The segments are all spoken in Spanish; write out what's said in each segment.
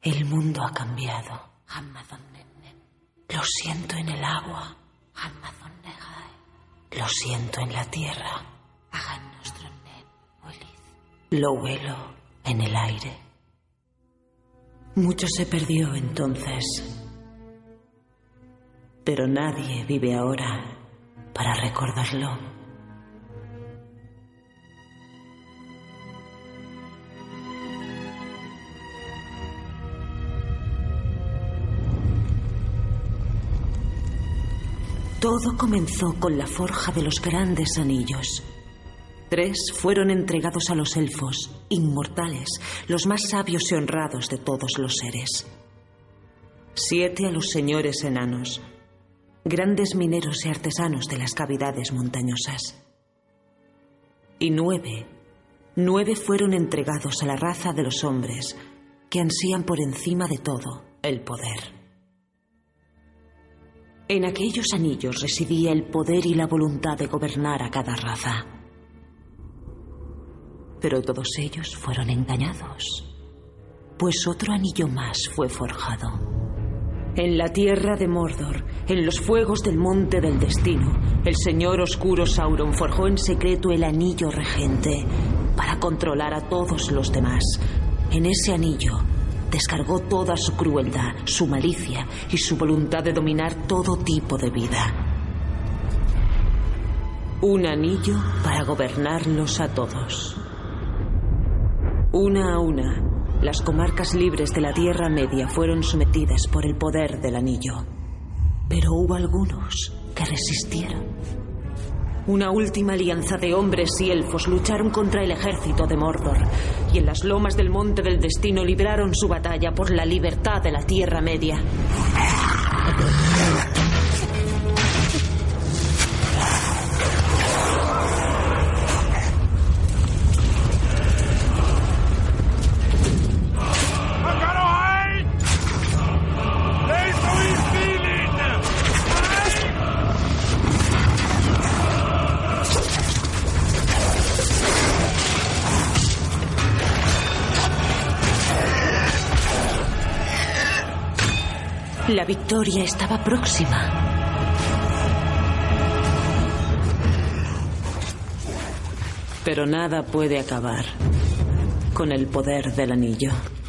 El mundo ha cambiado. Lo siento en el agua. Lo siento en la tierra. Lo huelo en el aire. Mucho se perdió entonces, pero nadie vive ahora para recordarlo. Todo comenzó con la forja de los grandes anillos. 3 fueron entregados a los elfos, inmortales, los más sabios y honrados de todos los seres. 7 a los señores enanos, grandes mineros y artesanos de las cavidades montañosas. Y 9 fueron entregados a la raza de los hombres, que ansían por encima de todo el poder. En aquellos anillos residía el poder y la voluntad de gobernar a cada raza. Pero todos ellos fueron engañados, pues otro anillo más fue forjado. En la tierra de Mordor, en los fuegos del Monte del Destino, el señor oscuro Sauron forjó en secreto el anillo regente para controlar a todos los demás. En ese anillo descargó toda su crueldad, su malicia y su voluntad de dominar todo tipo de vida. Un anillo para gobernarlos a todos. Una a una, las comarcas libres de la Tierra Media fueron sometidas por el poder del anillo. Pero hubo algunos que resistieron. Una última alianza de hombres y elfos lucharon contra el ejército de Mordor, y en las lomas del Monte del Destino libraron su batalla por la libertad de la Tierra Media. La victoria estaba próxima. Pero nada puede acabar con el poder del anillo.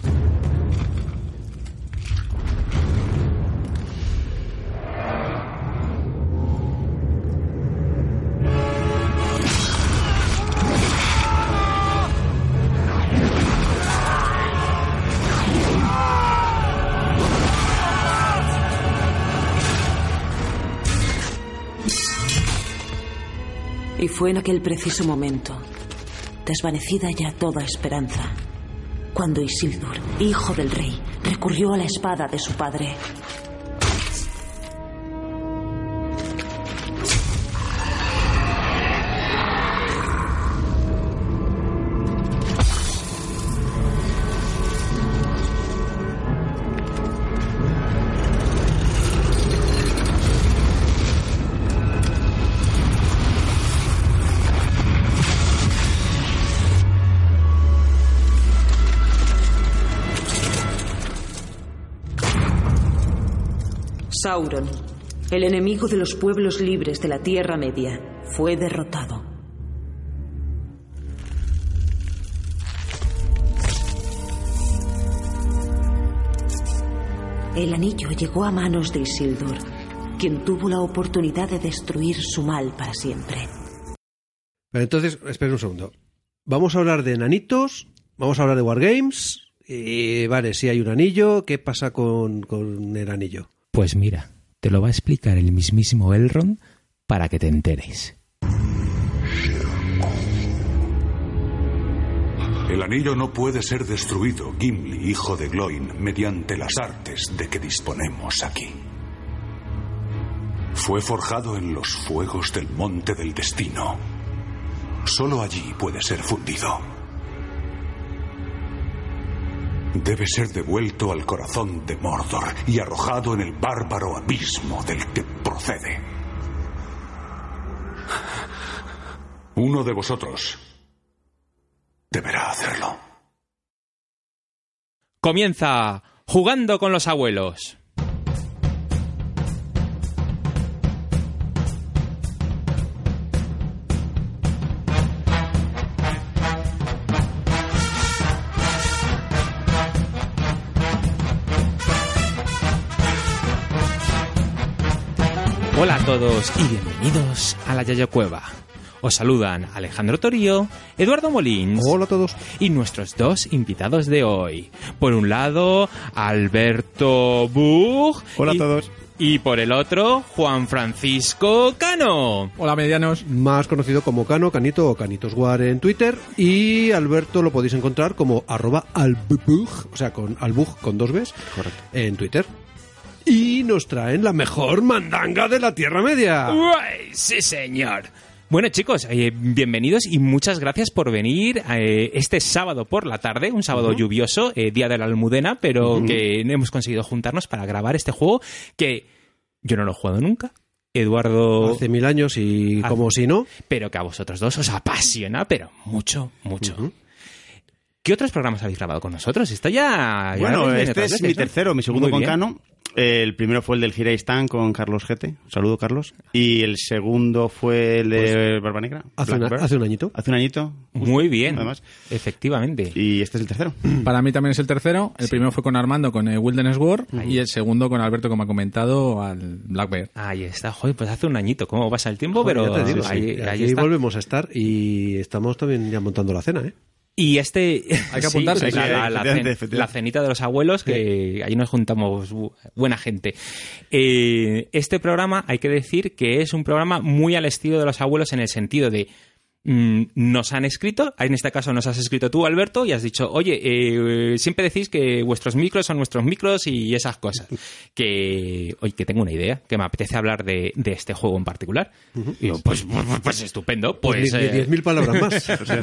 Y fue en aquel preciso momento, desvanecida ya toda esperanza, cuando Isildur, hijo del rey, recurrió a la espada de su padre. Sauron, el enemigo de los pueblos libres de la Tierra Media, fue derrotado. El anillo llegó a manos de Isildur, quien tuvo la oportunidad de destruir su mal para siempre. Pero entonces, espera un segundo. Vamos a hablar de enanitos, vamos a hablar de Wargames, y vale, si hay un anillo, ¿qué pasa con el anillo? Pues mira, te lo va a explicar el mismísimo Elrond para que te enteres. El anillo no puede ser destruido, Gimli, hijo de Gloin, mediante las artes de que disponemos aquí. Fue forjado en los fuegos del Monte del Destino. Solo allí puede ser fundido. Debe ser devuelto al corazón de Mordor y arrojado en el bárbaro abismo del que procede. Uno de vosotros deberá hacerlo. Comienza Jugando con los abuelos. Hola a todos y bienvenidos a la Yayo Cueva. Os saludan Alejandro Torío, Eduardo Molins. Hola a todos. Y nuestros dos invitados de hoy. Por un lado, Alberto Bug. Hola a todos. Y por el otro, Juan Francisco Cano. Hola, medianos. Más conocido como Cano, Canito o Canitosguar en Twitter. Y Alberto lo podéis encontrar como @albug, o sea, con albug con 2 Bs. Correcto. En Twitter. Y nos traen la mejor mandanga de la Tierra Media. ¡Uy, sí, señor! Bueno, chicos, bienvenidos y muchas gracias por venir este sábado por la tarde, un sábado lluvioso, día de la Almudena, pero que hemos conseguido juntarnos para grabar este juego que yo no lo he jugado nunca. Eduardo... Hace 1000 años y como si no. Pero que a vosotros dos os apasiona, pero mucho, mucho. ¿Qué otros programas habéis grabado con nosotros? Esto ya Bueno, viene este otras es veces, mi ¿no? tercero, mi segundo Muy con bien. Cano. El primero fue el del Gira Stan con Carlos Gete. Un saludo, Carlos. Y el segundo fue el de Barba Negra. Hace un añito. Hace un añito. justo, Muy bien, además. efectivamente. Y este es el tercero. Para mí también es el tercero. El primero fue con Armando con el Wilderness War y el segundo con Alberto, como ha comentado, al Black Bear. Ahí está, joder, pues hace un añito. ¿Cómo pasa el tiempo? Joder, Pero ya te digo, ahí aquí está. volvemos a estar y estamos también ya montando la cena, ¿eh? Y este... Hay que apuntarse. Sí, Efectivamente. la cenita de los abuelos, que ahí nos juntamos buena gente. Este programa, hay que decir que es un programa muy al estilo de los abuelos en el sentido de... nos han escrito, en este caso nos has escrito tú, Alberto, y has dicho, oye, siempre decís que vuestros micros son nuestros micros y esas cosas. Que tengo una idea, que me apetece hablar de este juego en particular. Y yo, pues estupendo. Pues, 10.000 palabras más.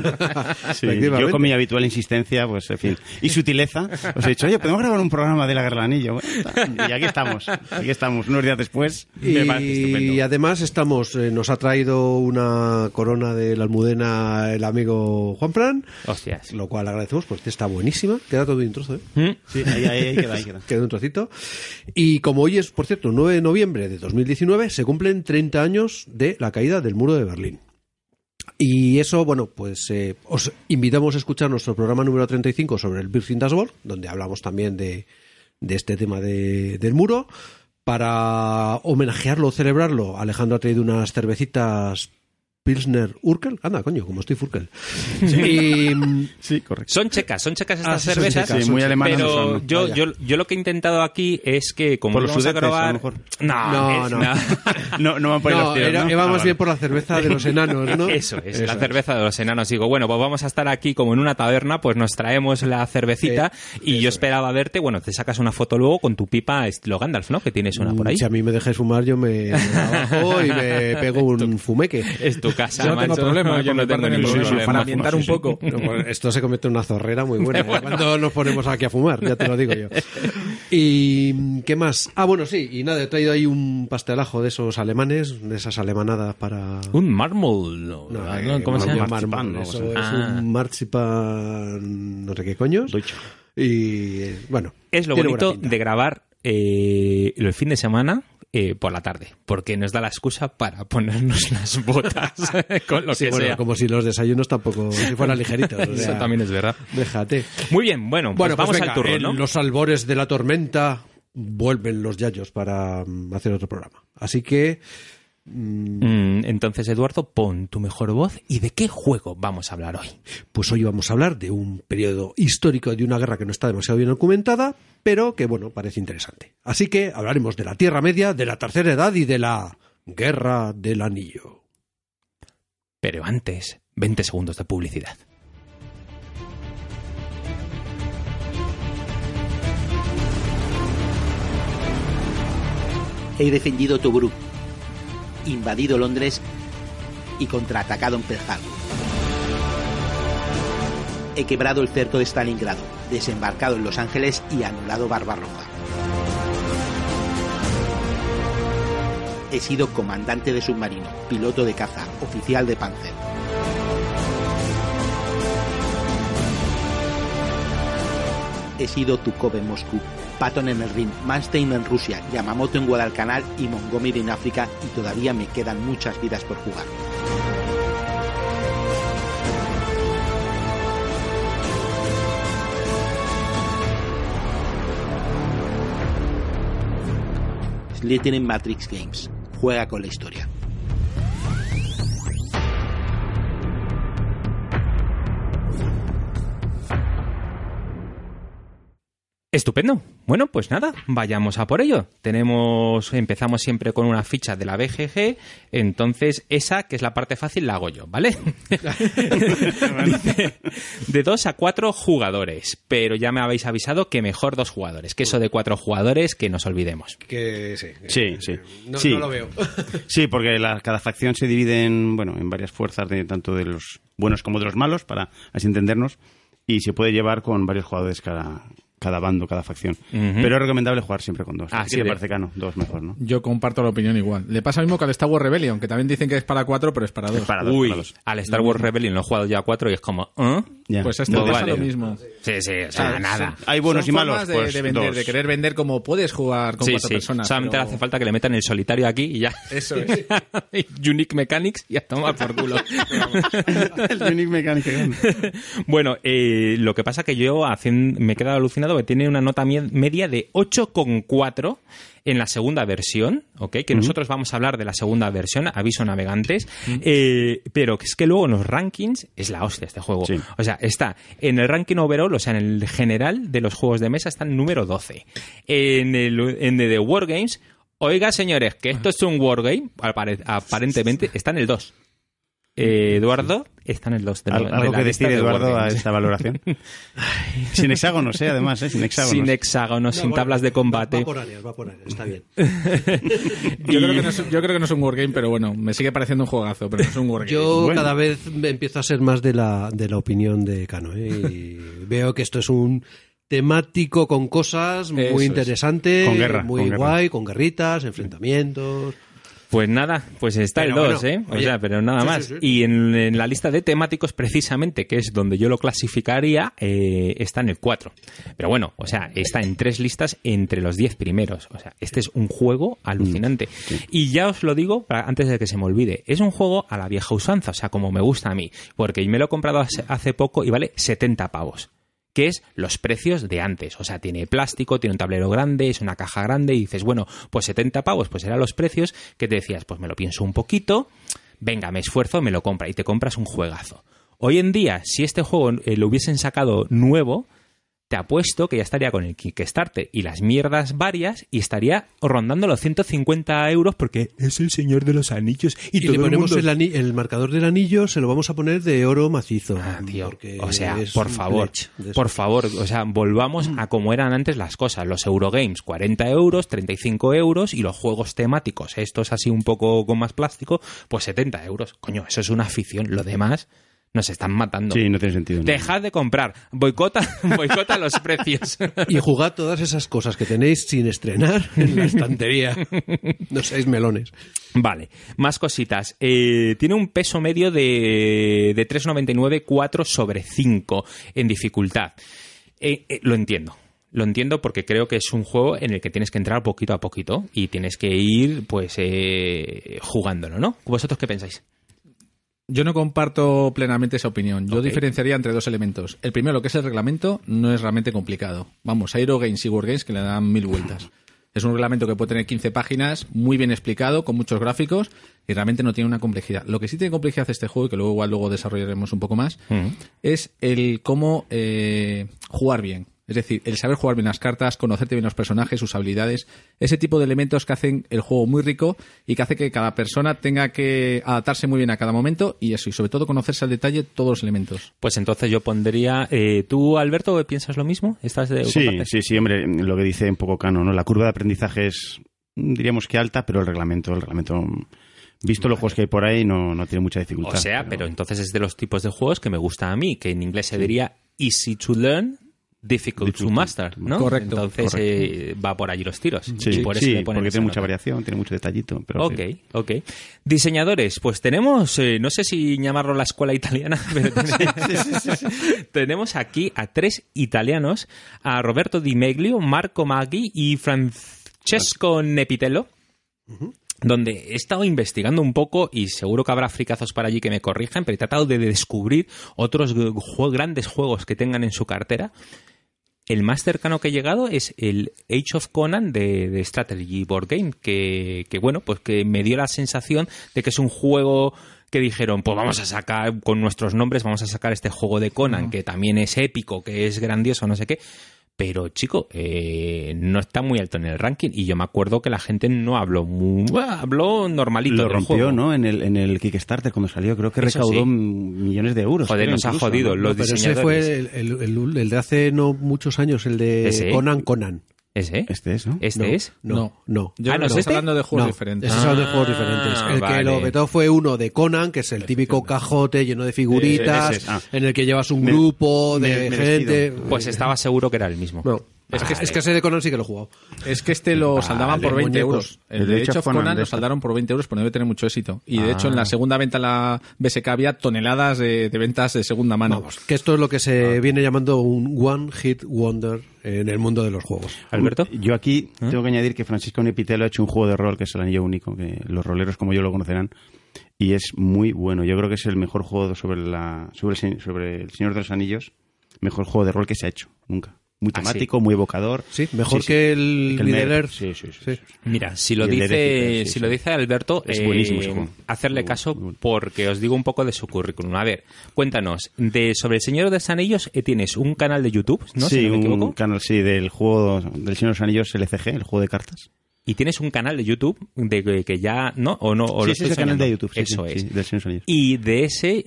Sí, Efectivamente. yo con mi habitual insistencia, pues en fin, y sutileza, os he dicho, oye, ¿podemos grabar un programa de la Guerra del Anillo? Bueno, y aquí estamos, unos días después. Me parece Y estupendo. además nos ha traído una corona de la Almudena el amigo Juanfran, hostias. lo cual agradecemos, pues está buenísima. Queda todo de un trozo, ¿eh? Sí, ahí queda. Queda un trocito. Y como hoy es, por cierto, 9 de noviembre de 2019, se cumplen 30 años de la caída del muro de Berlín. Y eso, bueno, pues os invitamos a escuchar nuestro programa número 35 sobre el Birth in das Wall, donde hablamos también de este tema del muro. Para homenajearlo o celebrarlo, Alejandro ha traído unas cervecitas Pilsner Urkel. Anda, coño, como estoy Furkel. Sí, correcto. Son checas estas sí, son cervezas. checas, Sí, muy alemanas pero no son. yo lo que he intentado aquí es que como Por los vamos a sudetes, a lo grabar... mejor. No. No van por ahí los tiros, ¿no? Iba más vale. bien por la cerveza de los enanos, ¿no? Eso es, la cerveza de los enanos. Digo, bueno, pues vamos a estar aquí como en una taberna, pues nos traemos la cervecita y yo esperaba verte, bueno, te sacas una foto luego con tu pipa estilo Gandalf, ¿no? Que tienes una por ahí. Si a mí me dejáis fumar, yo me abajo y me pego un fumeque. Es tu casa, Yo no tengo macho. problema, Yo no tengo ningún problema. para ambientar un poco. No, pues esto se convierte en una zorrera muy buena cuando nos ponemos aquí a fumar, ya te lo digo yo. ¿Y qué más? Ah, bueno, sí, y nada, he traído ahí un pastelajo de esos alemanes, de esas alemanadas para... Un mármol, ¿no? ¿Cómo se llama? Marzipan, ¿no? eso Ah. es un marzipan, no sé qué coños. Deutsche. Y bueno, Es lo tiene bonito buena pinta. de grabar el fin de semana por la tarde, porque nos da la excusa para ponernos las botas con lo Sí, que bueno, sea. como si los desayunos tampoco, si fueran ligeritos. O sea, Eso también es verdad. Déjate. Muy bien, bueno, pues vamos venga, al turno, en ¿no? los albores de la tormenta vuelven los yayos para hacer otro programa. Así que... Entonces, Eduardo, pon tu mejor voz. ¿Y de qué juego vamos a hablar hoy? Pues hoy vamos a hablar de un periodo histórico de una guerra que no está demasiado bien documentada, pero que, bueno, parece interesante. Así que hablaremos de la Tierra Media, de la Tercera Edad y de la Guerra del Anillo. Pero antes, 20 segundos de publicidad. He defendido Tobruk, invadido Londres y contraatacado en Pearl Harbor. He quebrado el cerco de Stalingrado, desembarcado en Los Ángeles y anulado Barbarroja. He sido comandante de submarino, piloto de caza, oficial de Panzer. He sido Tukov en Moscú, Patton en el ring, Manstein en Rusia, Yamamoto en Guadalcanal y Montgomery en África, y todavía me quedan muchas vidas por jugar. Lieutenant Matrix Games. Juega con la historia. Estupendo. Bueno, pues nada, vayamos a por ello. Empezamos siempre con una ficha de la BGG, entonces esa, que es la parte fácil, la hago yo, ¿vale? Dice, de 2 a 4 jugadores, pero ya me habéis avisado que mejor 2 jugadores, que eso de 4 jugadores, que nos olvidemos. Que sí. Sí. No lo veo. Sí, porque cada facción se divide en varias fuerzas, tanto de los buenos como de los malos, para así entendernos, y se puede llevar con varios jugadores cada bando, cada facción. Pero es recomendable jugar siempre con 2. Sí, me parece que no, 2 mejor, ¿no? Yo comparto la opinión igual. Le pasa lo mismo que al Star Wars Rebellion, que también dicen que es para 4, pero es para 2. Uy, al Star Wars Rebellion lo he jugado ya a 4 y es como... Ya. Pues esto pasa lo mismo. Sí, o sea, nada. Hay buenos y malos, pues de vender, de querer vender como puedes jugar con 4 personas. Solamente pero... hace falta que le metan el solitario aquí y ya. Eso es. Unique Mechanics y a tomar por culo. El Unique Mechanics. Bueno, lo que pasa que yo me he quedado alucinado que tiene una nota media de 8,4 en la segunda versión, ¿ok? Que nosotros vamos a hablar de la segunda versión, aviso navegantes, pero es que luego en los rankings es la hostia este juego. Sí. O sea, está en el ranking overall, o sea, en el general de los juegos de mesa está en número 12. En el de Wargames, oiga, señores, que esto es un Wargame, aparentemente está en el 2. Eduardo está en el 2. ¿Algo que decir, Eduardo, a esta valoración? Sin hexágonos, además, sin hexágonos. Sin hexágonos, sin tablas de combate. Va por áreas, está bien. Yo creo que no es un wargame, pero bueno, me sigue pareciendo un juegazo, pero no es un wargame. Yo cada vez empiezo a ser más de la opinión de Cano, y veo que esto es un temático con cosas muy interesantes, con guerra, muy guay, con guerritas, enfrentamientos... Pues nada, pues está el 2, pero nada más. Sí. Y en la lista de temáticos, precisamente, que es donde yo lo clasificaría, está en el 4. Pero bueno, o sea, está en 3 listas entre los 10 primeros. O sea, este es un juego alucinante. Sí. Y ya os lo digo, antes de que se me olvide, es un juego a la vieja usanza, o sea, como me gusta a mí. Porque me lo he comprado hace poco y vale 70 pavos. Que es los precios de antes. O sea, tiene plástico, tiene un tablero grande, es una caja grande y dices, bueno, pues 70 pavos, pues eran los precios que te decías, pues me lo pienso un poquito, venga, me esfuerzo, me lo compra y te compras un juegazo. Hoy en día, si este juego lo hubiesen sacado nuevo, te apuesto que ya estaría con el Kickstarter y las mierdas varias y estaría rondando los 150 euros porque es el Señor de los Anillos. Y todo le ponemos el mundo... el marcador del anillo, se lo vamos a poner de oro macizo. Tío, o sea, por favor, o sea, volvamos a como eran antes las cosas. Los Eurogames, 40 euros, 35 euros y los juegos temáticos, estos así un poco con más plástico, pues 70 euros. Coño, eso es una afición. Lo demás... Nos están matando. Sí, no tiene sentido. Dejad de comprar. Boicota los precios. Y jugad todas esas cosas que tenéis sin estrenar en la estantería. No seáis melones. Vale, más cositas. Tiene un peso medio de 3,99, 4/5 en dificultad. Lo entiendo. Lo entiendo porque creo que es un juego en el que tienes que entrar poquito a poquito y tienes que ir pues jugándolo, ¿no? ¿Vosotros qué pensáis? Yo no comparto plenamente esa opinión. Yo diferenciaría entre 2 elementos. El primero, lo que es el reglamento, no es realmente complicado. Vamos, hay Eurogames y Wargames que le dan 1000 vueltas. Es un reglamento que puede tener 15 páginas, muy bien explicado, con muchos gráficos, y realmente no tiene una complejidad. Lo que sí tiene complejidad este juego, y que luego desarrollaremos un poco más, es el cómo jugar bien. Es decir, el saber jugar bien las cartas, conocerte bien los personajes, sus habilidades, ese tipo de elementos que hacen el juego muy rico y que hace que cada persona tenga que adaptarse muy bien a cada momento y eso, y sobre todo conocerse al detalle todos los elementos. Pues entonces yo pondría... ¿Tú, Alberto, piensas lo mismo? Sí, hombre, lo que dice un poco Cano, ¿no? La curva de aprendizaje es, diríamos que alta, pero el reglamento visto los juegos que hay por ahí, no tiene mucha dificultad. O sea, pero entonces es de los tipos de juegos que me gusta a mí, que en inglés se diría easy to learn, difficult to master, ¿no? Correcto. Entonces va por allí los tiros. Sí, y por eso le ponen porque esa tiene mucha nota. variación, tiene mucho detallito. Pero Ok, sí. ok. Diseñadores, pues tenemos, no sé si llamarlo la escuela italiana, pero tenemos aquí a 3 italianos, a Roberto Di Meglio, Marco Maggi y Francesco Nepitello, donde he estado investigando un poco y seguro que habrá fricazos para allí que me corrijan, pero he tratado de descubrir otros grandes juegos que tengan en su cartera. El más cercano que he llegado es el Age of Conan de Strategy Board Game, que bueno, pues que me dio la sensación de que es un juego que dijeron, pues vamos a sacar con nuestros nombres, vamos a sacar este juego de Conan, que también es épico, que es grandioso, no sé qué. Pero, chico, no está muy alto en el ranking. Y yo me acuerdo que la gente no habló habló normalito Lo del rompió, juego. ¿no? En el Kickstarter cuando salió. Creo que Eso recaudó sí. millones de euros. Joder, creo, nos ha incluso, jodido ¿no? los Pero ese diseñadores. fue el de hace no muchos años, el de ¿Ese? Conan. ¿Ese? Este es, ¿no? ¿Este es? No. Yo Ah, creo ¿no que es estás este? hablando de juegos No, diferentes. esos son de juegos diferentes. El vale. que lo vetó fue uno de Conan, que es el típico cajote lleno de figuritas, ese, ah. en el que llevas un grupo de me gente. despido. Pues estaba seguro que era el mismo. No, es que ese de Conan sí que lo he jugado. Es que este lo saldaban por 20 muñecos. euros. El de Age of Conan lo saldaron por 20 euros, pero debe tener mucho éxito. Y de hecho, en la segunda venta en la BSK había toneladas de ventas de segunda mano. Vamos, que esto es lo que se viene llamando un One Hit Wonder en el mundo de los juegos. ¿Alberto? Yo aquí tengo que añadir que Francisco Nepitello ha hecho un juego de rol que es el Anillo Único, que los roleros como yo lo conocerán, y es muy bueno. Yo creo que es el mejor juego sobre el Señor de los Anillos, mejor juego de rol que se ha hecho nunca. Muy ¿Ah, temático, muy evocador. Sí, mejor que el Middle Earth. Sí. Mira, si lo Y el de dice, Déficit, sí, si sí. lo dice Alberto, Es buenísimo ese juego. hacerle Muy caso bueno. porque os digo un poco de su currículum. A ver, cuéntanos, sobre el Señor de los Anillos tienes un canal de YouTube, ¿no? Sí, si no me equivoco. un canal del juego del Señor de los Anillos LCG, el juego de cartas. Y tienes un canal de YouTube de que ya, ¿no? ¿O no? ¿O Sí, lo ese estoy es el canal soñando? de YouTube. Sí, Eso sí, es. sí, del Señor de los Anillos. Y de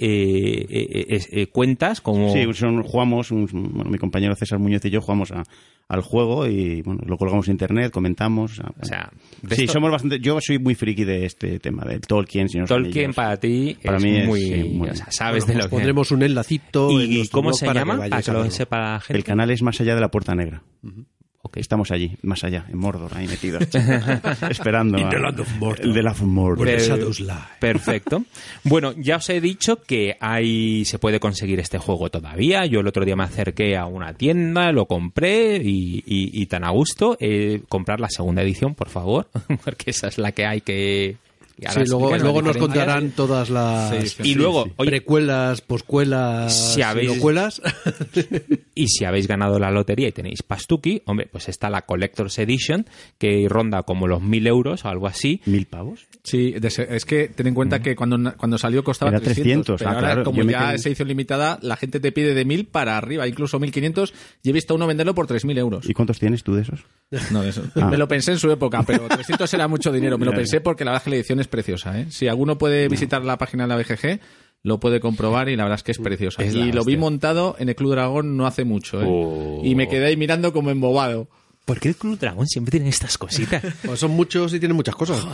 ese cuentas como... Sí, jugamos, mi compañero César Muñoz y yo jugamos al juego y bueno, lo colgamos en internet, comentamos. O sea, de sí, esto- somos bastante. Yo soy muy friki de este tema, del Tolkien. Señor de los Tolkien Anillos. para ti Para es mí es, muy... sí, muy- o sea, sabes Bueno, de os lo que... pondremos un enlacito. en ¿Y nuestro cómo blog se para llama? Para vayáis que a lo verlo. sepa la gente. El canal es Más allá de la Puerta Negra. Ok. Estamos allí, más allá, en Mordor, ahí metidos. esperando. In the land of Mordor. El de la Mordor. Where the Per- shadows lie. Perfecto. Bueno, ya os he dicho que se puede conseguir este juego todavía. Yo el otro día me acerqué a una tienda, lo compré y tan a gusto. Comprar la segunda edición, por favor, porque esa es la que hay que... y ahora Sí, luego explican las nos diferencias. contarán todas las Y luego, oye, precuelas, poscuelas, Si habéis- silocuelas. y si habéis ganado la lotería y tenéis Pastuki, hombre, pues está la Collector's Edition, que ronda como los 1.000 euros o algo así. ¿1000 pavos? Sí, es que ten en cuenta que cuando salió costaba Era 300, 300, pero ah, ahora claro, como yo me ya quedé- es edición limitada, la gente te pide de 1.000 para arriba, incluso 1.500, y he visto a uno venderlo por 3.000 euros. ¿Y cuántos tienes tú de esos? No, de eso. Ah. Me lo pensé en su época, pero 300 era mucho dinero. Me lo Ya, ya. pensé porque la verdad es que la edición es preciosa, ¿eh? Si alguno puede visitar la página de la BGG, lo puede comprobar y la verdad es que es preciosa. Es la Y lo vi hostia. montado en el Club Dragón no hace mucho, ¿eh? Oh. Y me quedé ahí mirando como embobado. ¿Por qué el Club Dragón siempre tiene estas cositas? Pues son muchos y tienen muchas cosas.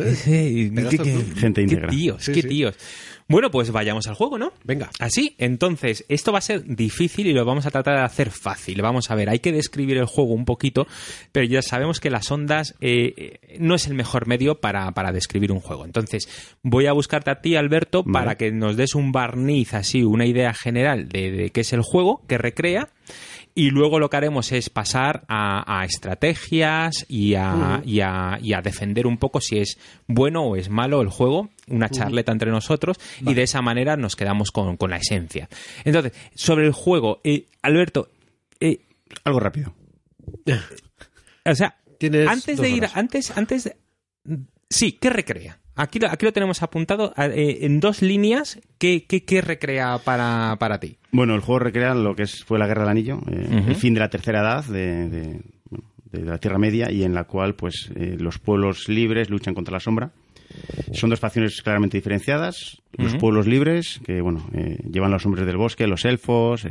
Gente íntegra. Qué tíos, Sí, qué sí. tíos. Bueno, pues vayamos al juego, ¿no? Venga. Así, entonces, esto va a ser difícil y lo vamos a tratar de hacer fácil. Vamos a ver, hay que describir el juego un poquito, pero ya sabemos que las ondas no es el mejor medio para describir un juego. Entonces, voy a buscarte a ti, Alberto, Vale. para que nos des un barniz, así, una idea general de qué es el juego, que recrea. Y luego lo que haremos es pasar a estrategias y a defender un poco si es bueno o es malo el juego, una charleta entre nosotros, y de esa manera nos quedamos con la esencia. Entonces, sobre el juego, Alberto, Algo rápido. o sea, Tienes antes 2 de ir, horas. sí, ¿qué recrea? Aquí lo tenemos apuntado en 2 líneas. ¿Qué recrea para ti? Bueno, el juego recrea lo que fue la Guerra del Anillo, el fin de la Tercera Edad de la Tierra Media, y en la cual pues los pueblos libres luchan contra la sombra. Son 2 facciones claramente diferenciadas. Los pueblos libres, que bueno, llevan los hombres del bosque, los elfos,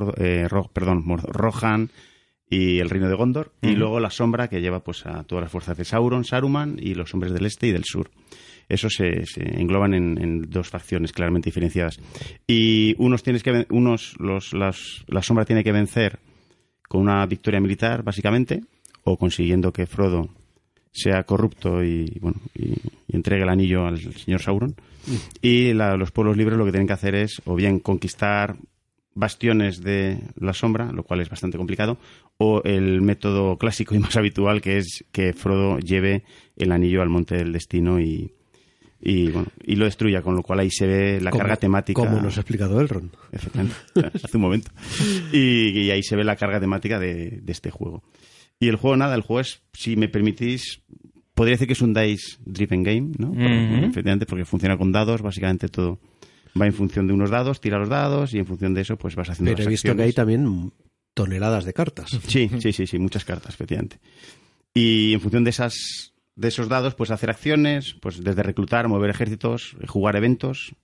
Rohan y el reino de Gondor, y luego la sombra, que lleva pues a todas las fuerzas de Sauron, Saruman y los hombres del este y del sur. Esos se engloban en 2 facciones claramente diferenciadas. Y la sombra tiene que vencer con una victoria militar, básicamente, o consiguiendo que Frodo sea corrupto y entregue el anillo al señor Sauron. Y los pueblos libres lo que tienen que hacer es o bien conquistar bastiones de la sombra, lo cual es bastante complicado, o el método clásico y más habitual, que es que Frodo lleve el anillo al Monte del Destino y lo destruya, con lo cual ahí se ve la carga temática. Como nos ha explicado Elrond. Efectivamente, hace un momento. Y ahí se ve la carga temática de este juego. Y el juego es, si me permitís, podría decir que es un dice-driven game, ¿no? Efectivamente, porque funciona con dados, básicamente todo va en función de unos dados, tira los dados y en función de eso pues vas haciendo Pero las he visto acciones. que hay también toneladas de cartas. Sí, muchas cartas, efectivamente. Y en función de esos dados, pues hacer acciones, pues desde reclutar, mover ejércitos, jugar eventos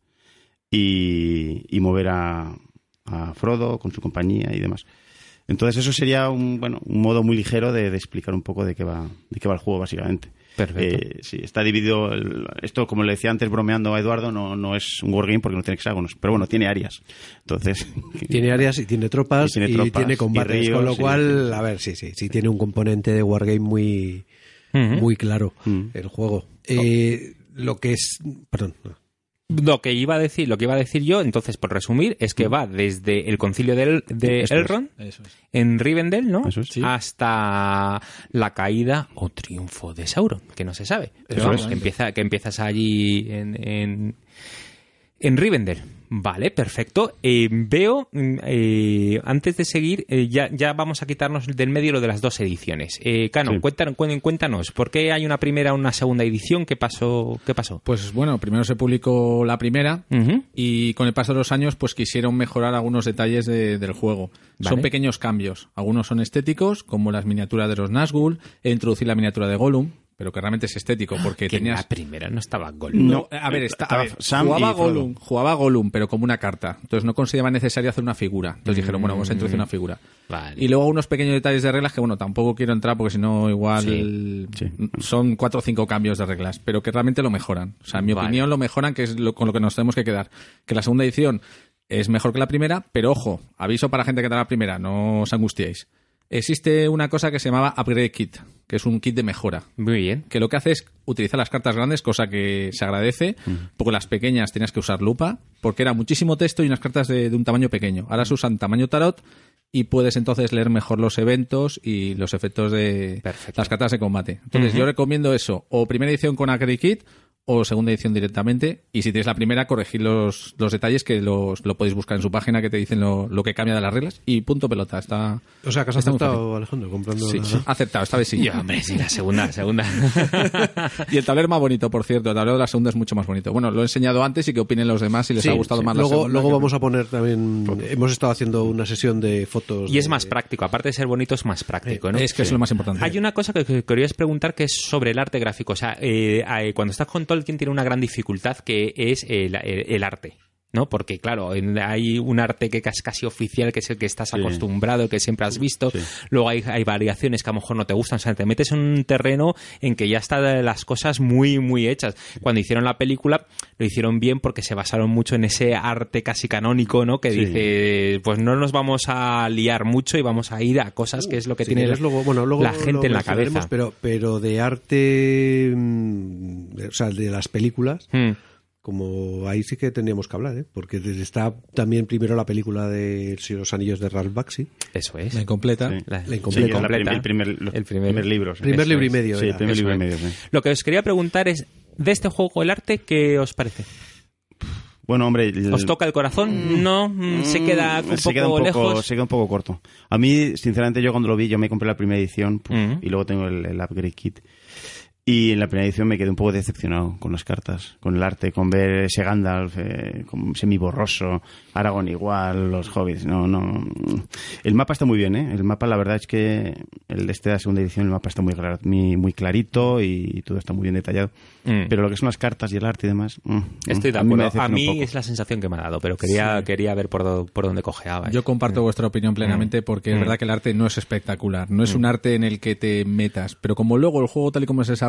y mover a Frodo con su compañía y demás. Entonces eso sería un modo muy ligero de explicar un poco de qué va el juego, básicamente. Perfecto. Sí, está dividido. Esto, como le decía antes bromeando a Eduardo, no es un wargame porque no tiene hexágonos, pero bueno, tiene áreas. Entonces tiene áreas y tiene tropas y tiene combates, y ríos, con lo cual, sí. a ver, sí tiene un componente de wargame muy claro el juego. Lo que es, perdón. Lo que iba a decir yo, entonces, por resumir, es que va desde el concilio de Elrond, en Rivendell, ¿no? Eso es, sí. Hasta la caída o triunfo de Sauron, que no se sabe. Pero Eso vamos, es. que empiezas allí en Rivendell. Vale, perfecto. Veo, antes de seguir, ya vamos a quitarnos del medio lo de las dos ediciones. Cano, Sí. cuéntanos, ¿por qué hay una primera o una segunda edición? ¿Qué pasó? Pues bueno, primero se publicó la primera Ujú. y con el paso de los años pues quisieron mejorar algunos detalles del juego. Vale. Son pequeños cambios. Algunos son estéticos, como las miniaturas de los Nazgûl, e introducir la miniatura de Gollum, pero que realmente es estético porque Que en tenías... la primera no estaba Gollum. No, a ver, Sam jugaba y Frodo. Gollum, pero como una carta. Entonces no consideraban necesario hacer una figura. Entonces dijeron, bueno, vamos a introducir una figura. Vale. Y luego unos pequeños detalles de reglas que, bueno, tampoco quiero entrar porque si no igual Sí. son 4 o 5 cambios de reglas, pero que realmente lo mejoran. O sea, en mi Vale. opinión lo mejoran, que es con lo que nos tenemos que quedar. Que la segunda edición es mejor que la primera, pero ojo, aviso para gente que está la primera, no os angustiéis. Existe una cosa que se llamaba Upgrade Kit, que es un kit de mejora. Muy bien. Que lo que hace es utilizar las cartas grandes, cosa que se agradece, porque las pequeñas tenías que usar lupa, porque era muchísimo texto y unas cartas de un tamaño pequeño. Ahora se usan tamaño tarot y puedes entonces leer mejor los eventos y los efectos de Perfecto. las cartas de combate. Entonces yo recomiendo eso, o primera edición con Upgrade Kit o segunda edición directamente, y si tienes la primera, corregir los detalles que lo podéis buscar en su página, que te dicen lo que cambia de las reglas, y punto pelota. O sea, que has está muy aceptado, Alejandro, comprando Sí, la- sí. Aceptado, esta vez sí. Ya, hombre, sí, la segunda. Y el tablero más bonito, por cierto. El tablero de la segunda es mucho más bonito. Bueno, lo he enseñado antes y que opinen los demás si les Sí, ha gustado sí. más la segunda. Luego que- vamos a poner también... Hemos estado haciendo una sesión de fotos... Y es más práctico, aparte de ser bonito, es más práctico, ¿no? Es que es lo más importante. Hay una cosa que querías preguntar que es sobre el arte gráfico. O sea, cuando estás con Tolkien tiene una gran dificultad que es el arte, ¿no? Porque, claro, hay un arte que es casi oficial, que es el que estás acostumbrado, que siempre has visto. Sí. Luego hay variaciones que a lo mejor no te gustan. O sea, te metes en un terreno en que ya están las cosas muy, muy hechas. Cuando hicieron la película, lo hicieron bien porque se basaron mucho en ese arte casi canónico, ¿no? Que Sí. dice, pues no nos vamos a liar mucho y vamos a ir a cosas que es lo que Si tiene quieres, luego la gente lo en la mencionaremos, cabeza. pero de arte... o sea, de las películas... Mm. Como ahí sí que tendríamos que hablar, ¿eh? Porque está también primero la película de El Señor de los Anillos de Ralph Bakshi. Eso es. La incompleta. Sí. La La incompleta. incompleta. El primer libro. sí. Primer Eso libro y es. medio. Sí, el era. primer Eso libro y es. medio. sí. Lo que os quería preguntar es, de este juego, el arte, ¿qué os parece? Bueno, hombre... ¿Os toca el corazón? ¿No? ¿Se queda un poco lejos? Se queda un poco corto. A mí, sinceramente, yo cuando lo vi, yo me compré la primera edición Ujú. y luego tengo el Upgrade Kit. Y en la primera edición me quedé un poco decepcionado con las cartas, con el arte, con ver ese Gandalf semi-borroso, Aragorn igual, los hobbits. No. El mapa está muy bien, ¿eh? El mapa, la verdad es que el de esta segunda edición, el mapa está muy clarito y todo está muy bien detallado. Pero lo que son las cartas y el arte y demás... Estoy de a mí me acuerdo. A decepciona un mí poco. es la sensación que me ha dado, pero quería ver por dónde cojeaba. Yo comparto vuestra opinión plenamente porque es verdad que el arte no es espectacular. No es un arte en el que te metas. Pero como luego el juego tal y como se desarrolla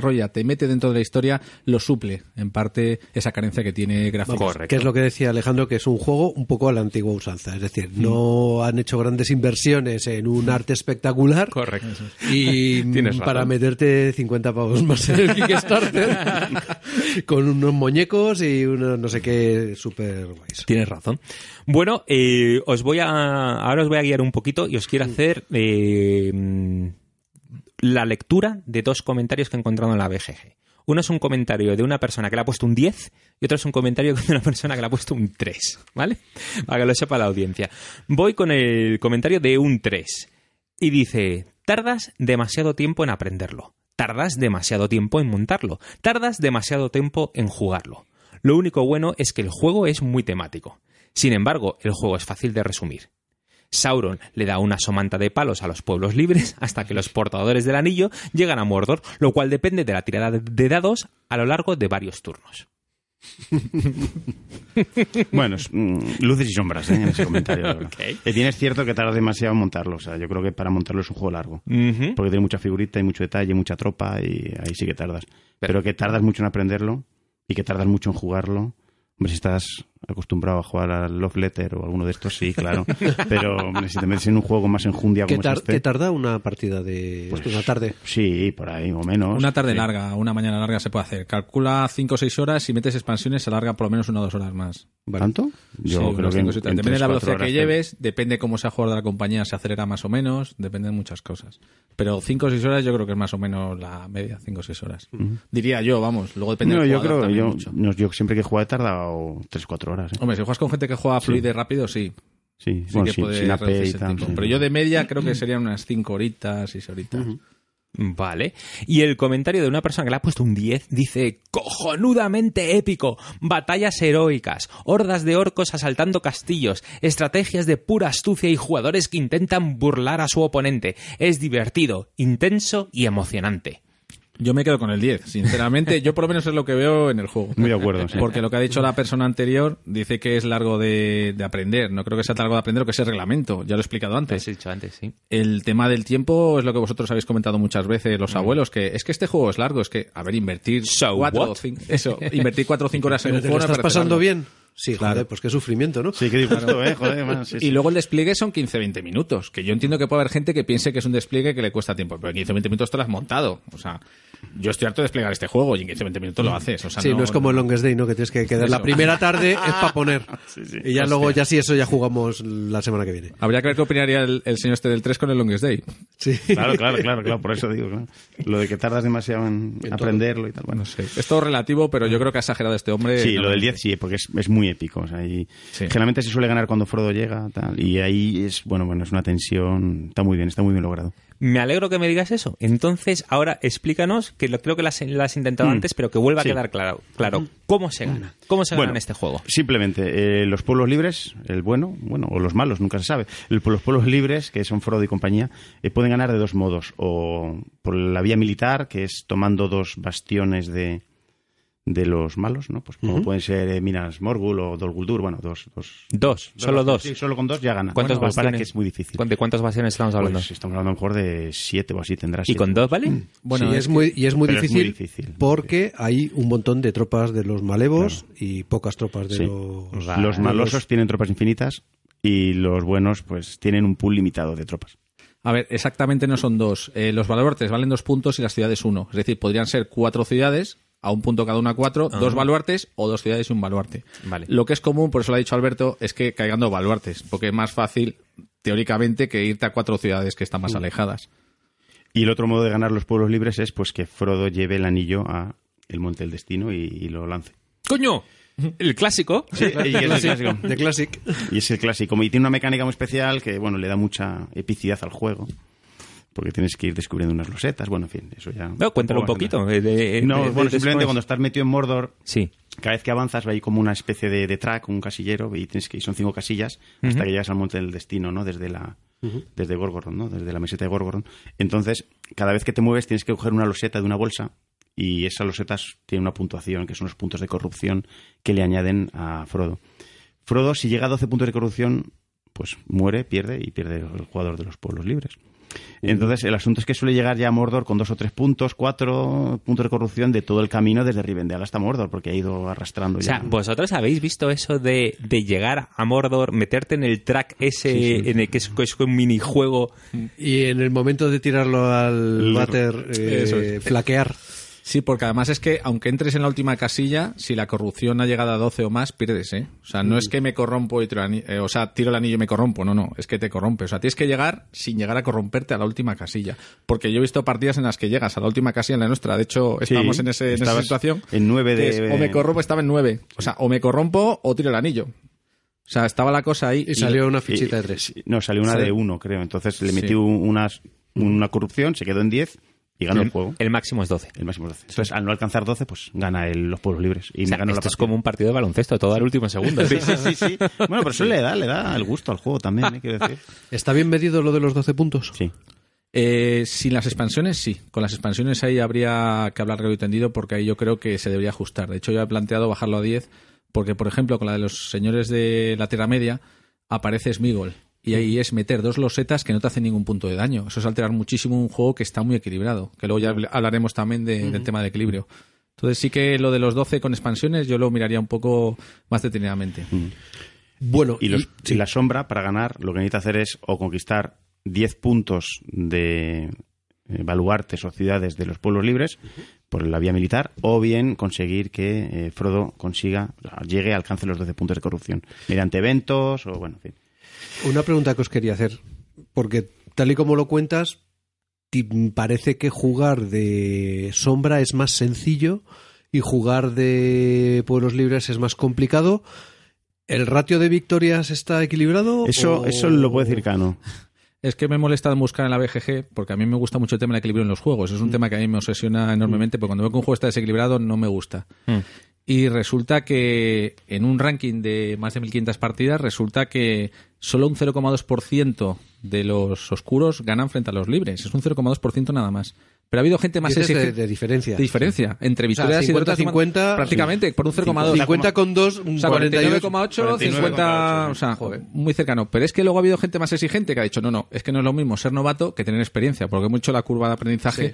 desarrolla, te mete dentro de la historia, lo suple, en parte, esa carencia que tiene gráfica. Correcto. Que es lo que decía Alejandro, que es un juego un poco a la antigua usanza. Es decir, no han hecho grandes inversiones en un arte espectacular. Correcto. Y Tienes razón. para meterte 50 pavos más en el Kickstarter con unos muñecos y unos no sé qué súper guays. Tienes razón. Bueno, ahora os voy a guiar un poquito y os quiero hacer la lectura de 2 comentarios que he encontrado en la BGG. Uno es un comentario de una persona que le ha puesto un 10 y otro es un comentario de una persona que le ha puesto un 3, ¿vale? Para que lo sepa la audiencia. Voy con el comentario de un 3 y dice: tardas demasiado tiempo en aprenderlo, tardas demasiado tiempo en montarlo, tardas demasiado tiempo en jugarlo. Lo único bueno es que el juego es muy temático. Sin embargo, el juego es fácil de resumir. Sauron le da una somanta de palos a los pueblos libres hasta que los portadores del anillo llegan a Mordor, lo cual depende de la tirada de dados a lo largo de varios turnos. Bueno, luces y sombras en ese comentario. Okay. Es cierto que tarda demasiado en montarlo. O sea, yo creo que para montarlo es un juego largo. Ujú. Porque tiene mucha figurita y mucho detalle, mucha tropa y ahí sí que tardas. Pero que tardas mucho en aprenderlo y que tardas mucho en jugarlo. Hombre, si estás acostumbrado a jugar al Love Letter o alguno de estos, sí, claro. Pero hombre, si te metes en un juego con más enjundia como es este... ¿Qué tarda una partida de Pues, una tarde? Sí, por ahí, o menos. Una tarde Sí. larga, una mañana larga se puede hacer. Calcula 5 o 6 horas, si metes expansiones se alarga por lo menos 1 o 2 horas más. ¿Tanto? Yo Sí, creo unos que 5 o 6 horas. Depende de la 3-4 velocidad horas, que lleves, depende cómo sea jugador de la compañía, se acelera más o menos, depende de muchas cosas. Pero 5 o 6 horas yo creo que es más o menos la media, 5 o 6 horas. Diría yo, vamos, luego depende No, del yo jugador creo, también mucho. yo siempre que he jugado he tardado 3-4 horas. Hombre, si juegas con gente que juega fluido y rápido, sí. Sí, Sí bueno, que puede sin AP y reducirse el tal. tiempo. Sí. Pero yo de media creo que serían unas 5 horitas, 6 horitas. Vale. Y el comentario de una persona que le ha puesto un 10 dice: cojonudamente épico, batallas heroicas, hordas de orcos asaltando castillos, estrategias de pura astucia y jugadores que intentan burlar a su oponente. Es divertido, intenso y emocionante. Yo me quedo con el 10, sinceramente. Yo por lo menos es lo que veo en el juego. Muy de acuerdo, sí. Porque lo que ha dicho la persona anterior dice que es largo de aprender. No creo que sea largo de aprender o que sea reglamento. Ya lo he explicado Lo antes. he dicho antes, sí. El tema del tiempo es lo que vosotros habéis comentado muchas veces, los abuelos, que es que este juego es largo. Es que, a ver, invertir So 4 what? o 5... Eso, invertir 4 o 5 horas en ¿Pero un te juego lo me estás parece pasando largo. bien? Sí, Claro. joder, pues qué sufrimiento, ¿no? Sí, qué disgusto, joder, man, sí, Y sí. luego el despliegue son 15-20 minutos, que yo entiendo que puede haber gente que piense que es un despliegue que le cuesta tiempo, pero en 15-20 minutos te lo has montado. O sea, yo estoy harto de desplegar este juego y en 15-20 minutos lo haces. O sea, Sí, no es como el Longest Day, ¿no? Que tienes que quedar la Eso. primera tarde es para poner. Sí, sí. Y ya Hostia. luego, ya sí, eso ya jugamos la semana que viene. Habría que ver qué opinaría el señor este del 3 con el Longest Day. Sí. Claro, por eso digo, claro. Lo de que tardas demasiado en aprenderlo y tal. Bueno, No sé. Es todo relativo, pero yo creo que ha exagerado este hombre. sí, No, lo del 10 sí, porque es muy épico. O sea, y Sí. generalmente se suele ganar cuando Frodo llega, tal, y ahí es, bueno, es una tensión, está muy bien logrado. Me alegro que me digas eso. Entonces, ahora explícanos, que creo que lo has intentado antes, pero que vuelva Sí. a quedar claro, ¿cómo se gana? ¿Cómo se gana en este juego? Simplemente, los pueblos libres, el bueno, o los malos, nunca se sabe. Los pueblos libres, que son Frodo y compañía, pueden ganar de 2 modos. O por la vía militar, que es tomando 2 bastiones de los malos, ¿no? Pues como pueden ser Minas Morgul o Dol Guldur, bueno, Solo dos. Sí, solo con 2 ya gana. ¿Cuántos Bueno, para bastiones? que es muy difícil. ¿De cuántos bastiones estamos hablando? Pues estamos hablando a lo mejor de 7 o así tendrás. ¿Y con 2, vale? Bueno, Sí, es muy pero es muy difícil, difícil. porque hay un montón de tropas de los malevos y pocas tropas de Sí. los... Los malosos tienen tropas infinitas y los buenos pues tienen un pool limitado de tropas. A ver, exactamente no son 2. Los baluartes valen 2 puntos y las ciudades 1. Es decir, podrían ser 4 ciudades, a 1 punto cada una 4, 2 baluartes o 2 ciudades y un baluarte. Vale. Lo que es común, por eso lo ha dicho Alberto, es que caigan 2 baluartes, porque es más fácil, teóricamente, que irte a 4 ciudades que están más alejadas. Y el otro modo de ganar los pueblos libres es pues que Frodo lleve el anillo a el Monte del Destino y lo lance. ¡Coño! El clásico. Sí, y es el clásico. De Classic. Y es el clásico. Y tiene una mecánica muy especial que, bueno, le da mucha epicidad al juego. Porque tienes que ir descubriendo unas losetas. Bueno, en fin, eso ya... No, cuéntalo un poquito. No, bueno, simplemente cuando estás metido en Mordor, Sí. cada vez que avanzas va ahí como una especie de track, un casillero, y tienes que ir, son 5 casillas hasta que llegas al Monte del Destino, ¿no? Desde Gorgoroth, ¿no? Desde la meseta de Gorgoroth. Entonces, cada vez que te mueves tienes que coger una loseta de una bolsa y esas losetas tienen una puntuación, que son los puntos de corrupción que le añaden a Frodo. Frodo, si llega a 12 puntos de corrupción, pues muere, pierde el jugador de los pueblos libres. Entonces, el asunto es que suele llegar ya a Mordor con 2 o 3 puntos, 4 puntos de corrupción de todo el camino desde Rivendell hasta Mordor, porque ha ido arrastrando. O sea, ¿vosotros habéis visto eso de llegar a Mordor, meterte en el track ese en el que es un minijuego? Y en el momento de tirarlo al váter, flaquear. Sí, porque además es que, aunque entres en la última casilla, si la corrupción ha llegado a 12 o más, pierdes, ¿eh? O sea, no es que me corrompo y tiro el anillo y me corrompo, no, es que te corrompe. O sea, tienes que llegar sin llegar a corromperte a la última casilla. Porque yo he visto partidas en las que llegas a la última casilla, en la nuestra. De hecho, estábamos en esa situación. En 9 de... O me corrompo, estaba en 9. O sea, o me corrompo o tiro el anillo. O sea, estaba la cosa ahí. Y salió una fichita de 3. No, salió una de 1, creo. Entonces le metí una corrupción, se quedó en 10... y ganó el juego. El máximo es 12. El máximo es 12. Entonces, al no alcanzar 12, pues gana los pueblos libres. Y o sea, me ganó esto la es como un partido de baloncesto, todo al último segundo. Sí. Bueno, pero eso le da el gusto al juego también, quiero decir. ¿Está bien medido lo de los 12 puntos? Sí. Sin las expansiones, sí. Con las expansiones ahí habría que hablar largo y tendido, porque ahí yo creo que se debería ajustar. De hecho, yo he planteado bajarlo a 10, porque, por ejemplo, con la de los señores de la Tierra Media, aparece Smigol. Y ahí es meter 2 losetas que no te hacen ningún punto de daño. Eso es alterar muchísimo un juego que está muy equilibrado. Que luego ya hablaremos también del tema de equilibrio. Entonces sí que lo de los 12 con expansiones yo lo miraría un poco más detenidamente. Bueno, y la sombra, para ganar, lo que necesita hacer es o conquistar 10 puntos de baluartes o ciudades de los pueblos libres por la vía militar, o bien conseguir que Frodo llegue, alcance los 12 puntos de corrupción. Mediante eventos o bueno, en fin. Una pregunta que os quería hacer, porque tal y como lo cuentas, parece que jugar de sombra es más sencillo y jugar de pueblos libres es más complicado. ¿El ratio de victorias está equilibrado? Eso lo puede decir Cano. Es que me molesta buscar en la BGG, porque a mí me gusta mucho el tema del equilibrio en los juegos. Es un tema que a mí me obsesiona enormemente, porque cuando veo que un juego está desequilibrado no me gusta. Y resulta que en un ranking de más de 1.500 partidas, resulta que solo un 0,2% de los oscuros ganan frente a los libres. Es un 0,2% nada más. Pero ha habido gente más exigente. De diferencia. De diferencia. Entre victorias y derrotas. 50, prácticamente, por un 0,2. 50 con 2, o sea, 49,8, 50... O sea, muy cercano. Pero es que luego ha habido gente más exigente que ha dicho, no, es que no es lo mismo ser novato que tener experiencia, porque hay mucho la curva de aprendizaje. Sí.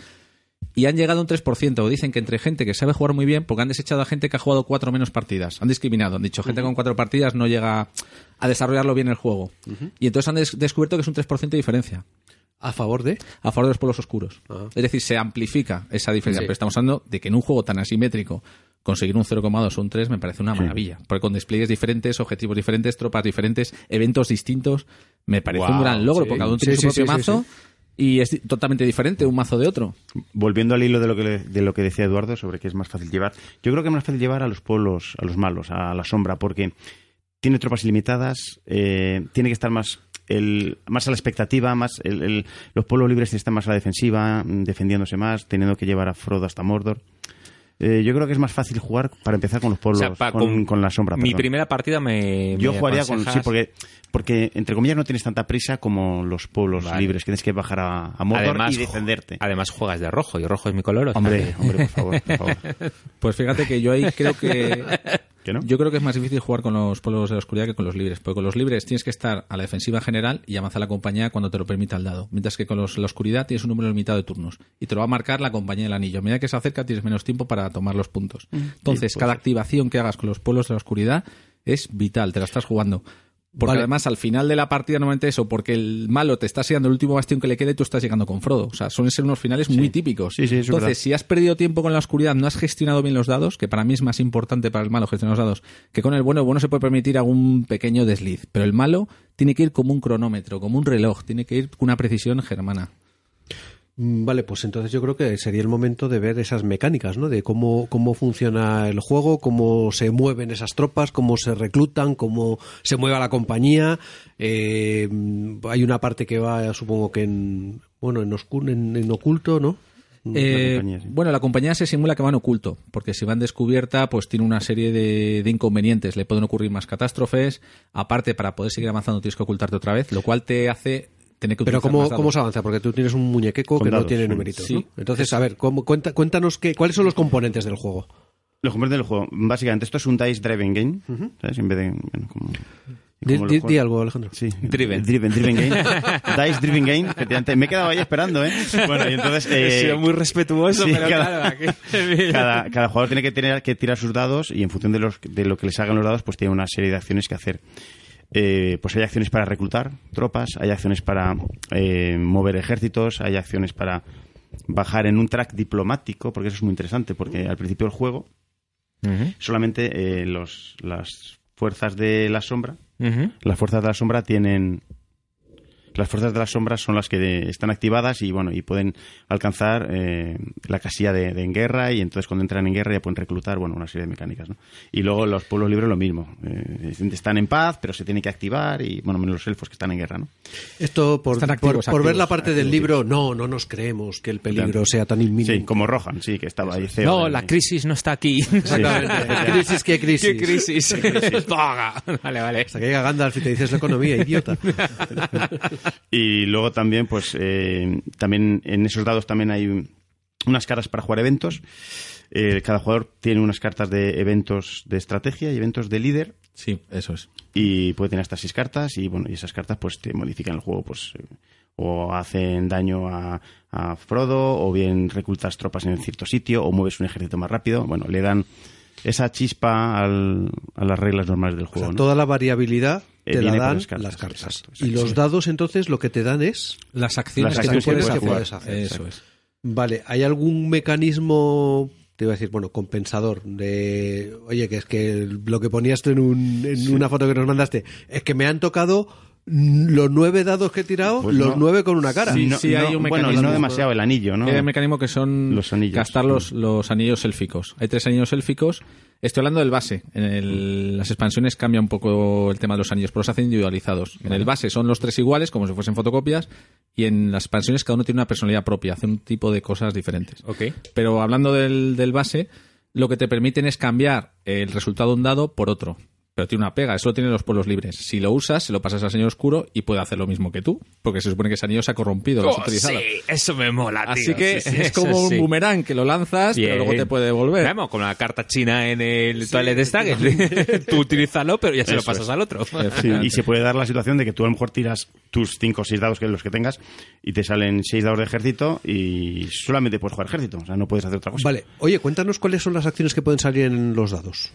Y han llegado a un 3%. Dicen que entre gente que sabe jugar muy bien, porque han desechado a gente que ha jugado 4 menos partidas. Han discriminado. Han dicho, gente con 4 partidas no llega a desarrollarlo bien el juego. Y entonces han descubierto que es un 3% de diferencia. ¿A favor de? A favor de los pueblos oscuros. Es decir, se amplifica esa diferencia. Sí. Pero estamos hablando de que en un juego tan asimétrico conseguir un 0,2 o un 3 me parece una maravilla. Porque con despliegues diferentes, objetivos diferentes, tropas diferentes, eventos distintos, me parece un gran logro, porque cada uno tiene su propio mazo. Y es totalmente diferente un mazo de otro. Volviendo al hilo de lo que decía Eduardo sobre que es más fácil llevar, yo creo que es más fácil llevar a los pueblos, a los malos, a la sombra, porque tiene tropas ilimitadas, tiene que estar más a la expectativa, los pueblos libres están más a la defensiva, defendiéndose más, teniendo que llevar a Frodo hasta Mordor. Yo creo que es más fácil jugar para empezar con los pueblos, o sea, con la sombra. Mi primera partida Yo jugaría con... Sí, porque entre comillas no tienes tanta prisa como los pueblos libres, que tienes que bajar a Mordor además, y defenderte. Además juegas de rojo, y rojo es mi color. Hombre, por favor. Pues fíjate que yo ahí creo que... ¿Que no? Yo creo que es más difícil jugar con los pueblos de la oscuridad que con los libres, porque con los libres tienes que estar a la defensiva general y avanzar la compañía cuando te lo permita el dado, mientras que con la oscuridad tienes un número limitado de turnos y te lo va a marcar la compañía del anillo. A medida que se acerca tienes menos tiempo para tomar los puntos. Entonces, cada activación que hagas con los pueblos de la oscuridad es vital, te la estás jugando. Porque además al final de la partida normalmente eso, porque el malo te está sellando el último bastión que le queda y tú estás llegando con Frodo. O sea, suelen ser unos finales muy típicos. Sí, entonces, si has perdido tiempo con la oscuridad, no has gestionado bien los dados, que para mí es más importante para el malo gestionar los dados que con el bueno se puede permitir algún pequeño desliz. Pero el malo tiene que ir como un cronómetro, como un reloj, tiene que ir con una precisión germana. Vale, pues entonces yo creo que sería el momento de ver esas mecánicas, ¿no? De cómo funciona el juego, cómo se mueven esas tropas, cómo se reclutan, cómo se mueve la compañía. Hay una parte que va, supongo que en oculto, ¿no? Bueno, la compañía se simula que va en oculto, porque si va en descubierta, pues tiene una serie de inconvenientes. Le pueden ocurrir más catástrofes. Aparte, para poder seguir avanzando tienes que ocultarte otra vez, lo cual te hace... Pero ¿cómo se avanza? Porque tú tienes un muñequeco que no tiene numeritos, ¿no? Entonces, a ver, cuéntanos cuáles son los componentes del juego. Los componentes del juego, básicamente, esto es un dice driving game, ¿sabes? En vez de... Di algo, Alejandro. Sí, Driven Game. Dice Driven Game, efectivamente. Me he quedado ahí esperando, ¿eh? Bueno, y entonces... He sido muy respetuoso, sí, pero claro... Cada jugador tiene que tirar sus dados y en función de lo que les hagan los dados, pues tiene una serie de acciones que hacer. Pues hay acciones para reclutar tropas, hay acciones para mover ejércitos, hay acciones para bajar en un track diplomático, porque eso es muy interesante, porque al principio del juego solamente las fuerzas de la sombra, las fuerzas de la sombra tienen... Las fuerzas de la sombra son las que están activadas y bueno, y pueden alcanzar la casilla de en guerra, y entonces cuando entran en guerra ya pueden reclutar, bueno, una serie de mecánicas, ¿no? Y luego los pueblos libres lo mismo. Están en paz, pero se tienen que activar, y bueno, menos los elfos que están en guerra, ¿no? Esto por ver la parte del libro, no nos creemos que el peligro sea tan inminente. Sí, como Rohan, sí, que estaba ahí. No, la crisis no está aquí. Exactamente. ¿Qué crisis? ¿Qué crisis? Vale. Hasta que llega Gandalf y te dices la economía, idiota. Y luego también, pues, también en esos dados también hay unas cartas para jugar eventos. Cada jugador tiene unas cartas de eventos de estrategia y eventos de líder. Sí, eso es. Y puede tener hasta 6 cartas, y bueno, y esas cartas pues te modifican el juego, pues o hacen daño a Frodo, o bien reclutas tropas en cierto sitio, o mueves un ejército más rápido. Bueno, le dan esa chispa a las reglas normales del juego, o sea, ¿no? Toda la variabilidad te la dan las cartas. Exacto. Y los dados, entonces, lo que te dan es... Las acciones que tú puedes hacer. Eso es. Vale, ¿hay algún mecanismo, te iba a decir, bueno, compensador de... Oye, que es que lo que ponías tú en una foto que nos mandaste, es que me han tocado los 9 dados que he tirado, pues los 9 con una cara. Sí, hay un mecanismo. Bueno, y no demasiado el anillo, ¿no? Hay un mecanismo que son los anillos, gastar los anillos élficos. Hay 3 anillos élficos. Estoy hablando del base. En las expansiones cambia un poco el tema de los anillos, pero los hacen individualizados. En el base son los 3 iguales, como si fuesen fotocopias, y en las expansiones cada uno tiene una personalidad propia, hace un tipo de cosas diferentes. Okay. Pero hablando del base, lo que te permiten es cambiar el resultado de un dado por otro. Pero tiene una pega, eso lo tienen los pueblos libres. Si lo usas, se lo pasas al señor oscuro y puede hacer lo mismo que tú, porque se supone que ese anillo se ha corrompido, lo has utilizado. Sí, eso me mola, tío. Así que es como un boomerang que lo lanzas, pero luego te puede devolver. Vamos, con la carta china en el Toilet Stagger. Tú utilízalo, pero ya se lo pasas al otro. Sí, y se puede dar la situación de que tú a lo mejor tiras tus 5 o 6 dados, que los que tengas, y te salen 6 dados de ejército y solamente puedes jugar ejército, o sea, no puedes hacer otra cosa. Vale, oye, cuéntanos cuáles son las acciones que pueden salir en los dados.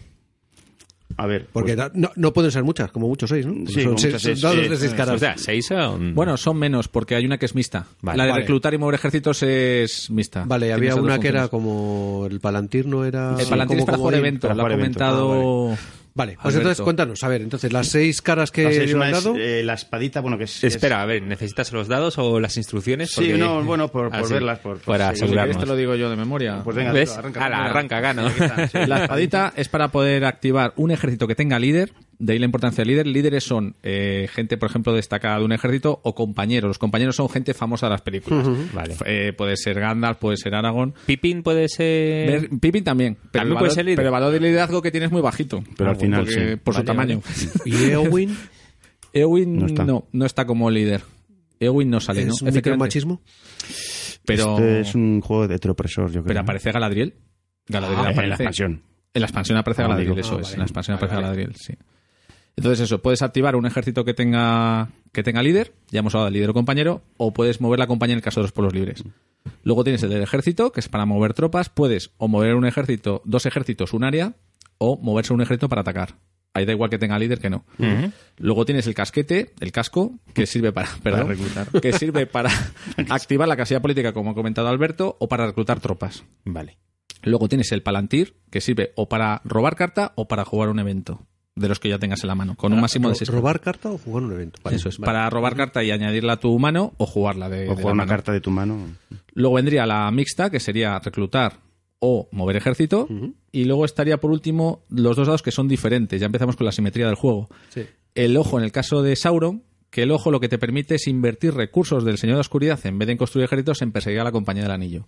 A ver, porque pues, no pueden ser muchas, como muchos 6, ¿no? Sí, son 6 dados de 6 caras. O sea, 6 son... Bueno, son menos, porque hay una que es mixta. Vale. La de reclutar y mover ejércitos es mixta. Vale, Tiene había esas una dos que era funciones. como el Palantir, ¿no? Era... El Palantir es para jugar eventos, lo ha comentado... Vale, pues Alberto. entonces cuéntanos, a ver, entonces las 6 caras que he dado... la espadita, bueno, que es... Espera, a ver, ¿necesitas los dados o las instrucciones? Sí, no, bueno, por sí. verlas. Para asegurarnos. Esto lo digo yo de memoria. Pues venga, ¿Ves? arranca, gano. La espadita es para poder activar un ejército que tenga líder, de ahí la importancia del líder. Líderes son gente, por ejemplo, destacada de un ejército, o compañeros. Los compañeros son gente famosa de las películas. Vale. Puede ser Gandalf, puede ser Aragorn. Pippin puede ser... Pippin también. Pero También puede ser líder. Pero el valor de liderazgo que tiene es muy bajito. Pero al final porque, sí. por su tamaño. ¿Y Eowyn? Eowyn no está como líder. Eowyn no sale, ¿no? ¿Es un micromachismo? Pero es un juego de heteropresor, yo creo. Pero aparece Galadriel. Galadriel aparece. En la expansión. En la expansión aparece Galadriel, eso es. Vale. En la expansión aparece Galadriel, sí. Entonces eso, puedes activar un ejército que tenga líder, ya hemos hablado del líder o compañero, o puedes mover la compañía en el caso de los pueblos libres. Luego tienes el del ejército, que es para mover tropas. Puedes o mover un ejército, 2 ejércitos, un área, o moverse un ejército para atacar. Ahí da igual que tenga líder que no. Luego tienes el casquete, el casco, que sirve para reclutar. Que sirve para activar la casilla política, como ha comentado Alberto, o para reclutar tropas. Vale. Luego tienes el palantir, que sirve o para robar carta o para jugar un evento, de los que ya tengas en la mano, con un máximo de 6. ¿Robar carta o jugar un evento? Vale, Eso es, vale. para robar carta y añadirla a tu mano, o jugarla de O jugar la una mano. carta de tu mano. Luego vendría la mixta, que sería reclutar o mover ejército. Y luego estaría, por último, los 2 dados que son diferentes. Ya empezamos con la simetría del juego. Sí. El ojo, en el caso de Sauron, que el ojo lo que te permite es invertir recursos del Señor de la Oscuridad, en vez de en construir ejércitos, en perseguir a la Compañía del Anillo.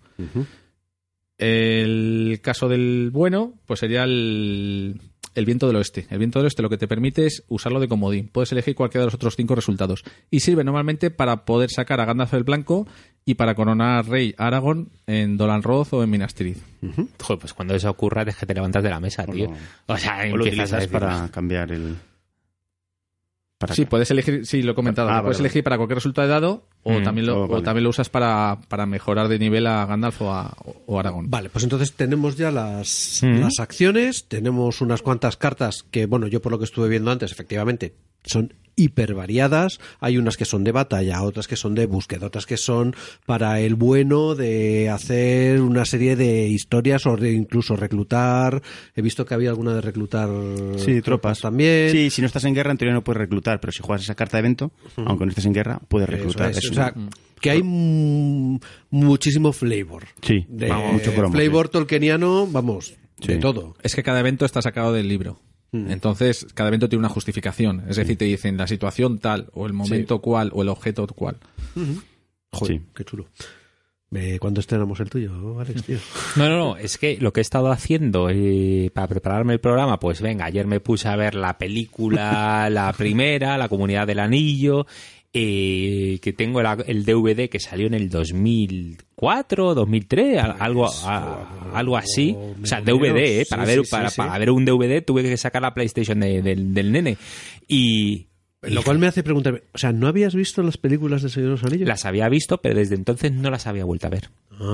El caso del bueno, pues sería el viento del oeste. El viento del oeste lo que te permite es usarlo de comodín. Puedes elegir cualquiera de los otros 5 resultados. Y sirve normalmente para poder sacar a Gandalf el Blanco y para coronar rey a Aragorn en Dolan Roth o en Minas Tirith. Joder, pues cuando eso ocurra es que te levantas de la mesa, tío. O sea, O lo empiezas a utilizas decir... para cambiar Sí, puedes elegir, sí, lo he comentado, puedes elegir para cualquier resultado de dado o también lo usas para mejorar de nivel a Gandalf o a Aragorn. Vale, pues entonces tenemos ya las acciones, tenemos unas cuantas cartas que, bueno, yo por lo que estuve viendo antes, efectivamente, son hiper variadas. Hay unas que son de batalla, otras que son de búsqueda, otras que son para el bueno de hacer una serie de historias o de incluso reclutar. He visto que había alguna de reclutar tropas también. Sí, si no estás en guerra en teoría no puedes reclutar, pero si juegas esa carta de evento, aunque no estés en guerra, puedes reclutar. O sea, que hay muchísimo flavor. Sí, mucho cromo. Flavor tolkieniano, vamos, de todo. Es que cada evento está sacado del libro. Entonces, cada evento tiene una justificación. Es decir, te dicen la situación tal, o el momento cual, o el objeto cual. Joder, qué chulo. ¿Cuándo estrenamos el tuyo, Alex, tío? No, es que lo que he estado haciendo para prepararme el programa, pues venga, ayer me puse a ver la película, la primera, La Comunidad del Anillo, que tengo el DVD que salió en el 2004, 2003, algo así. O sea, DVD, para ver un DVD tuve que sacar la PlayStation del nene. Lo cual me hace preguntarme, o sea, ¿no habías visto las películas de Señor de los Anillos? Las había visto, pero desde entonces no las había vuelto a ver.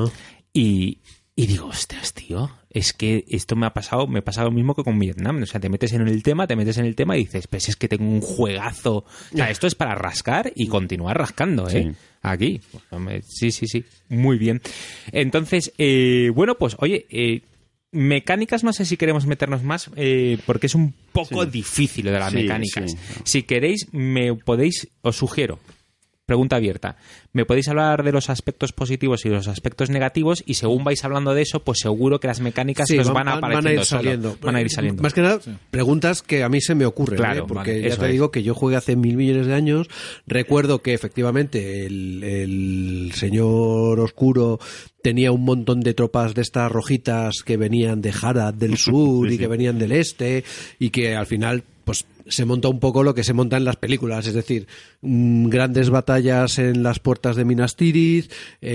Y digo, ostras, tío, es que esto me ha pasado lo mismo que con Vietnam. O sea, te metes en el tema y dices, pues es que tengo un juegazo. O sea, esto es para rascar y continuar rascando, ¿eh? Sí. Aquí. Sí. Muy bien. Entonces, bueno, pues, oye, mecánicas no sé si queremos meternos más, porque es un poco difícil lo de las mecánicas. Si queréis, os sugiero, pregunta abierta, me podéis hablar de los aspectos positivos y los aspectos negativos, y según vais hablando de eso, pues seguro que las mecánicas nos van a ir saliendo. Más que nada, preguntas que a mí se me ocurren, claro, porque ya te digo que yo jugué hace 1000 millones de años. Recuerdo que efectivamente el señor oscuro tenía un montón de tropas de estas rojitas que venían de Harad del sur y que venían del este, y que al final pues se monta un poco lo que se monta en las películas, es decir, grandes batallas en las puertas de Minas Tirith.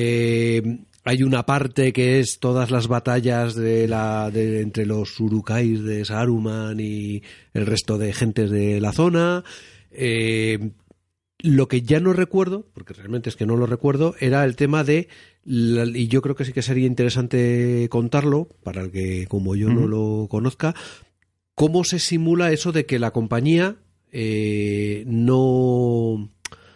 Hay una parte que es todas las batallas entre los Uruk-hais de Saruman y el resto de gentes de la zona. Lo que ya no recuerdo, porque realmente es que no lo recuerdo, era el tema de, y yo creo que sí que sería interesante contarlo, para el que como yo no lo conozca, cómo se simula eso de que la compañía no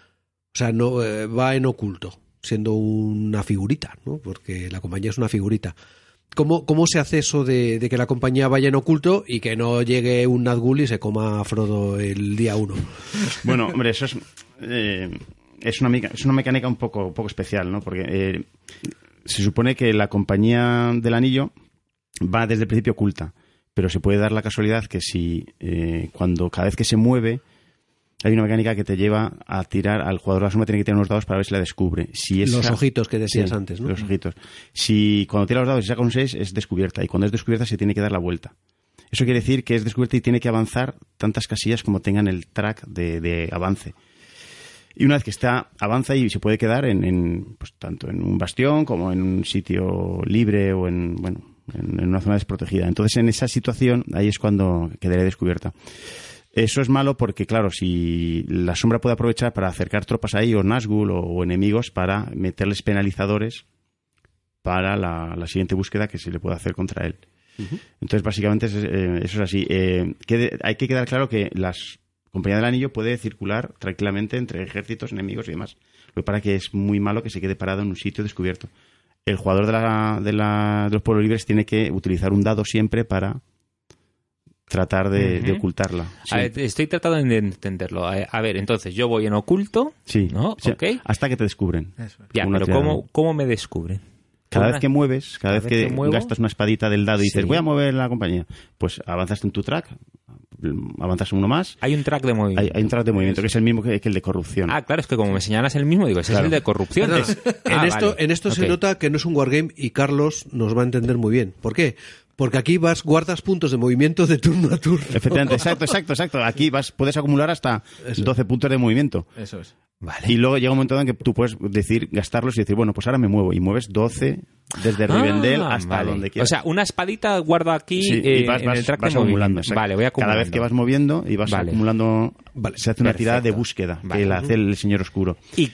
va en oculto, siendo una figurita, ¿no? Porque la compañía es una figurita. ¿Cómo se hace eso de que la compañía vaya en oculto y que no llegue un Nazgûl y se coma a Frodo el día 1? Bueno, hombre, eso es una mecánica un poco especial, ¿no? Porque se supone que la compañía del anillo va desde el principio oculta, pero se puede dar la casualidad que si cada vez que se mueve hay una mecánica que te lleva a tirar al jugador de la sombra, tiene que tirar unos dados para ver si la descubre. Los ojitos que decías antes, ¿no? Los ojitos. Si cuando tira los dados y saca un 6 es descubierta, y cuando es descubierta se tiene que dar la vuelta. Eso quiere decir que es descubierta y tiene que avanzar tantas casillas como tengan el track de avance. Y una vez que avanza y se puede quedar pues, tanto en un bastión como en un sitio libre o en una zona desprotegida. Entonces, en esa situación, ahí es cuando quedaría descubierta. Eso es malo porque, claro, si la sombra puede aprovechar para acercar tropas ahí, o Nazgûl o enemigos, para meterles penalizadores para la siguiente búsqueda que se le puede hacer contra él. Entonces, básicamente, eso es así. Hay que quedar claro que la Compañía del Anillo puede circular tranquilamente entre ejércitos, enemigos y demás. Lo que pasa es que es muy malo que se quede parado en un sitio descubierto. El jugador de los pueblos libres tiene que utilizar un dado siempre para tratar de ocultarla. Sí. A ver, estoy tratando de entenderlo. A ver, entonces yo voy en oculto, ¿no? Sí, okay. Hasta que te descubren. Ya, pero ¿cómo me descubren? Cada vez que mueves, cada vez que gastas una espadita del dado y dices, voy a mover la compañía, pues avanzas en tu track, avanzas uno más. Hay un track de movimiento. Hay un track de movimiento que es el mismo que el de corrupción. Ah, claro, es que como me señalas el mismo, digo, ese es el de corrupción. En esto se nota que no es un wargame y Carlos nos va a entender muy bien. ¿Por qué? Porque aquí guardas puntos de movimiento de turno a turno. Efectivamente, exacto. Aquí puedes acumular hasta 12 puntos de movimiento. Eso es. Vale. Y luego llega un momento en que tú puedes gastarlos y decir, bueno, pues ahora me muevo. Y mueves 12 desde Rivendell hasta vale. donde quieras. O sea, una espadita guardo aquí Sí, y vas en el track vas de acumulando. movimiento. Exacto. Vale, voy acumulando. Cada vez que vas moviendo y vas Vale. acumulando, se hace una tirada de Perfecto. búsqueda Vale. que la hace el señor oscuro.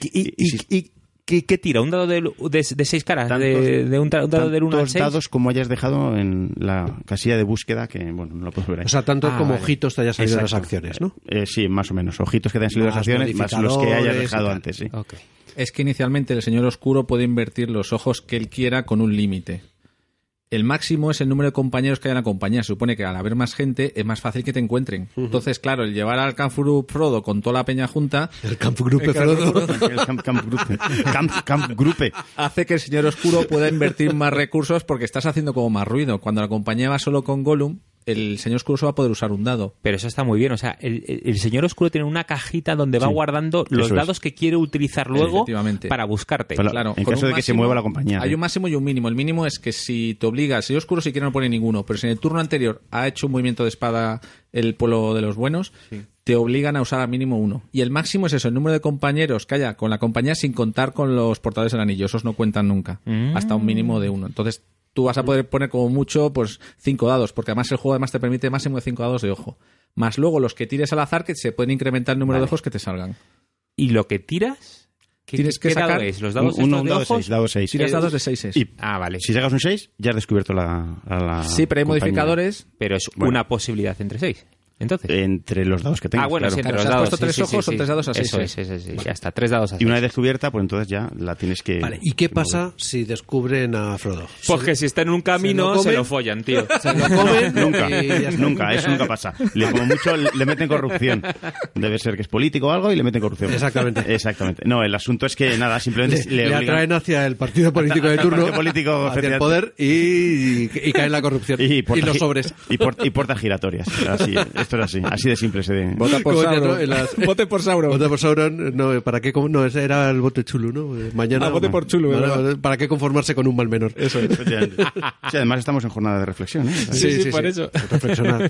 ¿Y qué tira? ¿Un dado de 6 caras? ¿De un dado del 1 al 6? Tantos dados como hayas dejado en la casilla de búsqueda, que bueno, no lo puedo ver ahí. O sea, tanto como vale. ojitos te hayan salido las Exacto. acciones, ¿no? Sí, más o menos. Ojitos que te han salido las Más acciones, más los que hayas modificadores dejado y tal. antes, sí. Ok. Es que inicialmente el señor oscuro puede invertir los ojos que él quiera con un límite. El máximo es el número de compañeros que hay en la compañía. Se supone que al haber más gente es más fácil que te encuentren. Entonces, claro, el llevar al Campfrup Frodo con toda la peña junta El Kampfgruppe Frodo. El Kampfgruppe. hace que el señor oscuro pueda invertir más recursos porque estás haciendo como más ruido. Cuando la compañía va solo con Gollum, el señor oscuro solo va a poder usar un dado. Pero eso está muy bien. O sea, el señor oscuro tiene una cajita donde va Sí, guardando los eso es. dados que quiere utilizar luego Efectivamente. para buscarte. Pero Claro, en con caso un de que se máximo, mueva la compañía. Hay un máximo y un mínimo. El mínimo es que si te obliga, el señor oscuro si quiere no pone ninguno, pero si en el turno anterior ha hecho un movimiento de espada el pueblo de los buenos, te obligan a usar al mínimo uno. Y el máximo es eso, el número de compañeros que haya con la compañía sin contar con los portadores del anillo. Esos no cuentan nunca, hasta un mínimo de uno. Entonces tú vas a poder poner como mucho pues 5 dados, porque además el juego además te permite máximo de 5 dados de ojo. Más luego los que tires al azar que se pueden incrementar el número de ojos que te salgan. ¿Y lo que tiras? Tienes que ¿Qué dado sacar es? ¿Los dados un estos de dado de ojos? 6, dado 6. Tiras dados de 6. Y Vale. si sacas un 6, ya has descubierto a la Sí, pero hay compañía. modificadores. Pero es Bueno. una posibilidad entre 6. Entonces. Entre los dados que tengas. bueno, claro. sí, entre Claro, los si has dados. puesto 3 ojos, son 3 dados a 6. Eso es. Ya está, 3 dados a 6. Y una vez descubierta, pues entonces ya la tienes que... Vale, ¿y qué que pasa si descubren a Frodo? Porque si está en un camino, ¿Se lo se comen? lo follan, tío. Se lo comen Nunca, y ya está. nunca, eso nunca pasa. Como mucho le meten corrupción. Debe ser que es político o algo y le meten corrupción. Exactamente. No, el asunto es que nada, simplemente Le obligan- atraen hacia el partido político de Al turno, partido político, hacia el efectivamente. poder y cae en la corrupción. Y los sobres. Y puertas giratorias. Así, esto es así. Así de simple. Vota por Coño, Sauron. ¿no? En las- Vote por Sauron. Vote por Sauron, no, ¿para qué? No, ese era el voto chulo, ¿no? Mañana. vote por Chulu, Bueno, ¿verdad? ¿para qué conformarse con un mal menor? Eso es. Efectivamente. Sí, además estamos en jornada de reflexión. ¿eh? Sí, por eso. Reflexionar.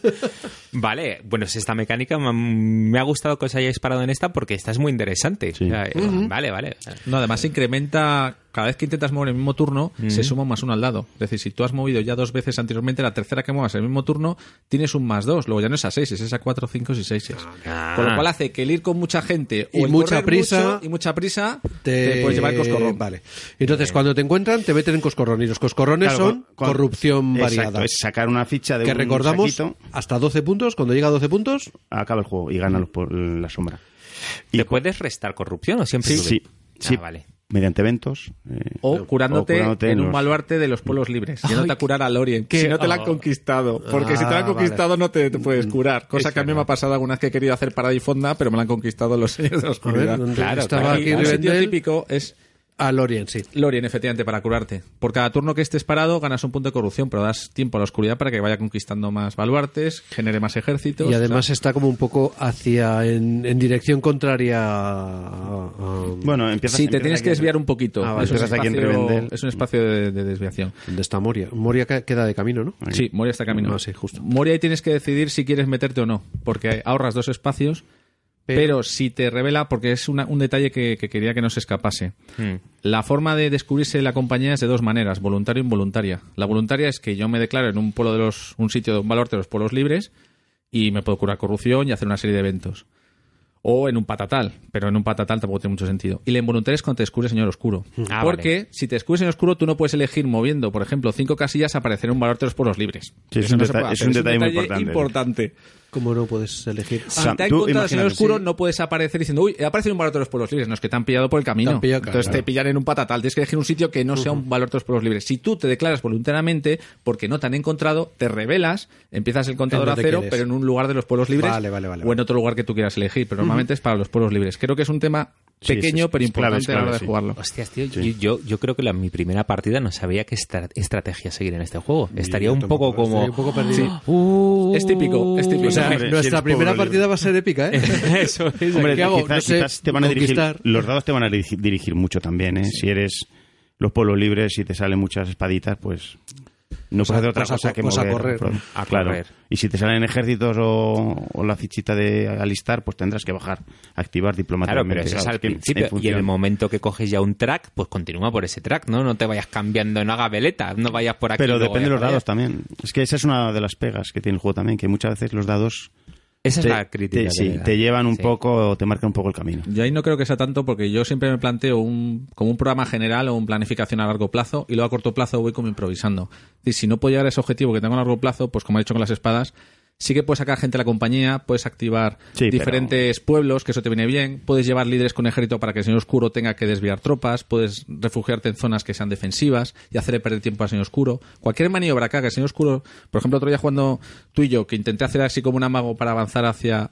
Vale, bueno, si esta mecánica me ha gustado que os hayáis parado en esta porque esta es muy interesante. Sí. O sea, Vale. No, además se incrementa. Cada vez que intentas mover el mismo turno, se suma un +1 al dado. Es decir, si tú has movido ya 2 veces anteriormente, la tercera que muevas en el mismo turno, tienes un +2. Luego ya no es a 6, es a 4, 5 y 6. Con lo cual hace que el ir con mucha gente Y o el mucha correr prisa, mucho y mucha prisa te puedes llevar el coscorrón. Vale. Entonces, cuando te encuentran, te meten en coscorrón. Y los coscorrones Claro, son corrupción Exacto, variada. es sacar una ficha de Que un recordamos, saquito, hasta 12 puntos. Cuando llega a 12 puntos, acaba el juego y gana por la sombra. Y ¿Te puedes restar corrupción o siempre Sí, sube? sí. Vale. Mediante eventos. O curándote, en un los- baluarte de los pueblos libres. Yéndote a curar a Lorien. qué- Si no te la han oh. conquistado. Porque si te la han Ah, conquistado no te puedes curar. Cosa que a mí me ha pasado alguna vez que he querido hacer parada y fonda, pero me la han conquistado los señores de la a ver, oscuridad. ¿dónde Claro, estaba claro. aquí Un sitio Rivendell? típico es A Lorien, sí. Lorien, efectivamente, para curarte. Por cada turno que estés parado ganas un punto de corrupción, pero das tiempo a la oscuridad para que vaya conquistando más baluartes, genere más ejércitos. Y además o sea, está como un poco en dirección contraria Bueno, empiezas. sí, te empiezas tienes aquí que en- desviar un poquito. Ah, vale. Es un Empiezas aquí en espacio- Rivendell. es un espacio de desviación. ¿Dónde está Moria? Moria queda de camino, ¿no? Sí, Moria está camino. Ah, sí, justo. Moria ahí tienes que decidir si quieres meterte o no, porque ahorras 2 espacios, pero si te revela, porque es un detalle que quería que no se escapase. La forma de descubrirse la compañía es de 2 maneras, voluntaria e involuntaria. La voluntaria es que yo me declaro en un pueblo un sitio de un baluarte de los pueblos libres y me puedo curar corrupción y hacer una serie de eventos. O en un patatal, pero en un patatal tampoco tiene mucho sentido. Y la involuntaria es cuando te descubre Señor Oscuro. Ah, Porque si te descubre Señor Oscuro, tú no puedes elegir moviendo, por ejemplo, 5 casillas aparecer en un baluarte de los pueblos libres. Sí, es Eso un no se detalle- puede es hacer. un detalle muy importante. ¿Cómo no puedes elegir? O sea, Si te ha tú encontrado el Señor imagínate, Oscuro, sí. no puedes aparecer diciendo, uy, he aparecido en un baluarte de los pueblos libres. No, es que te han pillado por el camino. Te han pillado, claro. Entonces te pillan en un patatal. Tienes que elegir un sitio que no sea un baluarte de los pueblos libres. Si tú te declaras voluntariamente porque no te han encontrado, te revelas, empiezas el contador En a donde 0, quieres. pero en un lugar de los pueblos libres Vale. o en otro lugar que tú quieras elegir. Pero normalmente es para los pueblos libres. Creo que es un tema Sí, pequeño, sí, pero es clave, importante a la hora de sí. jugarlo. Hostias, tío, yo creo que mi primera partida no sabía qué estrategia seguir en este juego. Estaría un poco como... Estoy un poco perdido. Es típico, es típico. O sea, Hombre, si nuestra eres primera pueblo partida va a ser épica, ¿eh? Eso es. Hombre, ¿Qué hago? quizás, No sé, quizás te van a dirigir, conquistar. los dados te van a dirigir mucho también, ¿eh? Si eres los pueblos libres y te salen muchas espaditas, pues No puedes hacer otra pues a cosa que pues a mover. correr. A Claro. correr. Y si te salen ejércitos o la fichita de alistar, pues tendrás que bajar, activar Claro, diplomáticamente. pero eso es Claro, al que principio. Y en función. el momento que coges ya un track, pues continúa por ese track, ¿no? No te vayas cambiando, no hagas veleta, no vayas por aquí. Pero y luego depende de los vayas dados por allá. también. Es que esa es una de las pegas que tiene el juego también, que muchas veces los dados Esa es la crítica. sí, te llevan un Sí. poco, te marcan un poco el camino. Yo ahí no creo que sea tanto porque yo siempre me planteo como un programa general o una planificación a largo plazo y luego a corto plazo voy como improvisando. Y si no puedo llegar a ese objetivo que tengo a largo plazo, pues como he dicho con las espadas, sí que puedes sacar gente de la compañía, puedes activar Sí, diferentes pueblos, que eso te viene bien, puedes llevar líderes con ejército para que el Señor Oscuro tenga que desviar tropas, puedes refugiarte en zonas que sean defensivas y hacerle perder tiempo al Señor Oscuro. Cualquier maniobra que haga el Señor Oscuro, por ejemplo, otro día jugando tú y yo, que intenté hacer así como un amago para avanzar hacia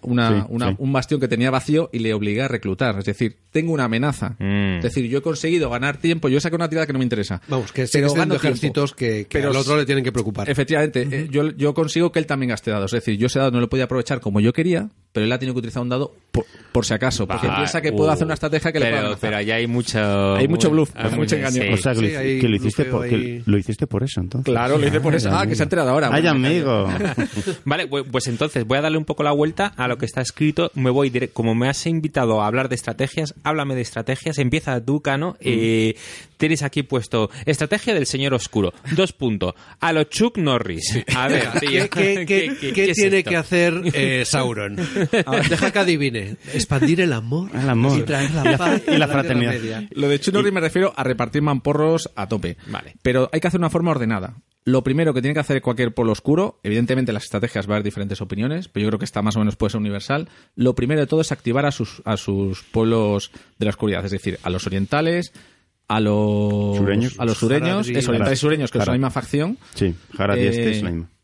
un bastión que tenía vacío y le obligué a reclutar. Es decir, tengo una amenaza. Es decir, yo he conseguido ganar tiempo, yo saqué una actividad que no me interesa. Vamos, que Pero siguen siendo gano tiempo. ejércitos que Pero al otro le tienen que preocupar. Efectivamente, yo consigo que él también gaste dados. Es decir, yo ese dado no lo podía aprovechar como yo quería, pero él ha tenido que utilizar un dado por si acaso, porque piensa que puedo hacer una estrategia que le pueda amenazar. Pero allá hay mucho... Hay mucho bluff, hay mucho engaño. sí. O sea, que, Sí, hay que lo, hiciste blufeo que ahí. lo hiciste por eso, entonces. Claro, lo hice por eso. Ah, que se ha enterado ahora. ¡Ay, Bueno, amigo! Vale, pues entonces voy a darle un poco la vuelta a lo que está escrito. Me voy como me has invitado a hablar de estrategias, háblame de estrategias. Empieza tú, Cano. Tienes aquí puesto estrategia del Señor Oscuro. 2 puntos. A lo Chuck Norris. A ver, tío, ¿Qué es tiene esto? que hacer Sauron? A ver, deja que adivine. Expandir el amor, El amor. y traer la paz y la a fraternidad. Tierra Media. Lo de Chunori me refiero a repartir mamporros a tope. Vale. Pero hay que hacer una forma ordenada. Lo primero que tiene que hacer cualquier pueblo oscuro, evidentemente en las estrategias va a haber diferentes opiniones, pero yo creo que esta más o menos puede ser universal. Lo primero de todo es activar a sus pueblos de la oscuridad, es decir, a los orientales, a los Sureños. a los sureños, Haradrim. orientales y sureños, que son la Harad. misma facción. Sí, Harad y este es la misma.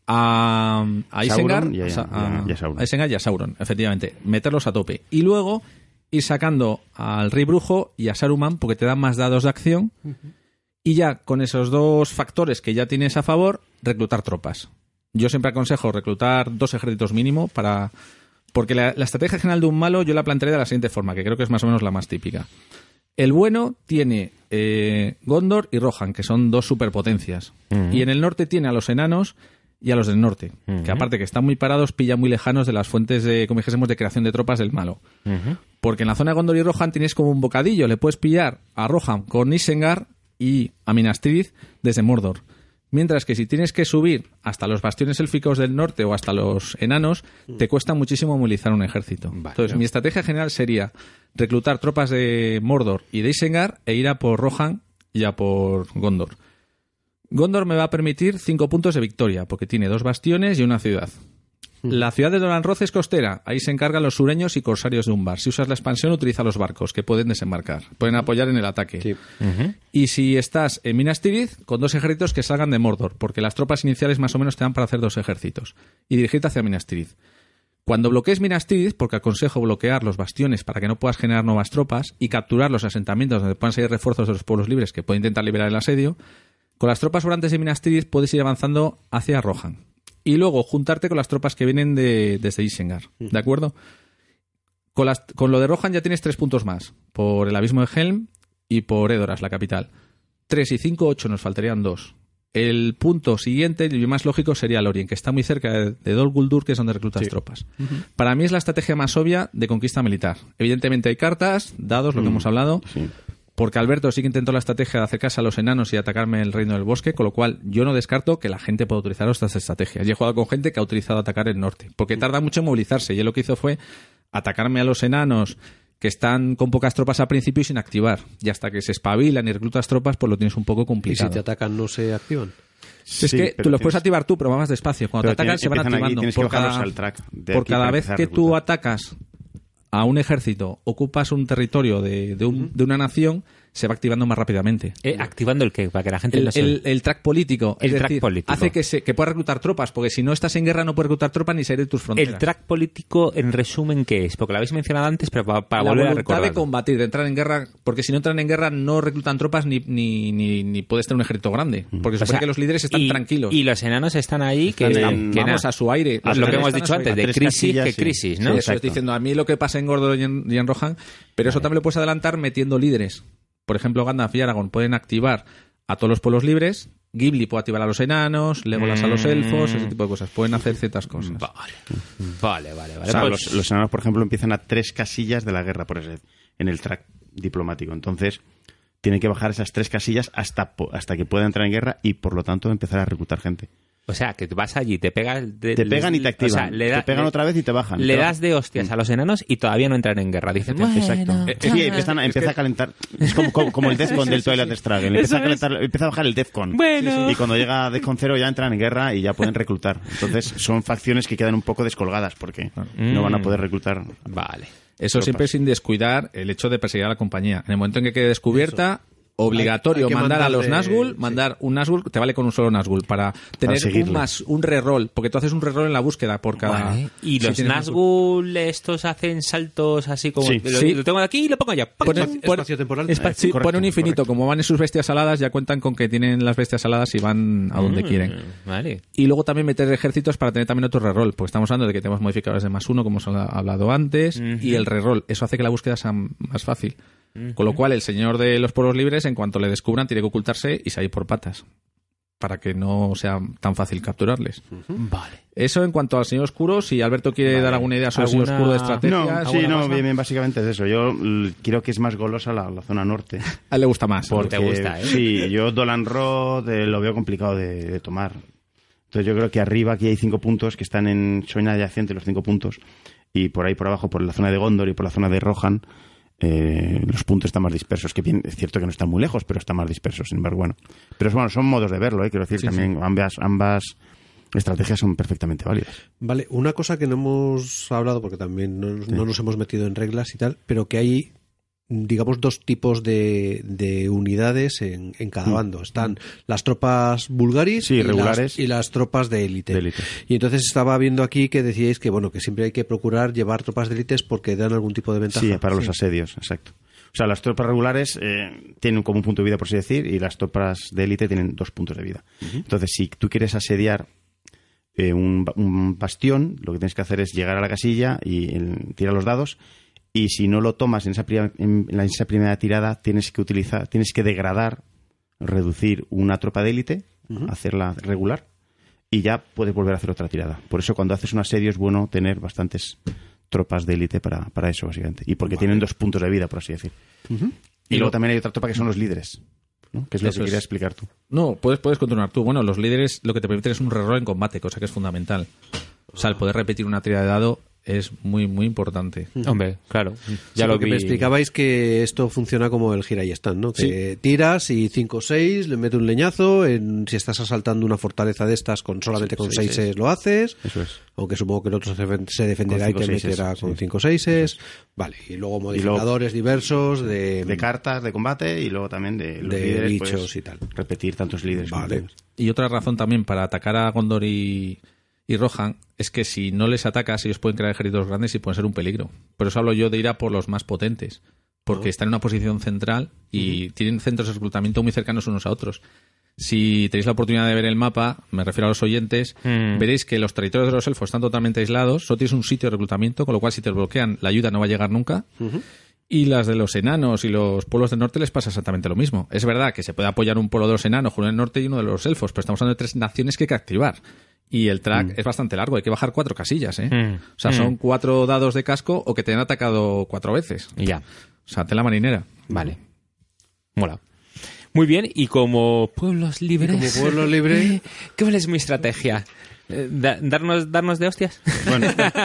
A Isengard, Sauron y a Sauron. a Isengard y a Sauron, efectivamente, meterlos a tope. Y luego ir sacando al Rey Brujo y a Saruman porque te dan más dados de acción. Y ya con esos dos factores que ya tienes a favor, reclutar tropas. Yo siempre aconsejo reclutar 2 ejércitos mínimo porque la estrategia general de un malo yo la plantearé de la siguiente forma, que creo que es más o menos la más típica. El bueno tiene Gondor y Rohan, que son 2 superpotencias. Y en el norte tiene a los enanos y a los del norte, que aparte que están muy parados, pillan muy lejanos de las fuentes de, como dijésemos, de creación de tropas del malo. Porque en la zona de Gondor y Rohan tienes como un bocadillo, le puedes pillar a Rohan con Isengard y a Minas Tirith desde Mordor. Mientras que si tienes que subir hasta los bastiones élficos del norte o hasta los enanos, te cuesta muchísimo movilizar un ejército. Entonces, mi estrategia general sería reclutar tropas de Mordor y de Isengard e ir a por Rohan y a por Gondor. Gondor me va a permitir 5 puntos de victoria, porque tiene 2 bastiones y una ciudad. La ciudad de Dolanroth es costera. Ahí se encargan los sureños y corsarios de Umbar. Si usas la expansión, utiliza los barcos, que pueden desembarcar. Pueden apoyar en el ataque. Sí. Y si estás en Minas Tirith, con 2 ejércitos que salgan de Mordor, porque las tropas iniciales más o menos te dan para hacer 2 ejércitos. Y dirigirte hacia Minas Tirith. Cuando bloquees Minas Tirith, porque aconsejo bloquear los bastiones para que no puedas generar nuevas tropas y capturar los asentamientos donde puedan salir refuerzos de los pueblos libres que pueden intentar liberar el asedio, con las tropas sobrantes de Minas Tirith puedes ir avanzando hacia Rohan. Y luego juntarte con las tropas que vienen desde Isengard. ¿De acuerdo? Con lo de Rohan ya tienes 3 puntos más. Por el abismo de Helm y por Edoras, la capital. 3 y 5, 8, nos faltarían 2. El punto siguiente, y más lógico, sería Lorien, que está muy cerca de Dol Guldur, que es donde reclutas tropas. Para mí es la estrategia más obvia de conquista militar. Evidentemente hay cartas, dados, lo que hemos hablado. Sí. Porque Alberto sí que intentó la estrategia de acercarse a los enanos y atacarme el reino del bosque, con lo cual yo no descarto que la gente pueda utilizar estas estrategias. Y he jugado con gente que ha utilizado atacar el norte, porque tarda mucho en movilizarse, y él lo que hizo fue atacarme a los enanos que están con pocas tropas al principio y sin activar. Y hasta que se espabilan y reclutas tropas, pues lo tienes un poco Y complicado. si te atacan, no se activan. Es que tú los puedes activar tú, pero va más despacio. Cuando Pero te atacan, se van empiezan aquí, activando. tienes que bajarlos al track de Por aquí cada para vez empezar a que tú reclutar. atacas a un ejército, ocupas un territorio de una nación, se va activando más rápidamente. ¿Activando el qué? Para que la gente no se... El track político. El es track decir, político. hace que puedas reclutar tropas, porque si no estás en guerra no puedes reclutar tropas ni salir de tus fronteras. ¿El track político, en resumen, qué es? Porque lo habéis mencionado antes, pero para la volver a voluntad recordar. de combatir, de entrar en guerra, porque si no entran en guerra no reclutan tropas ni puedes tener un ejército grande, porque se supone que los líderes están tranquilos. Y los enanos están ahí, que Están que vamos nada. a su aire. Es Los lo que enanos hemos están dicho a su antes, aire. de Tres crisis casillas, que sí. crisis, ¿no? Sí, eso Exacto. estoy diciendo, a mí lo que pasa en Gondor y en Rohan, pero eso también lo puedes adelantar metiendo líderes. Por ejemplo, Gandalf y Aragorn pueden activar a todos los pueblos libres Gimli puede activar a los enanos, Legolas a los elfos, ese tipo de cosas. Pueden hacer ciertas cosas. Vale. O sea, los enanos, por ejemplo, empiezan a 3 casillas de la guerra en el track diplomático. Entonces, tienen que bajar esas 3 casillas hasta que pueda entrar en guerra y, por lo tanto, empezar a reclutar gente. O sea, que vas allí, te pegan... Te pegan y te activan. Te pegan otra vez y te bajan. Le das de hostias a los enanos y todavía no entran en guerra. Dice, bueno, exacto. Sí, empieza a calentar. Es como el Defcon del Twilight Struggle. Empieza a bajar el Defcon. Bueno. Y cuando llega Defcon 0 ya entran en guerra y ya pueden reclutar. Entonces son facciones que quedan un poco descolgadas porque no van a poder reclutar. Vale. Eso siempre sin descuidar el hecho de perseguir a la compañía. En el momento en que quede descubierta... Obligatorio hay que mandar a los mandarle- Nazgûl, mandar un Nazgûl, te vale con un solo Nazgûl para tener seguirle. un reroll, porque tú haces un reroll en la búsqueda por cada... Vale. Y si los tienes Nazgûl estos hacen saltos así como... Sí. Lo tengo de aquí y lo pongo allá. Espacio temporal. Sí, correcto, pone un infinito. correcto. Como van en sus bestias aladas, ya cuentan con que tienen las bestias aladas y van a donde quieren. Vale. Y luego también meter ejércitos para tener también otro reroll, porque estamos hablando de que tenemos modificadores de +1, como os he hablado antes, y el reroll. Eso hace que la búsqueda sea más fácil. Con lo cual, el señor de los pueblos libres, en cuanto le descubran, tiene que ocultarse y salir por patas, para que no sea tan fácil capturarles. Vale. Eso en cuanto al señor oscuro. Si Alberto quiere dar alguna idea sobre el señor oscuro de estrategia... Bien, básicamente es eso. Yo creo que es más golosa la zona norte. A él le gusta más. Te gusta, ¿eh? Sí, yo Dolan Road lo veo complicado de tomar. Entonces yo creo que arriba aquí hay 5 puntos que están en zona adyacente, los 5 puntos, y por ahí por abajo, por la zona de Gondor y por la zona de Rohan, los puntos están más dispersos, que bien, es cierto que no están muy lejos, pero están más dispersos, sin embargo, bueno. Pero bueno, son modos de verlo, quiero decir, también ambas estrategias son perfectamente válidas. Vale, una cosa que no hemos hablado, porque también no nos hemos metido en reglas y tal, pero que hay, digamos, 2 tipos de unidades en cada bando. Están las tropas bulgaris Sí, regulares. y las tropas de élite. De élite. Y entonces estaba viendo aquí que decíais que, bueno, que siempre hay que procurar llevar tropas de élites porque dan algún tipo de ventaja. Sí, para los asedios, exacto. O sea, las tropas regulares tienen como un punto de vida, por así decir, y las tropas de élite tienen 2 puntos de vida. Entonces, si tú quieres asediar un bastión, lo que tienes que hacer es llegar a la casilla y tirar los dados. Y si no lo tomas en esa primera tirada, tienes que degradar, reducir una tropa de élite, hacerla regular, y ya puedes volver a hacer otra tirada. Por eso cuando haces un asedio es bueno tener bastantes tropas de élite para eso, básicamente. Y porque tienen 2 puntos de vida, por así decir. Y luego también hay otra tropa que son los líderes, ¿no? Que es lo que quería explicar tú. No, puedes continuar tú. Bueno, los líderes lo que te permiten es un reroll en combate, cosa que es fundamental. O sea, el poder repetir una tirada de dado es muy, muy importante. Hombre, claro. Ya Sí, lo porque vi. me explicabais que esto funciona como el gira y stand, ¿no? Que tiras y 5 o 6, le metes un leñazo, si estás asaltando una fortaleza de estas, solamente con 6 lo haces. Eso es. Aunque supongo que el otro se defenderá Con y te 5 seises, meterá con sí. 5 o 6. Vale, y luego modificadores diversos De cartas de combate y luego también de los de líderes, bichos pues, y tal. repetir tantos líderes. como Vale. tengas. Y otra razón también para atacar a Gondor y Rohan es que si no les atacas, ellos pueden crear ejércitos grandes y pueden ser un peligro. Por eso hablo yo de ir a por los más potentes, porque están en una posición central y tienen centros de reclutamiento muy cercanos unos a otros. Si tenéis la oportunidad de ver el mapa, me refiero a los oyentes, veréis que los territorios de los elfos están totalmente aislados, solo tienes un sitio de reclutamiento, con lo cual si te bloquean, la ayuda no va a llegar nunca. Y las de los enanos y los pueblos del norte les pasa exactamente lo mismo. Es verdad que se puede apoyar un pueblo de los enanos, uno del norte y uno de los elfos, pero estamos hablando de 3 naciones que hay que activar. Y el track es bastante largo, hay que bajar 4 casillas, ¿eh? O sea, son 4 dados de casco o que te han atacado 4 veces. Ya. O sea, tela marinera. Vale. Mola. Muy bien, y como pueblos libres... como pueblo libre- ¿Cuál es mi estrategia? ¿Darnos de hostias? Bueno,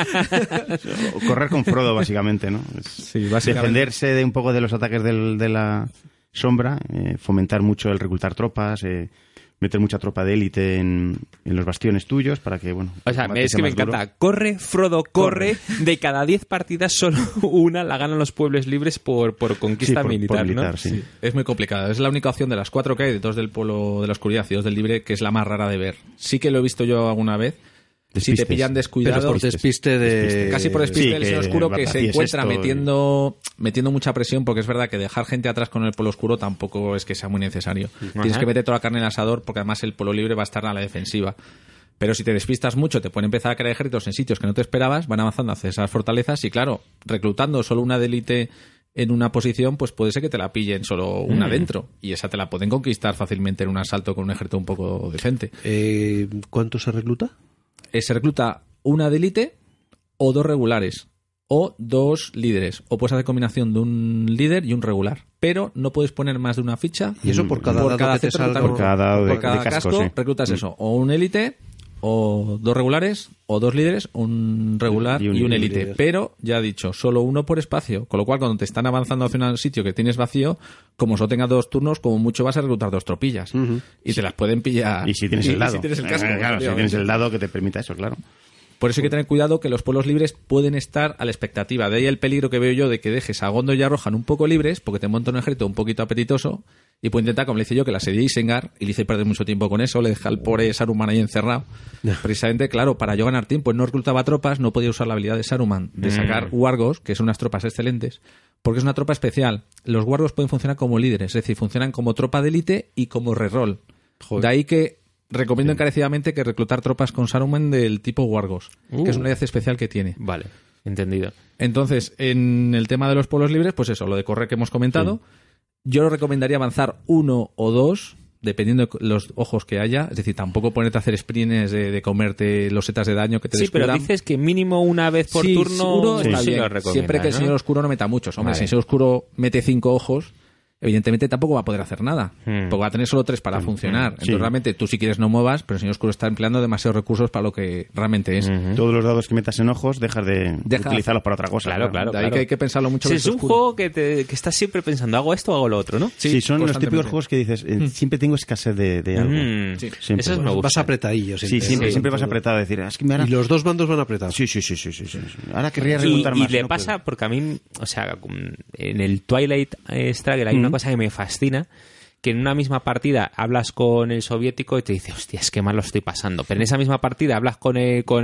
correr con Frodo, básicamente, ¿no? Sí, básicamente. Defenderse de un poco de los ataques de la sombra, fomentar mucho el reclutar tropas, meter mucha tropa de élite en los bastiones tuyos para que, bueno... O sea, el combate es sea que me más duro. encanta. Corre, Frodo, corre. De cada 10 partidas, solo una la ganan los pueblos libres por conquista Sí, por militar, militar, ¿no? sí. Es muy complicado. Es la única opción de las 4 que hay, 2 del pueblo de la oscuridad y 2 del libre, que es la más rara de ver. Sí que lo he visto yo alguna vez. Si te Despistes. pillan Pero descuidado... por despiste de... Casi por despiste Sí, del que señor oscuro va, que así se es encuentra esto, metiendo mucha presión, porque es verdad que dejar gente atrás con el polo oscuro tampoco es que sea muy necesario. Tienes Ajá. que meter toda la carne en el asador, porque además el polo libre va a estar a la defensiva. Pero si te despistas mucho, te pueden empezar a crear ejércitos en sitios que no te esperabas, van avanzando hacia esas fortalezas y claro, reclutando solo una de élite en una posición, pues puede ser que te la pillen solo una dentro. Y esa te la pueden conquistar fácilmente en un asalto con un ejército un poco decente. ¿Cuánto se recluta? Se recluta una de élite o 2 regulares. O 2 líderes. O puedes hacer combinación de un líder y un regular. Pero no puedes poner más de una ficha. Y eso por cada dado que te salga. Por cada dado de casco, casco sí. reclutas eso. O un élite, o 2 regulares, o 2 líderes, un regular y un élite. líder. Pero, ya he dicho, solo uno por espacio. Con lo cual, cuando te están avanzando hacia un sitio que tienes vacío, como solo tengas 2 turnos, como mucho vas a reclutar 2 tropillas. Y te las pueden pillar. Y si tienes el dado. Si tienes el casco. Claro, si tienes el dado que te permita eso, claro. Por eso hay que tener cuidado que los pueblos libres pueden estar a la expectativa. De ahí el peligro que veo yo de que dejes a Gondor y a Rohan un poco libres, porque te monta un ejército un poquito apetitoso, y puede intentar, como le hice yo, que la asedie Isengard, y le hice perder mucho tiempo con eso, le deja al pobre Saruman ahí encerrado. Precisamente, claro, para yo ganar tiempo, no reclutaba tropas, no podía usar la habilidad de Saruman de sacar wargos, que son unas tropas excelentes, porque es una tropa especial. Los wargos pueden funcionar como líderes, es decir, funcionan como tropa de élite y como reroll. De ahí que recomiendo encarecidamente que reclutar tropas con Saruman del tipo Wargos, que es una habilidad especial que tiene. Vale, entendido. Entonces, en el tema de los pueblos libres, pues eso, lo de correr que hemos comentado. Yo lo recomendaría avanzar 1 o 2, dependiendo de los ojos que haya. Es decir, tampoco ponerte a hacer sprints de comerte los setas de daño que te descuidan. Pero dices que mínimo una vez por turno seguro está sí bien. lo recomiendas, Siempre que el ¿no? señor oscuro no meta muchos. Hombre, Vale. si el señor oscuro mete 5 ojos, evidentemente tampoco va a poder hacer nada, porque va a tener solo 3 para funcionar. Entonces realmente tú si quieres no muevas, pero el señor oscuro está empleando demasiados recursos para lo que realmente es. Todos los dados que metas en ojos dejas de utilizarlos para otra cosa. Claro. De ahí que hay que pensarlo mucho. Sí, es un juego que estás siempre pensando, ¿hago esto o hago lo otro, no? Sí, son los constantemente. típicos juegos que dices, siempre tengo escasez de algo. Sí. Siempre. Esos me Vas gustan. apretadillo. Sí, siempre vas apretado a decir, es que me hará... Y los 2 bandos van apretados. Sí. Ahora querría reclutar más. Y le no pasa, puedo. porque a mí, o sea, en el Twilight Struggle hay una cosa que me fascina, que en una misma partida hablas con el soviético y te dice, hostia, es que mal lo estoy pasando. Pero en esa misma partida hablas con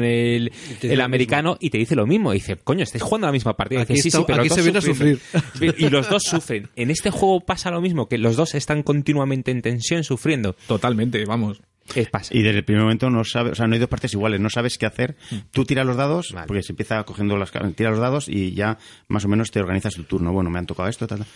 el americano y te dice lo mismo. Y dice, coño, estáis jugando la misma partida. Y Aquí dice, está- pero aquí los se dos viene a sufriendo. Y los dos sufren. En este juego pasa lo mismo, que los dos están continuamente en tensión, sufriendo. Totalmente, vamos. ¿Qué pasa? Y desde el primer momento no sabes, o sea, no hay 2 partes iguales, no sabes qué hacer. Tú tiras los dados, Vale. porque se empieza cogiendo tira los dados y ya más o menos te organizas tu turno. Bueno, me han tocado esto, tal.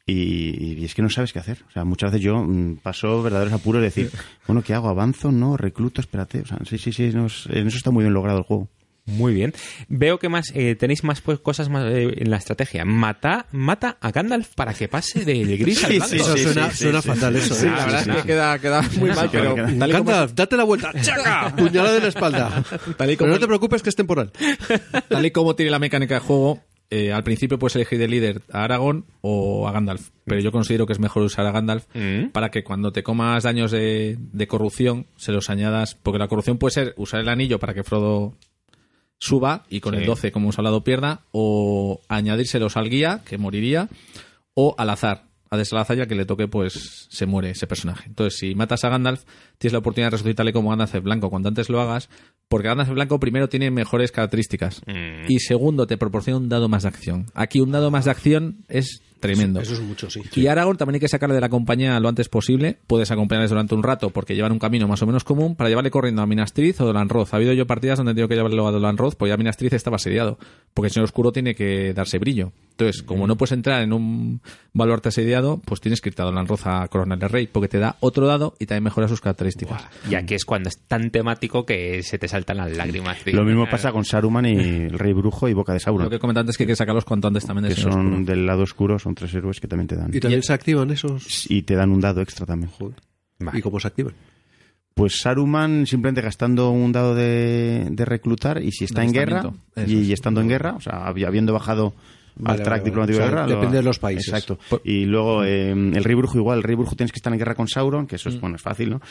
Y es que no sabes qué hacer. O sea, muchas veces yo paso verdaderos apuros de decir, bueno, ¿qué hago? ¿Avanzo? ¿No? ¿Recluto? Espérate. O sea, sí, en eso está muy bien logrado el juego. Muy bien. Veo que más tenéis más pues, cosas más en la estrategia. Mata a Gandalf para que pase del gris al blanco. Eso suena fatal, eso. Sí, la verdad es que queda muy mal, pero queda. tal y como- Gandalf, date la vuelta. ¡Chaca! Puñalada en la espalda. Tal y como- Pero no te preocupes que es temporal. Tal y como tiene la mecánica de juego, al principio puedes elegir de líder a Aragorn o a Gandalf, pero yo considero que es mejor usar a Gandalf para que cuando te comas daños de corrupción se los añadas, porque la corrupción puede ser usar el anillo para que Frodo suba y con el 12, como hemos hablado, pierda, o añadírselos al guía, que moriría, o al azar. A desalazar, ya que le toque, pues se muere ese personaje. Entonces, si matas a Gandalf, tienes la oportunidad de resucitarle como Gandalf el Blanco cuanto antes lo hagas, porque Gandalf el Blanco primero tiene mejores características y segundo te proporciona un dado más de acción. Aquí un dado más de acción es tremendo. Eso es mucho, sí. Y Aragorn también hay que sacarle de la compañía lo antes posible. Puedes acompañarles durante un rato porque llevan un camino más o menos común para llevarle corriendo a Minas Tirith o Dolan Roth. Ha habido yo partidas donde he tenido que llevarlo a Dolan Roth porque ya Minas Tirith estaba asediado. Porque el Señor Oscuro tiene que darse brillo. Entonces, como no puedes entrar en un baluarte asediado, pues tienes que irte a Dolan Roth a coronarle rey porque te da otro dado y también mejora sus características. Y aquí es cuando es tan temático que se te saltan las lágrimas. Tío. Lo mismo pasa con Saruman y el Rey Brujo y Boca de Sauron. Lo que comenté antes es que hay que sacarlos cuanto antes también del Que Señor son Oscuro. del lado oscuro, son 3 héroes que también te dan. Y también se activan esos. Y te dan un dado extra también. Vale. ¿Y cómo se activan? Pues Saruman simplemente gastando un dado de reclutar y si está De en guerra alistamiento. y Eso estando en guerra, o sea, habiendo bajado Vale, al track vale, diplomático vale. de O sea, guerra. depende de los países. Exacto. Y luego el Rey Brujo igual. El Rey Brujo tienes que estar en guerra con Sauron, que eso es, bueno, es fácil, ¿no?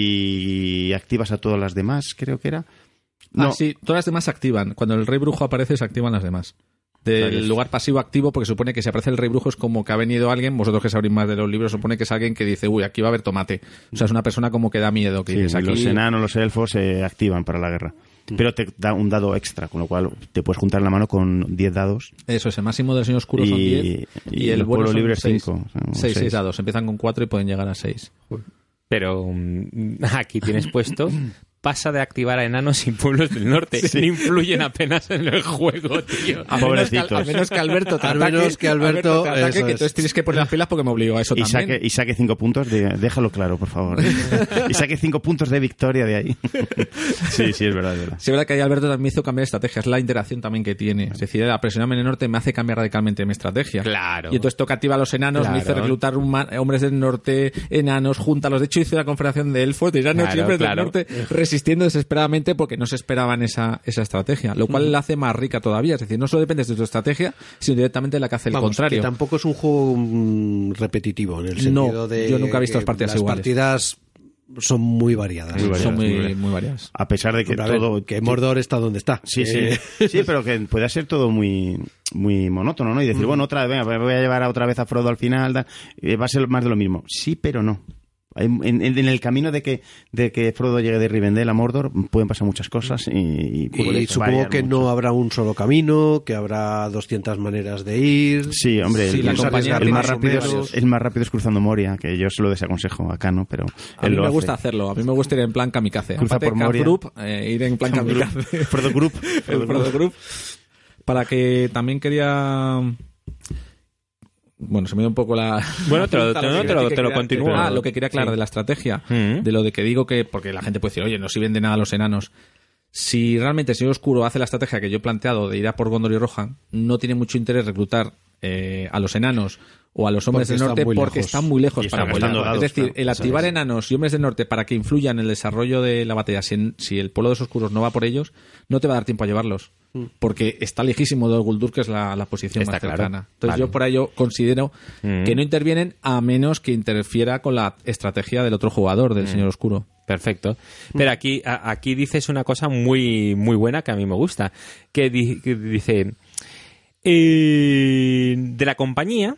Y activas a todas las demás, creo que era. No, Sí, todas las demás se activan. Cuando el Rey Brujo aparece, se activan las demás. Del lugar pasivo activo, porque supone que si aparece el Rey Brujo es como que ha venido alguien, vosotros que sabréis más de los libros, supone que es alguien que dice, uy, aquí va a haber tomate. O sea, es una persona como que da miedo. Que sí, dices, aquí... los enanos, los elfos se activan para la guerra. Pero te da un dado extra, con lo cual te puedes juntar en la mano con 10 dados. Eso es, el máximo del Señor Oscuro son 10 y el los bueno pueblos son libres 6. 5. 6 dados, empiezan con 4 y pueden llegar a 6. Pero aquí tienes puesto pasa de activar a enanos y pueblos del norte. Sí. No influyen apenas en el juego, tío. Pobrecitos. A menos que Alberto te A ataque, menos que Alberto, te ataque, eso que es. entonces tienes que poner las pilas porque me obligó a eso también. Y saque 5 puntos, déjalo claro, por favor. Y saque 5 puntos de victoria de ahí. Sí, es verdad, es verdad. Sí, es verdad que ahí Alberto también me hizo cambiar de estrategia. Es la interacción también que tiene. Es decir, la presionarme en el norte me hace cambiar radicalmente mi estrategia. Claro. Y entonces toca activar a los enanos, me hizo Claro. reclutar hombres del norte, enanos, júntalos. De hecho, hice una confederación de elfos, de enanos y Claro, hombres claro. del norte, resistiendo desesperadamente porque no se esperaban esa estrategia. Lo cual la hace más rica todavía. Es decir, no solo dependes de tu estrategia, sino directamente de la que hace el Vamos, contrario. que tampoco es un juego repetitivo en el sentido No, de yo nunca he visto que las partidas las iguales. partidas son muy variadas. Son muy muy, variadas. muy variadas. A pesar de que A ver, todo... que Mordor está donde está. Sí, sí, pero que puede ser todo muy monótono, ¿no? Y decir, bueno, otra vez, venga, voy a llevar otra vez a Frodo al final, va a ser más de lo mismo. Sí, pero no. En el camino de que Frodo llegue de Rivendell a Mordor pueden pasar muchas cosas y supongo que no habrá un solo camino, que habrá 200 maneras de ir. Sí, hombre, Sí, la el compañía más tiene rápido varios. el más rápido es cruzando Moria, que yo se lo desaconsejo acá, ¿no? Pero A él mí lo me hace. gusta hacerlo. A mí me gusta ir en plan kamikaze. Cruza Aparte por de Camp Moria. Group, ir en plan kamikaze. Frodo Group. El Frodo Group. Para que también quería... Bueno, se me dio un poco la... Bueno, te lo que quería- continúo. Lo que quería aclarar Sí. de la estrategia, Mm. de lo de que digo que... Porque la gente puede decir, oye, no sirven de nada los enanos. Si realmente el Señor Oscuro hace la estrategia que yo he planteado de ir a por Gondor y Rohan, no tiene mucho interés reclutar a los enanos o a los hombres Porque del norte están muy porque lejos. están muy lejos Y para están apoyar. gastando dados, Es decir, claro. el activar enanos y hombres del norte para que influyan en el desarrollo de la batalla, si el pueblo de los oscuros no va por ellos, no te va a dar tiempo a llevarlos. Porque está lejísimo de Guldur, que es la posición Está más claro. cercana. Entonces Vale. yo por ello considero que no intervienen a menos que interfiera con la estrategia del otro jugador, del Señor Oscuro. Perfecto. Pero aquí dices una cosa muy, muy buena que a mí me gusta. Que dice... de la compañía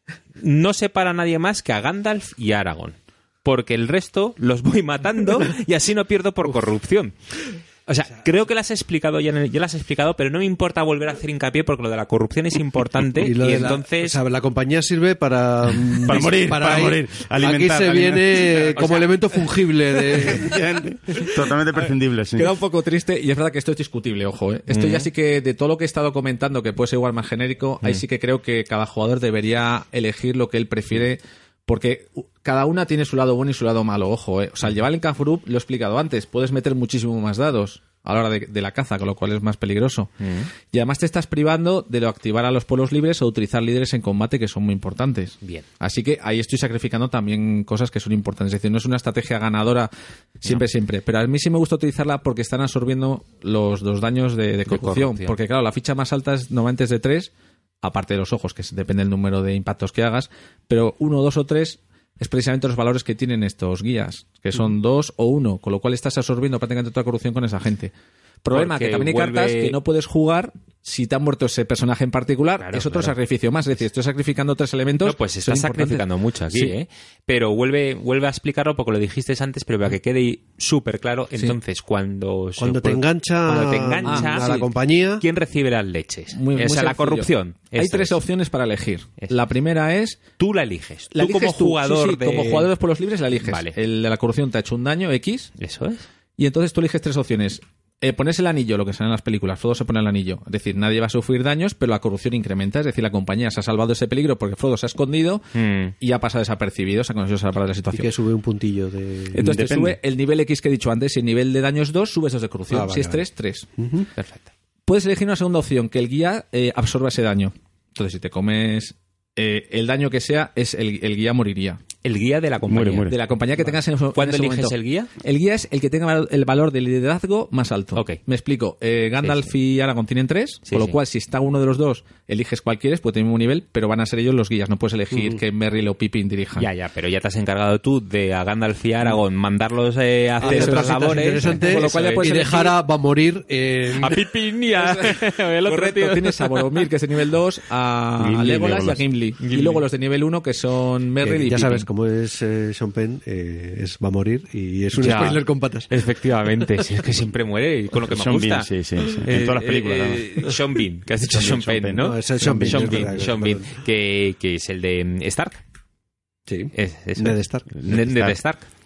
no separa a nadie más que a Gandalf y a Aragorn. Porque el resto los voy matando y así no pierdo por corrupción. O sea, creo que las he explicado ya las he explicado, pero no me importa volver a hacer hincapié porque lo de la corrupción es importante y, lo de entonces... la compañía sirve para morir, para morir. Alimentar, aquí se viene alimentar. como elemento fungible de... Totalmente prescindible, sí. Queda un poco triste y es verdad que esto es discutible, ojo. Esto ya sí que de todo lo que he estado comentando, que puede ser igual más genérico, ahí sí que creo que cada jugador debería elegir lo que él prefiere, porque cada una tiene su lado bueno y su lado malo, ojo. O sea, al llevar el Camp Group, lo he explicado antes, puedes meter muchísimo más dados a la hora de la caza, con lo cual es más peligroso. Y además te estás privando de lo activar a los pueblos libres o utilizar líderes en combate, que son muy importantes. Bien. Así que ahí estoy sacrificando también cosas que son importantes. Es decir, no es una estrategia ganadora siempre. Pero a mí sí me gusta utilizarla porque están absorbiendo los 2 daños de corrupción. Porque claro, la ficha más alta normalmente es de 3, aparte de los ojos, que depende del número de impactos que hagas, pero 1, 2 o 3 es precisamente los valores que tienen estos guías, que son 2 o 1, con lo cual estás absorbiendo prácticamente toda corrupción con esa gente. Problema, Porque que también hay vuelve- cartas que no puedes jugar si te ha muerto ese personaje en particular. Claro, es otro claro. sacrificio más. Es decir, estoy sacrificando 3 elementos. No, pues son estás importantes. sacrificando mucho aquí, Sí. ¿eh? Pero vuelve a explicarlo porque lo dijiste antes, pero para que quede súper claro, entonces cuando Cuando te engancha a la compañía... ¿quién recibe las leches? Muy Esa es la sencillo. corrupción. Hay Esa 3 es. opciones para elegir. Eso. La primera es... Tú la eliges. La tú como eliges tú. jugador Sí, de... como jugador de los pueblos libres la eliges. Vale. El de la corrupción te ha hecho un daño X Eso es. y entonces tú eliges 3 opciones. Pones el anillo, lo que sale en las películas. Frodo se pone el anillo. Es decir, nadie va a sufrir daños, pero la corrupción incrementa. Es decir, la compañía se ha salvado de ese peligro porque Frodo se ha escondido y ha pasado desapercido. Se ha conseguido salvar de la Y situación. que sube un puntillo de... Entonces te Depende. sube el nivel X que he dicho antes. Si el nivel de daño es 2, subes 2 de corrupción. Ah, vale, si es vale. 3, 3. Perfecto. Puedes elegir una segunda opción, que el guía absorba ese daño. Entonces, si te comes el daño que sea, el guía moriría. El guía de la compañía. Muere. De la compañía que tengas en ese ¿Cuándo eliges momento. el guía? El guía es el que tenga el valor de liderazgo más alto. Ok. Me explico. Gandalf y Aragorn tienen 3, Sí, con lo sí. cual si está uno de los dos, eliges cual quieres, pues tiene el mismo nivel, pero van a ser ellos los guías. No puedes elegir que Merry o Pippin dirijan. Ya, pero ya te has encargado tú de a Gandalf y a Aragorn mandarlos a hacer Hacer otras cositas labores. interesantes, con lo cual ya puedes y elegir- Dejara va a morir en... A Pippin y a el otro Correcto, tío. tienes a Boromir, que es de nivel 2, a Gimli, Legolas y a Legolas. Gimli. Y luego los de nivel 1, que son Merry y ya Pippin. sabes cómo es Sean Penn, va a morir y es un Ya. spoiler con patas. Efectivamente, si es que siempre muere y con lo que me Sean gusta. Bean, sí. En todas las películas. ¿no? Sean Bean, que has dicho Sean Penn, ¿no? No, es el Sean Bean, Sean es Bean, verdad, Sean Bean, perdón. que es el de Stark. Sí. Es eso. Ned Stark. Ned Stark,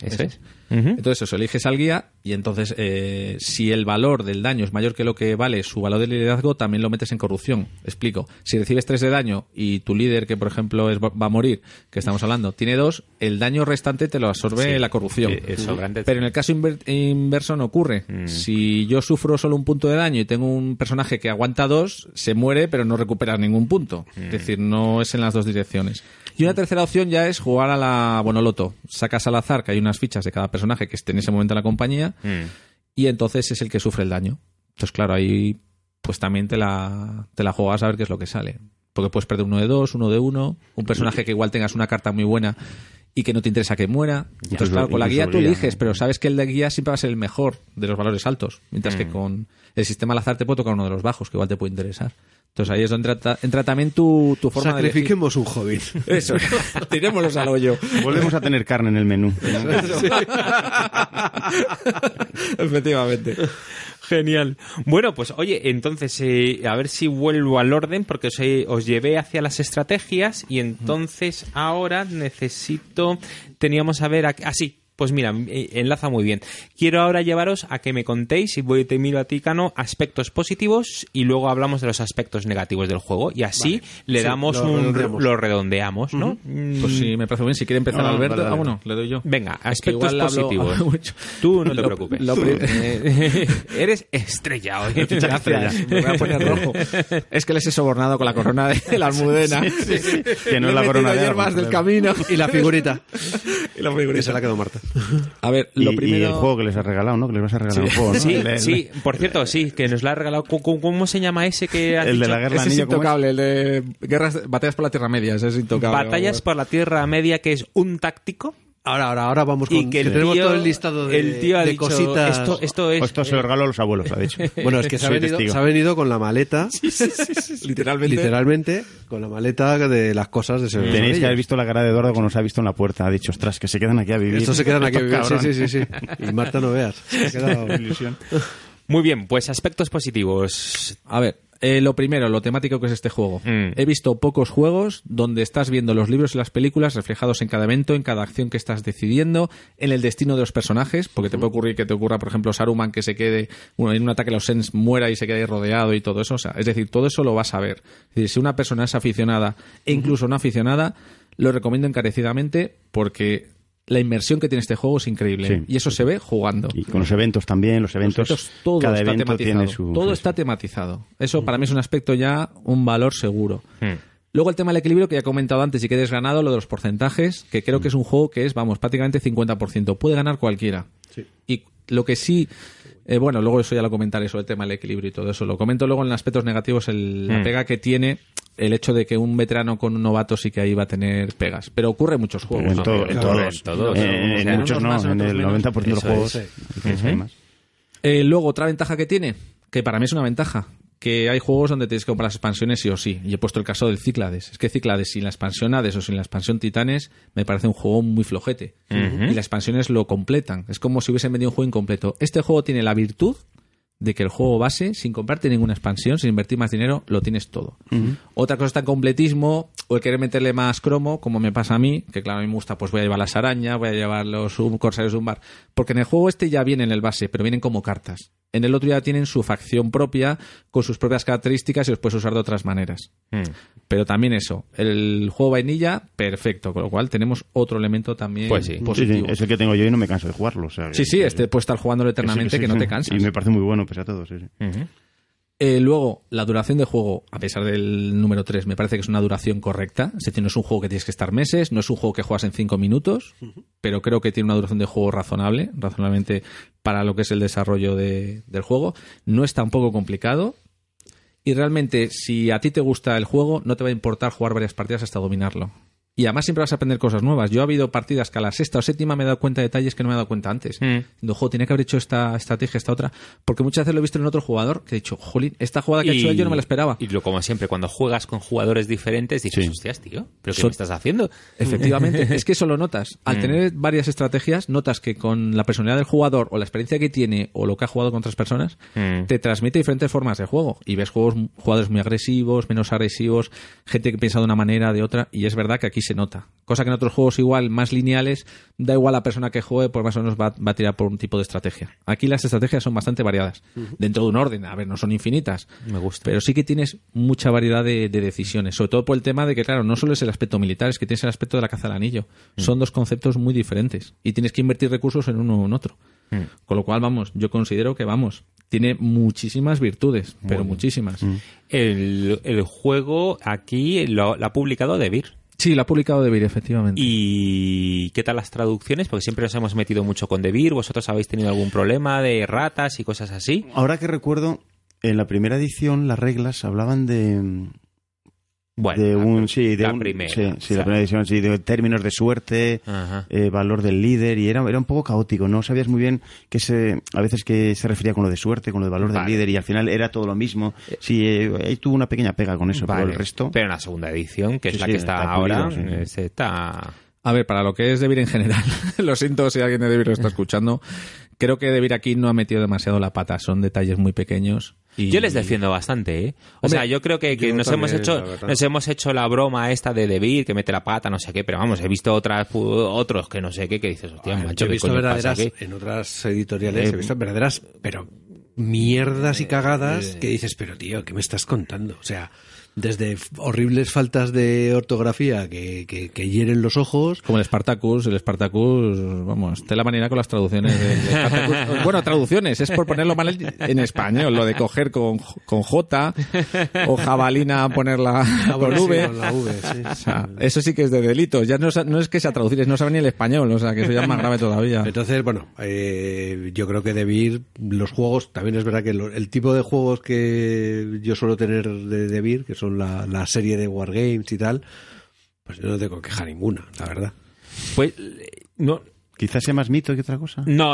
Eso es. Entonces eso, eliges al guía y entonces si el valor del daño es mayor que lo que vale su valor de liderazgo, también lo metes en corrupción. Explico. Si recibes 3 de daño y tu líder, que por ejemplo va a morir, que estamos hablando, tiene 2, el daño restante te lo absorbe la corrupción. Pero en el caso inverso no ocurre. Si yo sufro solo un punto de daño y tengo un personaje que aguanta 2, se muere pero no recupera ningún punto. Es decir, no es en las dos direcciones. Y una tercera opción ya es jugar a la Bonoloto. Sacas al azar, que hay unas fichas de cada personaje que esté en ese momento en la compañía, y entonces es el que sufre el daño. Entonces, claro, ahí pues también te la juegas a ver qué es lo que sale. Porque puedes perder 1 de 2, 1 de 1, un personaje que igual tengas una carta muy buena y que no te interesa que muera. Entonces, claro, con la guía tú eliges, pero sabes que el de guía siempre va a ser el mejor de los valores altos, mientras que con el sistema al azar te puede tocar uno de los bajos, que igual te puede interesar. Entonces ahí es donde entra también tu forma de elegir. Sacrifiquemos un hobbit. Eso, tirémoslos al hoyo. Volvemos a tener carne en el menú. Sí. Efectivamente. Genial. Bueno, pues oye, entonces a ver si vuelvo al orden, porque os llevé hacia las estrategias y entonces ahora teníamos a ver así. Pues mira, enlaza muy bien. Quiero ahora llevaros a que me contéis, y te miro a ti, Cano, aspectos positivos y luego hablamos de los aspectos negativos del juego y así le damos lo redondeamos, ¿no? Pues sí, me parece bien. Si quiere empezar Alberto, vale. Bueno, le doy yo. Venga, aspectos positivos. Tú no te preocupes. Eres estrella hoy. Gracias. Me voy a poner rojo. Es que les he sobornado con la corona de la Almudena. Sí. Que no es la corona de hierbas del camino. Y la figurita. Y se la quedó Marta. A ver, lo primero... Y el juego que les has regalado, ¿no? Que les vas a regalar un juego, ¿no? Sí, por cierto, sí, que nos la ha regalado. ¿Cómo se llama ese que has El dicho? de la Guerra Ese Anillo, es intocable, el de Batallas por la Tierra Media, ese es intocable. Batallas por la Tierra Media, que es un táctico. Ahora vamos con... Y que tenemos todo el listado el tío ha de dicho, cositas. Esto se lo regalo a los abuelos, ha dicho. Bueno, es que se ha venido con la maleta. Literalmente, con la maleta de las cosas de Señor. Tenéis que haber visto la cara de Eduardo cuando nos ha visto en la puerta. Ha dicho, ostras, que se quedan aquí a vivir. Estos se quedan aquí a vivir, sí. Y Marta, no veas. Se ha quedado ilusión. Muy bien, pues aspectos positivos. A ver, lo primero, lo temático que es este juego. He visto pocos juegos donde estás viendo los libros y las películas reflejados en cada evento, en cada acción que estás decidiendo, en el destino de los personajes, porque te puede ocurrir que te ocurra, por ejemplo, Saruman, que se quede, en un ataque a los Sens muera y se quede rodeado y todo eso. O sea, es decir, todo eso lo vas a ver. Es decir, si una persona es aficionada e incluso no aficionada, lo recomiendo encarecidamente porque la inmersión que tiene este juego es increíble. Sí. Y eso se ve jugando. Y con los eventos también, todo cada está evento tematizado. Tiene su... Todo está tematizado. Eso para mí es un aspecto ya, un valor seguro. Luego el tema del equilibrio, que ya he comentado antes y que he desgranado, lo de los porcentajes, que creo que es un juego que es, prácticamente 50%. Puede ganar cualquiera. Sí. Y lo que sí... bueno, luego eso ya lo comentaré sobre el tema del equilibrio y todo eso. Lo comento luego en aspectos negativos, la pega que tiene el hecho de que un veterano con un novato sí que ahí va a tener pegas. Pero ocurre en muchos juegos. En todos. En muchos no, en el 90% de los juegos. Luego, otra ventaja que tiene, que para mí es una ventaja, que hay juegos donde tienes que comprar las expansiones sí o sí. Y he puesto el caso del Cíclades. Es que Cíclades sin la expansión Hades o sin la expansión Titanes me parece un juego muy flojete. Y las expansiones lo completan. Es como si hubiesen vendido un juego incompleto. Este juego tiene la virtud de que el juego base, sin comprarte ninguna expansión, sin invertir más dinero, lo tienes todo. Otra cosa está el completismo o el querer meterle más cromo, como me pasa a mí, que claro, a mí me gusta, pues voy a llevar las arañas, voy a llevar los corsarios de un bar, porque en el juego este ya viene en el base, pero vienen como cartas. En el otro ya tienen su facción propia, con sus propias características y los puedes usar de otras maneras. Pero también eso, el juego vainilla, perfecto, con lo cual tenemos otro elemento también positivo. Sí, es el que tengo yo y no me canso de jugarlo. O sea, sí, puedes estar jugándolo eternamente que no te cansas. Y me parece muy bueno pese a todo, sí. Luego, la duración de juego, a pesar del número 3, me parece que es una duración correcta. Es decir, no es un juego que tienes que estar meses, no es un juego que juegas en 5 minutos, pero creo que tiene una duración de juego razonablemente para lo que es el desarrollo del juego. No es tampoco complicado. Y realmente, si a ti te gusta el juego, no te va a importar jugar varias partidas hasta dominarlo. Y además siempre vas a aprender cosas nuevas. Yo ha habido partidas que a la sexta o séptima me he dado cuenta de detalles que no me he dado cuenta antes. Digo, tenía que haber hecho esta estrategia, esta otra. Porque muchas veces lo he visto en otro jugador que he dicho, jolín, esta jugada que ha hecho él yo no me la esperaba. Y como siempre, cuando juegas con jugadores diferentes, dices, hostias, tío, ¿pero qué me estás haciendo? Efectivamente, es que eso lo notas. Al tener varias estrategias, notas que con la personalidad del jugador o la experiencia que tiene o lo que ha jugado con otras personas, te transmite diferentes formas de juego. Y ves jugadores muy agresivos, menos agresivos, gente que piensa de una manera, de otra. Y es verdad que aquí se nota. Cosa que en otros juegos igual más lineales, da igual a la persona que juegue, pues más o menos va a tirar por un tipo de estrategia. Aquí las estrategias son bastante variadas, dentro de un orden. A ver, no son infinitas. Me gusta. Pero sí que tienes mucha variedad de decisiones, sobre todo por el tema de que, claro, no solo es el aspecto militar, es que tienes el aspecto de la caza al anillo. Son dos conceptos muy diferentes y tienes que invertir recursos en uno o en otro. Con lo cual, vamos, yo considero que, vamos, tiene muchísimas virtudes, pero muchísimas. El juego aquí lo ha publicado Devir. Sí, lo ha publicado Devir, efectivamente. ¿Y qué tal las traducciones? Porque siempre nos hemos metido mucho con Devir. ¿Vosotros habéis tenido algún problema de ratas y cosas así? Ahora que recuerdo, en la primera edición las reglas hablaban de... Bueno, la primera. Sí, o sea, la primera edición, sí, de términos de suerte, valor del líder, y era un poco caótico, no sabías muy bien a veces que se refería con lo de suerte, con lo de valor del líder, y al final era todo lo mismo. Sí, ahí tuvo una pequeña pega con eso, pero el resto... Pero en la segunda edición, que es la que está ahora, está... A ver, para lo que es Devir en general, lo siento si alguien de Devir lo está escuchando, creo que Devir aquí no ha metido demasiado la pata, son detalles muy pequeños. Yo les defiendo bastante, ¿eh? O sea, yo creo que nos hemos hecho la broma esta de Devir, que mete la pata, no sé qué, pero vamos, he visto otros que no sé qué, que dices, hostia, macho, yo he visto verdaderas, en otras editoriales, he visto verdaderas, pero mierdas y cagadas que dices, pero tío, ¿qué me estás contando? O sea, desde horribles faltas de ortografía que hieren los ojos. Como el Spartacus, vamos, te la manera con las traducciones del Spartacus. Bueno, traducciones, es por ponerlo mal en español, lo de coger con J o jabalina ponerla con V. Con la V, sí. O sea, eso sí que es de delito, ya no es que sea traducir, es no saber ni el español, o sea, que eso ya es más grave todavía. Entonces, bueno, yo creo que Devir, los juegos, también es verdad que el tipo de juegos que yo suelo tener de Devir, que son la serie de Wargames y tal, pues yo no tengo queja ninguna, la verdad. Pues no, quizás sea más mito que otra cosa. No,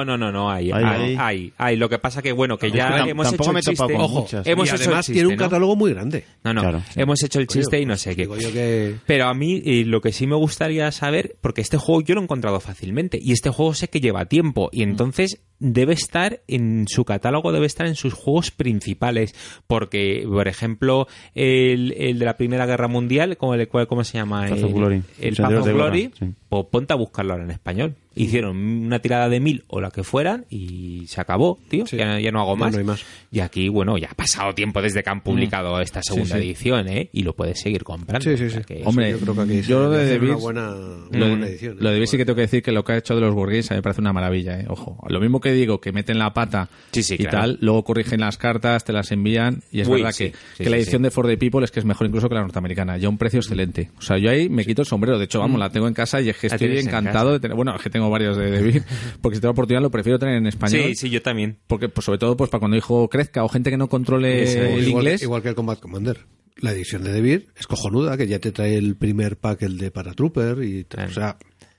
hay. Lo que pasa que, bueno, que ya hemos hecho el chiste. Ojo, y además tiene un catálogo muy grande. No, claro, hemos hecho el chiste y no sé qué. Pero a mí lo que sí me gustaría saber, porque este juego yo lo he encontrado fácilmente y este juego sé que lleva tiempo y entonces debe estar en su catálogo, debe estar en sus juegos principales, porque, por ejemplo, el de la Primera Guerra Mundial, ¿cómo se llama? Path of Glory. El Path of Glory, pues ponte a buscarlo ahora en español. Hicieron una tirada de 1000 o la que fueran y se acabó, tío. Sí. Ya no hago más. No hay más. Y aquí, bueno, ya ha pasado tiempo desde que han publicado esta segunda edición, ¿eh? Y lo puedes seguir comprando. Sí. O sea que hombre, yo creo que aquí yo lo de Devir, una buena edición. Lo de Devir sí que tengo que decir que lo que ha hecho de los Wargames a mí me parece una maravilla, ¿eh? Ojo, lo mismo que digo, que meten la pata y tal, luego corrigen las cartas, te las envían y es verdad que la edición de For the People es que es mejor incluso que la norteamericana, ya un precio excelente. O sea, yo ahí me quito el sombrero. De hecho, vamos, la tengo en casa y es que estoy encantado de tener... Bueno, es que tengo varios de Devir, porque si tengo oportunidad lo prefiero tener en español. Sí, yo también. Porque, pues, sobre todo, pues para cuando el hijo crezca o gente que no controle el inglés. Igual que el Combat Commander. La edición de Devir es cojonuda, que ya te trae el primer pack, el de Paratrooper, y o sea...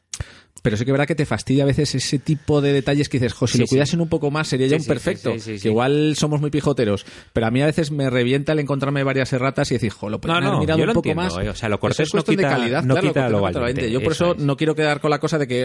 Pero sí que es verdad que te fastidia a veces ese tipo de detalles que dices, si lo cuidasen un poco más sería ya un perfecto. Que igual somos muy pijoteros, pero a mí a veces me revienta el encontrarme varias erratas y decir, lo podría haber mirado un poco más. O sea, lo cortés es cuestión de calidad, no claro, quita lo valiente. Yo por eso no quiero quedar con la cosa de que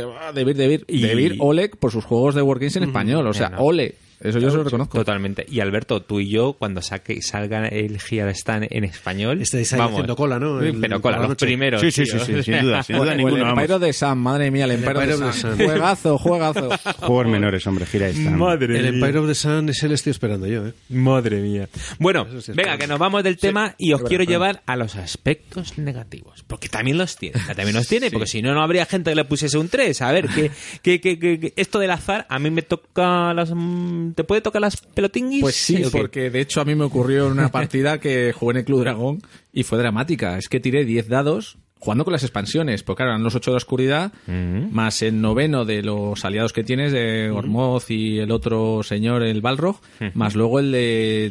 Devir Oleg por sus juegos de Wargames en español, o sea, ole. Eso yo se lo reconozco. Totalmente. Y Alberto, tú y yo, cuando salga el Giarstán en español, estáis ahí haciendo cola, ¿no? Pero cola, los primeros. Sí, sin duda ninguno. El Empire of the Sun, madre mía, el Empire of the Sun. Juegazo. Juegos menores, hombre, Giarstán. El Empire of the Sun, ese le estoy esperando yo, ¿eh? Madre mía. Bueno, venga, que nos vamos del tema y os quiero llevar a los aspectos negativos. Porque también los tiene. Porque si no, no habría gente que le pusiese un 3. A ver, que esto del azar, a mí me toca ¿te puede tocar las pelotinguis? Pues sí, porque de hecho a mí me ocurrió en una partida que jugué en el Club Dragón y fue dramática. Es que tiré 10 dados jugando con las expansiones. Porque claro, eran los 8 de la oscuridad, más el 9 de los aliados que tienes, de Gormoz y el otro señor, el Balrog, más luego el de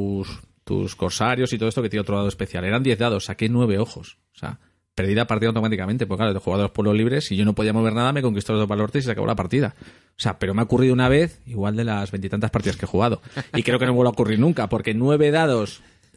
tus corsarios y todo esto que tiene otro dado especial. Eran 10 dados, saqué 9 ojos. O sea, perdí la partida automáticamente, porque claro, he jugado a los pueblos libres y yo no podía mover nada, me conquistó los dos valores y se acabó la partida. O sea, pero me ha ocurrido una vez, igual de las 20 y tantas partidas que he jugado. Y creo que no vuelve a ocurrir nunca, porque 9 dados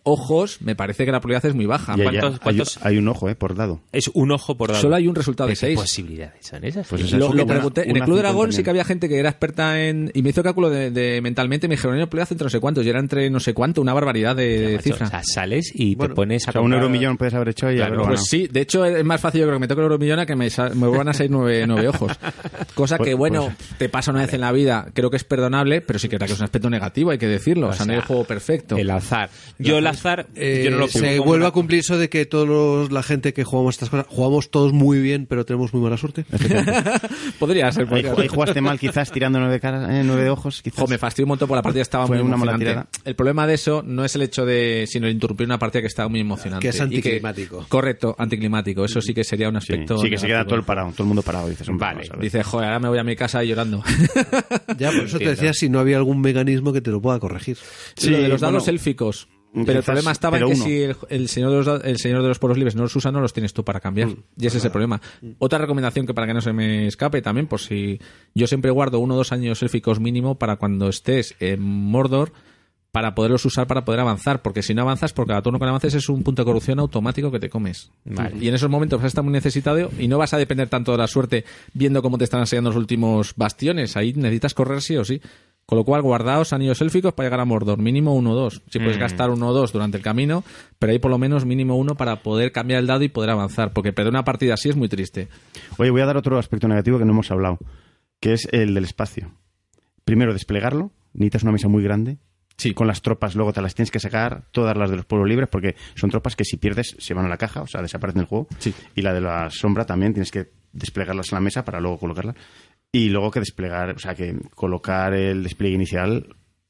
ojos, me parece que la probabilidad es muy baja. Y allá ¿Cuántos? hay un ojo, por dado. Es un ojo por dado. Solo hay un resultado de ¿Qué 6. posibilidades son esas? Pues Sí. esa- Lo una- pregunté. En el una Club de Dragón 50 sí que había gente que era experta en... Y me hizo cálculo de mentalmente, me dijeron, la probabilidad entre no sé cuántos, y era entre no sé cuánto, una barbaridad de Macho, cifras. o sea, sales y Bueno, te pones a O sea, un comprar- euromillón puedes haber hecho y Claro, haberlo Pues ganado. sí, de hecho es más fácil yo creo que me toque el Euromillón a que me vuelvan a salir nueve ojos. Cosa que, bueno, te pasa una vez en la vida, creo que es perdonable, pero sí que es verdad que es un aspecto negativo, hay que decirlo. O sea, no hay el juego perfecto. El azar. Yo el azar, yo no lo se pongo como vuelve una- a cumplir eso de que la gente que jugamos estas cosas, jugamos todos muy bien, pero tenemos muy mala suerte. Podría ser. Ahí, podría ahí ser. jugaste mal quizás tirando 9 ojos. Quizás. Jo, me fastidió un montón porque la partida estaba Fue muy una mala emocionante. tirada. El problema de eso no es el hecho de, sino el interrumpir una partida que estaba muy emocionante. Que es Y anticlimático. correcto, anticlimático. Eso sí que sería un Sí, aspecto. sí, que se queda negativo. todo el parado, todo el mundo parado. Dices, Vale, vamos a ver. Dice, joder, ahora me voy a mi casa llorando. Ya, por eso te decía si no había algún mecanismo que te lo pueda corregir. Sí, Lo de los dados bueno, élficos. Pero el quizás, problema estaba en pero que uno. si el señor de los poros libres no los usa, no los tienes tú para cambiar. Y ese es el problema. Otra recomendación que para que no se me escape también, por si yo siempre guardo 1 o 2 años élficos mínimo para cuando estés en Mordor, para poderlos usar para poder avanzar, porque si no avanzas, por cada turno que avances es un punto de corrupción automático que te comes. Vale. Y en esos momentos vas a estar muy necesitado y no vas a depender tanto de la suerte viendo cómo te están enseñando los últimos bastiones. Ahí necesitas correr sí o sí. Con lo cual, guardaos anillos élficos para llegar a Mordor. Mínimo 1 o 2. Si puedes gastar 1 o 2 durante el camino, pero hay por lo menos mínimo 1 para poder cambiar el dado y poder avanzar. Porque perder una partida así es muy triste. Oye, voy a dar otro aspecto negativo que no hemos hablado, que es el del espacio. Primero, desplegarlo. Necesitas una mesa muy grande. Sí. Con las tropas, luego te las tienes que sacar, todas las de los pueblos libres, porque son tropas que si pierdes se van a la caja, o sea, desaparecen del juego. Sí. Y la de la sombra también tienes que desplegarlas en la mesa para luego colocarlas. Y luego que desplegar, o sea, que colocar el despliegue inicial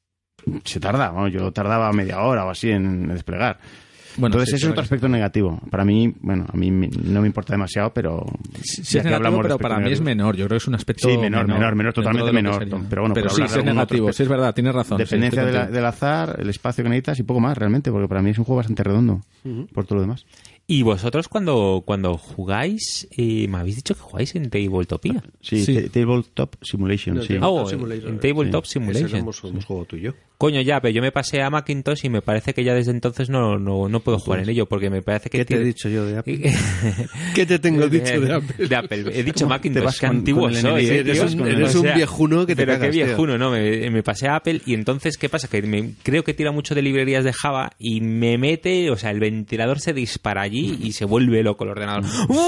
se tarda. Bueno, yo tardaba media hora o así en desplegar. Bueno, Entonces sí, ese es otro aspecto negativo. Para mí, bueno, a mí no me importa demasiado, pero Sí, ya es que negativo, hablamos de pero aspectos para mí es negativos. menor. Yo creo que es un aspecto Sí, menor, dentro totalmente de lo que menor. sería. Pero bueno, por sí, hablar sí de es algún otro negativo. Sí, es verdad, tienes razón. sí, Dependencia estoy contigo. del azar, el espacio que necesitas y poco más, realmente, porque para mí es un juego bastante redondo por todo lo demás. Y vosotros cuando jugáis, me habéis dicho que jugáis en Tabletopia. Sí, Sí. Tabletop Simulation, sí. Oh, Simulator. en Tabletop Ese Simulation. lo hemos jugado tú y yo. Coño, ya, pero yo me pasé a Macintosh y me parece que ya desde entonces no puedo jugar en ello, porque me parece que... ¿Qué te he tiene- dicho yo de Apple? ¿Qué te tengo dicho de Apple? De Apple. He dicho te Macintosh, vas qué con antiguo el soy. NVIDIA? Eres tío. un viejuno que te Pero cagas, qué tío. viejuno, ¿no? Me pasé a Apple y entonces, ¿qué pasa? Que creo que tira mucho de librerías de Java y me mete, o sea, el ventilador se dispara allí y se vuelve loco el ordenador.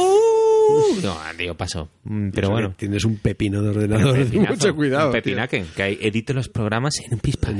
No, tío, paso. Pero bueno. Tienes un pepino de ordenador. Pepinazo, Mucho cuidado. un pepinaque, que edite los programas en un pispán.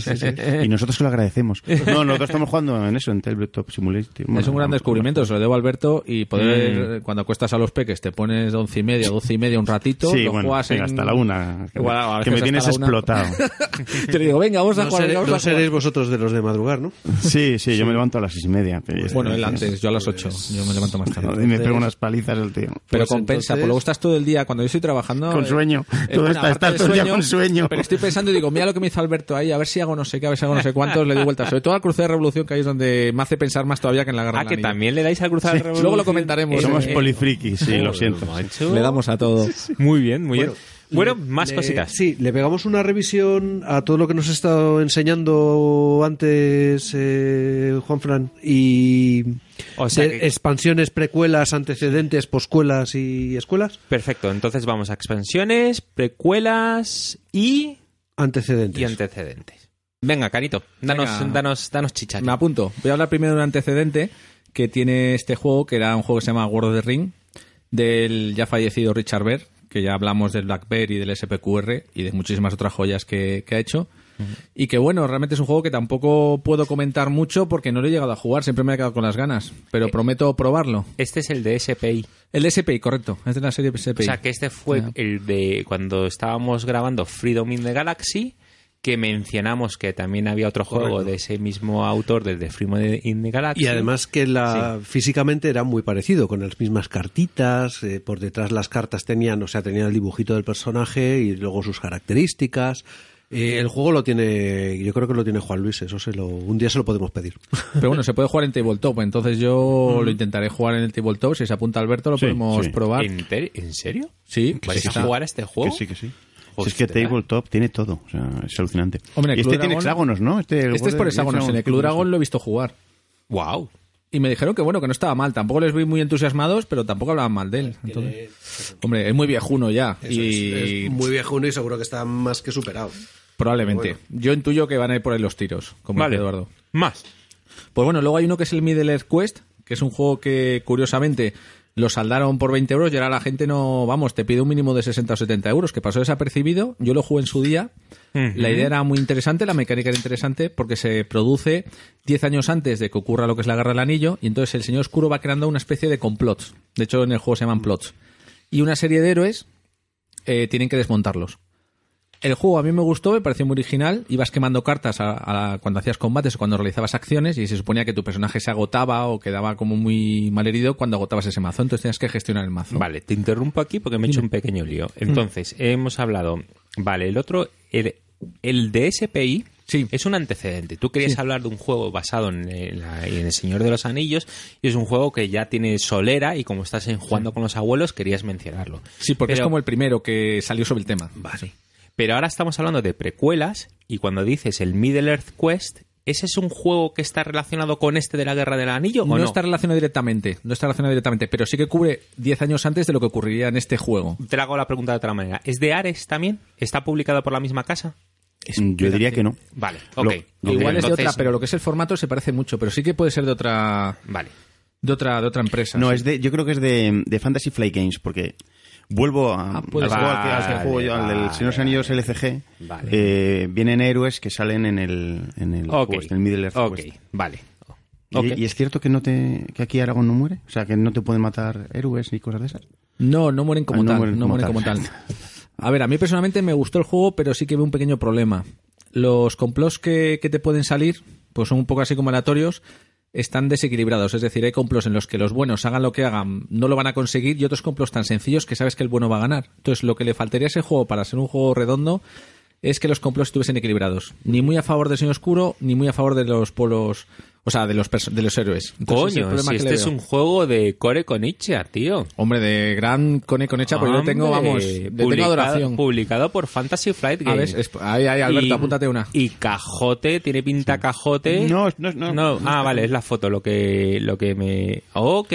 Y nosotros que lo agradecemos. No, nosotros estamos jugando en eso, en Tabletop Simulation. Es un gran descubrimiento, se lo debo a Alberto, y poder, cuando acuestas a los peques, te pones de 11:30 a 12:30 un ratito, Sí, lo bueno, juegas venga, en... hasta la 1. Igual, a Que me veces tienes hasta la 1. explotado. Te digo, venga, vamos a No, jugar. vamos a jugar. seréis vosotros de los de madrugar, ¿no? Sí, yo me levanto a las 6:30. pero ya está. Bueno, él antes, yo a las 8, yo me levanto más tarde. Y me pego unas palizas el tío. Pero Pues compensa, entonces- pues luego estás todo el día, cuando yo estoy trabajando... Con sueño. Todo bueno, está aparte todo de el día con sueño. Pero estoy pensando y digo, mira lo que me hizo Alberto ahí, a ver si hago no sé qué, a ver si hago no sé cuántos, le doy vueltas. Sobre todo al cruce de revolución, que ahí es donde me hace pensar más todavía que en la guerra Ah, del que Anillo. también le dais al cruzar la revolución. Luego lo comentaremos. Somos Eh, polifrikis, sí, lo siento. Macho. Le damos a todo. Muy bien, muy bien. Bueno, más cositas. Sí, le pegamos una revisión a todo lo que nos ha estado enseñando antes Juanfran y O sea de que- expansiones, precuelas, antecedentes, poscuelas y escuelas. Perfecto, entonces vamos a expansiones, precuelas y Antecedentes. antecedentes. Venga, Carito, danos chicha. Me apunto. Voy a hablar primero de un antecedente que tiene este juego, que era un juego que se llama World of the Ring, del ya fallecido Richard Baer, que ya hablamos del Black Bear y del SPQR y de muchísimas otras joyas que ha hecho. Y que bueno, realmente es un juego que tampoco puedo comentar mucho porque no lo he llegado a jugar, siempre me he quedado con las ganas, pero prometo probarlo. Este es el de SPI. El de SPI, correcto, es de la serie SPI. O sea, que este fue el de cuando estábamos grabando Freedom in the Galaxy, que mencionamos que también había otro juego de ese mismo autor, del de Freedom in the Galaxy. Y además que físicamente era muy parecido, con las mismas cartitas, por detrás las cartas tenían el dibujito del personaje y luego sus características. El juego lo tiene, yo creo que lo tiene Juan Luis, un día se lo podemos pedir. Pero bueno, se puede jugar en Tabletop, entonces yo lo intentaré jugar en el Tabletop, si se apunta Alberto lo Sí, podemos sí. probar. ¿En serio? Sí, ¿Vais sí, a jugar a este juego? Que sí. Si es que Tabletop tiene todo, o sea, es alucinante. Hombre, y este tiene hexágonos, ¿no? Este es por hexágonos. En el Club Dragón lo he visto jugar. ¡Wow! Y me dijeron que bueno, que no estaba mal. Tampoco les vi muy entusiasmados, pero tampoco hablaban mal de él. Entonces, hombre, es muy viejuno ya. Es muy viejuno y seguro que está más que superado. Probablemente. Bueno. Yo intuyo que van a ir por ahí los tiros, como vale. Eduardo. Más. Pues bueno, luego hay uno que es el Middle Earth Quest, que es un juego que, curiosamente, lo saldaron por 20 euros y ahora la gente no... Vamos, te pide un mínimo de 60 o 70 euros, que pasó desapercibido. Yo lo jugué en su día. La idea era muy interesante, la mecánica era interesante, porque se produce 10 años antes de que ocurra lo que es la Guerra del Anillo, y entonces el Señor Oscuro va creando una especie de complots. De hecho, en el juego se llaman plots. Y una serie de héroes tienen que desmontarlos. El juego a mí me gustó, me pareció muy original. Ibas quemando cartas cuando hacías combates o cuando realizabas acciones, y se suponía que tu personaje se agotaba o quedaba como muy mal herido cuando agotabas ese mazo. Entonces tenías que gestionar el mazo. Vale, te interrumpo aquí porque me he hecho un pequeño lío. Entonces, hemos hablado... Vale, el otro... El de SPI sí. Es un antecedente. Tú querías hablar de un juego basado en El Señor de los Anillos, y es un juego que ya tiene solera, y como estás jugando con los abuelos, querías mencionarlo. Sí, porque es como el primero que salió sobre el tema. Vale. Sí. Pero ahora estamos hablando de precuelas, y cuando dices el Middle Earth Quest, ¿ese es un juego que está relacionado con este de la Guerra del Anillo o no? No está relacionado directamente, pero sí que cubre 10 años antes de lo que ocurriría en este juego. Te hago la pregunta de otra manera. ¿Es de Ares también? ¿Está publicado por la misma casa? Yo diría que no. Vale, ok. Igual es de otra, pero lo que es el formato se parece mucho, pero sí que puede ser de otra... Vale. De otra empresa. No, sí. yo creo que es de Fantasy Flight Games, porque... Vuelvo al juego al del Señor de los Anillos LCG. Vale. Vienen héroes que salen en el Quest, el Middle Earth Quest. Vale. ¿Y es cierto que que aquí Aragorn no muere? O sea, que no te pueden matar héroes ni cosas de esas. No mueren como tal. No mueren como tal. A ver, a mí personalmente me gustó el juego, pero sí que veo un pequeño problema. Los complots que te pueden salir, pues son un poco así como aleatorios. Están desequilibrados, es decir, hay complots en los que los buenos hagan lo que hagan, no lo van a conseguir, y otros complots tan sencillos que sabes que el bueno va a ganar. Entonces, lo que le faltaría a ese juego para ser un juego redondo es que los complots estuviesen equilibrados. Ni muy a favor del Señor Oscuro, ni muy a favor de los polos... O sea, de los héroes. Entonces, coño, si este es un juego de Core Konichiwa, tío. Hombre, de gran Core Konichiwa, porque yo tengo, tengo adoración. Publicado por Fantasy Flight Games. Ahí, Alberto, apúntate una. Y cajote, tiene pinta cajote. No. Vale, es la foto lo que me... Ok.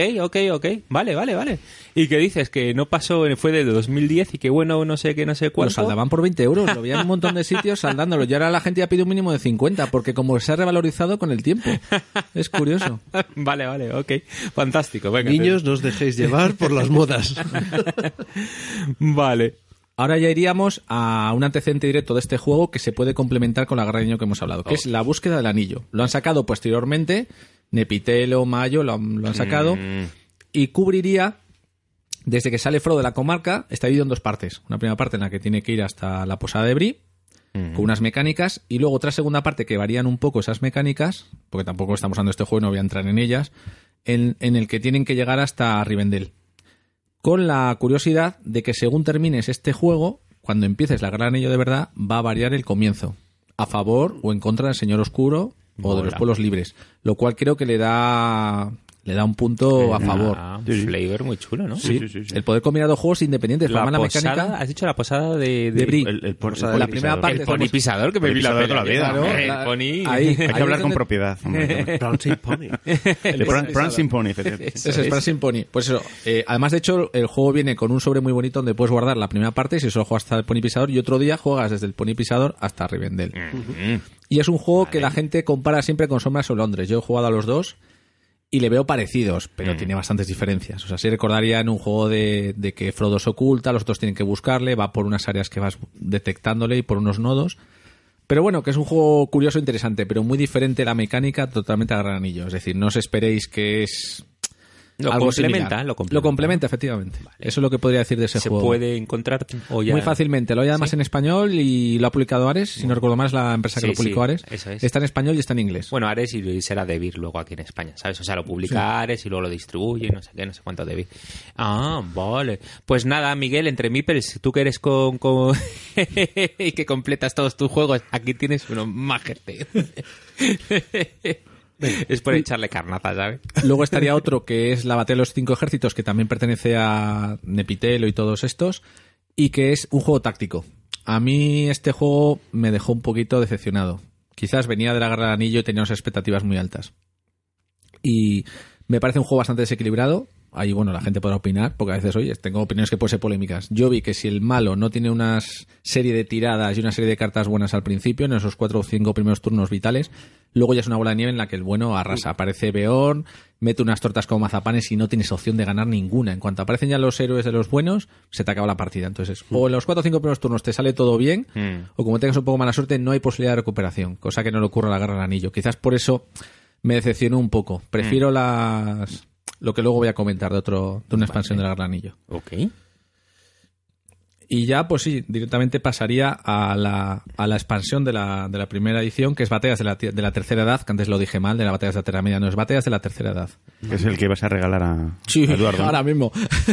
Vale. ¿Y qué dices? Que no pasó, fue de 2010 y que bueno, no sé qué, no sé cuánto. Lo saldaban por 20 euros, lo veían en un montón de sitios saldándolo. Y ahora la gente ya pide un mínimo de 50, porque como se ha revalorizado con el tiempo. Es curioso. Vale, ok. Fantástico. Venga, niños, no os dejéis llevar por las modas. Vale. Ahora ya iríamos a un antecedente directo de este juego que se puede complementar con la Guerra del Anillo que hemos hablado, que es la búsqueda del anillo. Lo han sacado posteriormente, Nepitelo, Mayo lo han sacado, y cubriría, desde que sale Frodo de la comarca, está dividido en dos partes. Una primera parte en la que tiene que ir hasta la posada de Bree, con unas mecánicas, y luego otra segunda parte que varían un poco esas mecánicas, porque tampoco estamos usando este juego y no voy a entrar en ellas, en el que tienen que llegar hasta Rivendell. Con la curiosidad de que según termines este juego, cuando empieces la Gran Anillo de verdad, va a variar el comienzo, a favor o en contra del Señor Oscuro o de los pueblos libres, lo cual creo que le da un punto a favor. Un flavor muy chulo, ¿no? Sí. El poder combinar dos juegos independientes. La posada, mecánica... ¿Has dicho la posada de Bree? La primera parte. El pony pisador, que me vi la toda la vida. Claro, El pony... Hay que hablar con propiedad. Prancing Pony. Prancing Pony. Eso es Prancing Pony. Pues eso. Además, de hecho, el juego viene con un sobre muy bonito donde puedes guardar la primera parte, si solo juegas hasta el pony pisador, y otro día juegas desde el pony pisador hasta Rivendell. Y es un juego que la gente compara siempre con Sombras o Londres. Yo he jugado a los dos y le veo parecidos, pero tiene bastantes diferencias. O sea, sí recordaría en un juego de que Frodo se oculta, los otros tienen que buscarle, va por unas áreas que vas detectándole y por unos nodos. Pero bueno, que es un juego curioso e interesante, pero muy diferente la mecánica totalmente a Gran Anillo. Es decir, no os esperéis que es... Lo complementa, efectivamente. Vale. Eso es lo que podría decir de ese juego. ¿Se puede encontrar o ya? Muy fácilmente. Lo hay además en español y lo ha publicado Ares. Si no recuerdo mal, es la empresa que lo publicó Ares. Eso es. Está en español y está en inglés. Bueno, Ares y será Devir luego aquí en España, ¿sabes? O sea, lo publica Ares y luego lo distribuye y no sé qué, no sé cuánto Devir. Ah, vale. Pues nada, Miguel, entre Meeples, tú que eres y que completas todos tus juegos, aquí tienes uno majete. Es por echarle carnaza, ¿sabes? Luego estaría otro que es la Batalla de los 5 Ejércitos, que también pertenece a Nepitelo y todos estos, y que es un juego táctico. A mí este juego me dejó un poquito decepcionado. Quizás venía de la Guerra del Anillo y tenía unas expectativas muy altas. Y me parece un juego bastante desequilibrado. Ahí, bueno, la gente podrá opinar, porque a veces, oye, tengo opiniones que pueden ser polémicas. Yo vi que si el malo no tiene una serie de tiradas y una serie de cartas buenas al principio, en esos 4 o 5 primeros turnos vitales, luego ya es una bola de nieve en la que el bueno arrasa. Aparece Beorn, mete unas tortas como mazapanes y no tienes opción de ganar ninguna. En cuanto aparecen ya los héroes de los buenos, se te acaba la partida. Entonces, o en los 4 o 5 primeros turnos te sale todo bien, o como tengas un poco mala suerte, no hay posibilidad de recuperación, cosa que no le ocurre a la Guerra del Anillo. Quizás por eso me decepcionó un poco. Prefiero lo que luego voy a comentar de una expansión de la Guerra del Anillo. Ok. Y ya, pues sí, directamente pasaría a la expansión de la primera edición, que es Batallas de la Tercera Edad, que antes lo dije mal, de la Batallas de la Tercera Media, no, es Batallas de la Tercera Edad. Que es el que vas a regalar a Eduardo. Ahora mismo.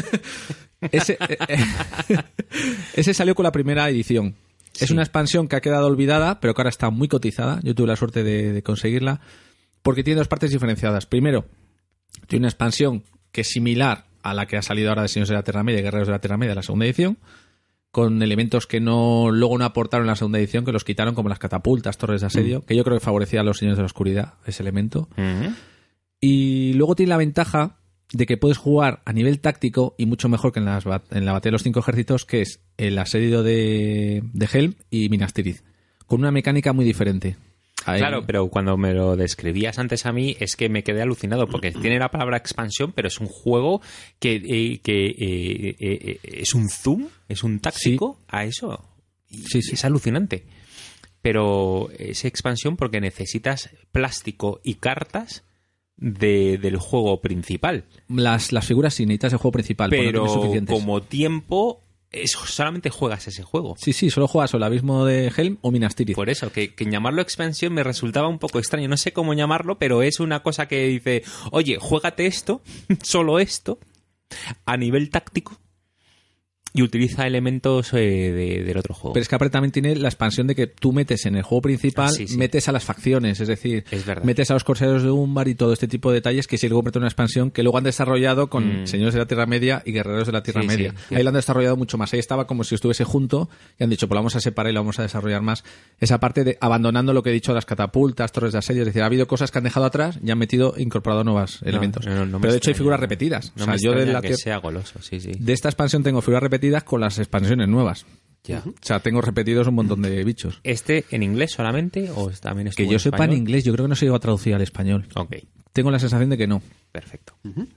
Ese salió con la primera edición. Sí. Es una expansión que ha quedado olvidada, pero que ahora está muy cotizada. Yo tuve la suerte de conseguirla, porque tiene 2 partes diferenciadas. Primero, tiene una expansión que es similar a la que ha salido ahora de Señores de la Tierra Media y Guerreros de la Tierra Media, la segunda edición, con elementos que luego no aportaron en la segunda edición, que los quitaron, como las catapultas, torres de asedio, que yo creo que favorecía a los Señores de la Oscuridad, ese elemento. Y luego tiene la ventaja de que puedes jugar a nivel táctico y mucho mejor que en la Batalla de los 5 Ejércitos, que es el asedio de Helm y Minas Tirith, con una mecánica muy diferente. Ahí. Claro, pero cuando me lo describías antes a mí es que me quedé alucinado porque tiene la palabra expansión, pero es un juego que es un zoom, es un táctico a eso. Sí, es alucinante. Pero es expansión porque necesitas plástico y cartas del juego principal. Las figuras sí necesitas el juego principal, pero no suficientes. Como tiempo... solamente juegas ese juego. Sí, solo juegas o el Abismo de Helm o Minas Tirith. Por eso, que llamarlo expansión me resultaba un poco extraño. No sé cómo llamarlo, pero es una cosa que dice, oye, juégate esto, solo esto, a nivel táctico, y utiliza elementos del otro juego. Pero es que aparte también tiene la expansión de que tú metes en el juego principal, metes a las facciones, es decir, metes a los Corsarios de Umbar y todo este tipo de detalles que si luego meten una expansión que luego han desarrollado con Señores de la Tierra Media y Guerreros de la Tierra Media. Ahí lo han desarrollado mucho más. Ahí estaba como si estuviese junto y han dicho, pues lo vamos a separar y lo vamos a desarrollar más. Esa parte de abandonando lo que he dicho, las catapultas, torres de asedio, es decir, ha habido cosas que han dejado atrás y han incorporado nuevos elementos. No pero de hecho hay figuras repetidas. No, o sea, yo de la que sea goloso, de esta expansión tengo figuras repetidas con las expansiones nuevas. Ya. O sea, tengo repetidos un montón de bichos. ¿Este en inglés solamente o también estuvo que yo sepa en inglés? Yo creo que no se llegó a traducir al español. Ok. Tengo la sensación de que no. Perfecto.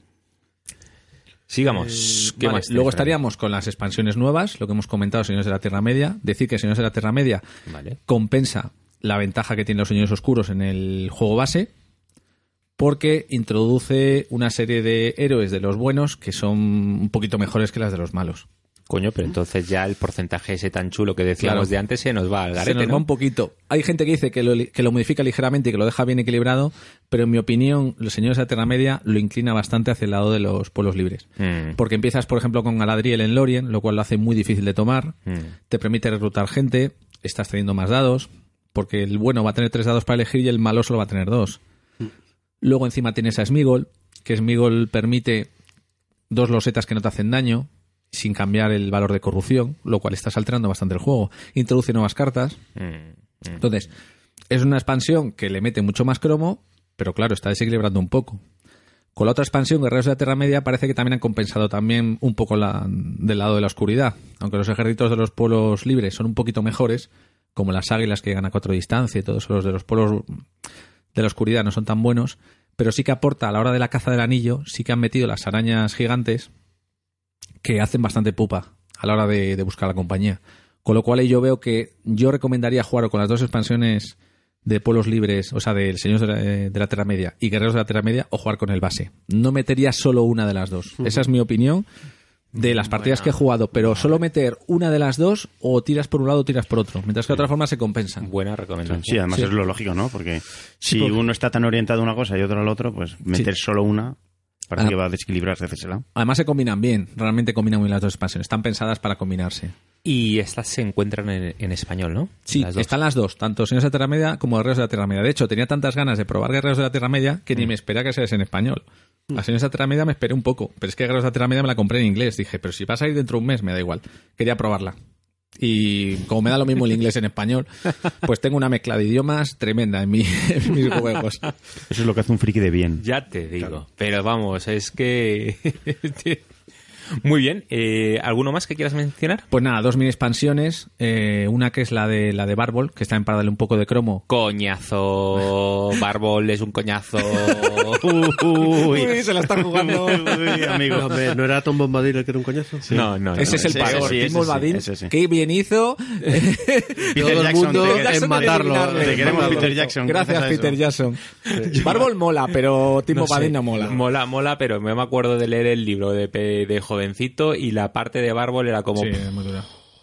Sigamos. ¿Qué más? Luego estaríamos con las expansiones nuevas, lo que hemos comentado, Señores de la Tierra Media. Decir que Señores de la Tierra Media compensa la ventaja que tienen los Señores Oscuros en el juego base, porque introduce una serie de héroes de los buenos que son un poquito mejores que las de los malos. Coño, pero entonces ya el porcentaje ese tan chulo que decíamos de antes se nos va al garete, se nos va un poquito. Hay gente que dice que lo modifica ligeramente y que lo deja bien equilibrado, pero en mi opinión, los Señores de la Tierra Media lo inclina bastante hacia el lado de los pueblos libres. Porque empiezas, por ejemplo, con Galadriel en Lórien, lo cual lo hace muy difícil de tomar. Te permite reclutar gente, estás teniendo más dados, porque el bueno va a tener 3 dados para elegir y el malo solo va a tener 2. Luego encima tienes a Smigol, que Smigol permite 2 losetas que no te hacen daño, sin cambiar el valor de corrupción, lo cual estás alterando bastante el juego. Introduce nuevas cartas. Entonces, es una expansión que le mete mucho más cromo, pero claro, está desequilibrando un poco. Con la otra expansión, Guerreros de la Tierra Media, parece que también han compensado también un poco del lado de la oscuridad. Aunque los ejércitos de los pueblos libres son un poquito mejores, como las águilas que llegan a 4 distancia y todos los de los pueblos de la oscuridad no son tan buenos, pero sí que aporta a la hora de la caza del anillo, sí que han metido las arañas gigantes que hacen bastante pupa a la hora de buscar la compañía. Con lo cual yo veo que yo recomendaría jugar con las 2 expansiones de pueblos libres, o sea, del Señores de la Tierra Media y Guerreros de la Tierra Media, o jugar con el base. No metería solo una de las 2. Esa es mi opinión de las partidas que he jugado, pero solo meter una de las 2 o tiras por un lado o tiras por otro, mientras que de otra forma se compensan. Buena recomendación. Sí, además es lo lógico, ¿no? Porque si uno está tan orientado a una cosa y otro al otro, pues meter solo una parece que va a desequilibrarse ese lado. Además se combinan bien, realmente combinan muy las 2 expansiones, están pensadas para combinarse. Y estas se encuentran en español, ¿no? Sí, están las 2, tanto Señores de la Tierra Media como Guerreros de la Tierra Media. De hecho, tenía tantas ganas de probar Guerreros de la Tierra Media que ni me esperé a que seas en español. A Señores de la Tierra Media me esperé un poco, pero es que Guerreros de la Tierra Media me la compré en inglés. Dije, pero si vas a ir dentro de un mes, me da igual. Quería probarla. Y como me da lo mismo el inglés en español, pues tengo una mezcla de idiomas tremenda en mis juegos. Eso es lo que hace un friki de bien. Ya te digo. Claro. Pero vamos, es que... Muy bien. ¿Alguno más que quieras mencionar? Pues nada, 2 mini expansiones. Una que es la de Barbol, que está para darle un poco de cromo. Coñazo. Barbol es un coñazo. Uy, se la está jugando. Uy, amigo. No, hombre, ¿no era Tom Bombadil el que era un coñazo? Sí. No. Ese es el peor. Tim Bombadil, qué bien hizo. Todo el mundo en matarlo. Te queremos, Peter Jackson. Gracias, Peter Jackson. Barbol mola, pero Tim Bombadil no mola. Mola, pero me acuerdo de leer el libro de jovencito y la parte de Barbol era como... Sí, muy dura.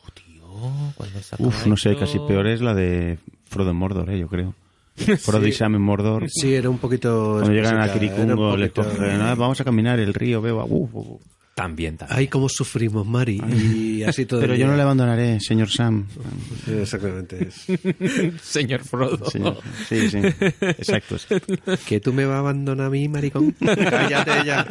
No sé, casi peor es la de Frodo en Mordor, yo creo. Frodo y Sam en Mordor. Sí, era un poquito... Cuando llegan a Kirikунgo, les cogen, vamos a caminar el río, beba. También. Ay, cómo sufrimos, Mari. Y así todo. Pero yo no le abandonaré, señor Sam. Exactamente. Señor Frodo. Sí. Exacto. Que tú me vas a abandonar a mí, maricón. Cállate ya.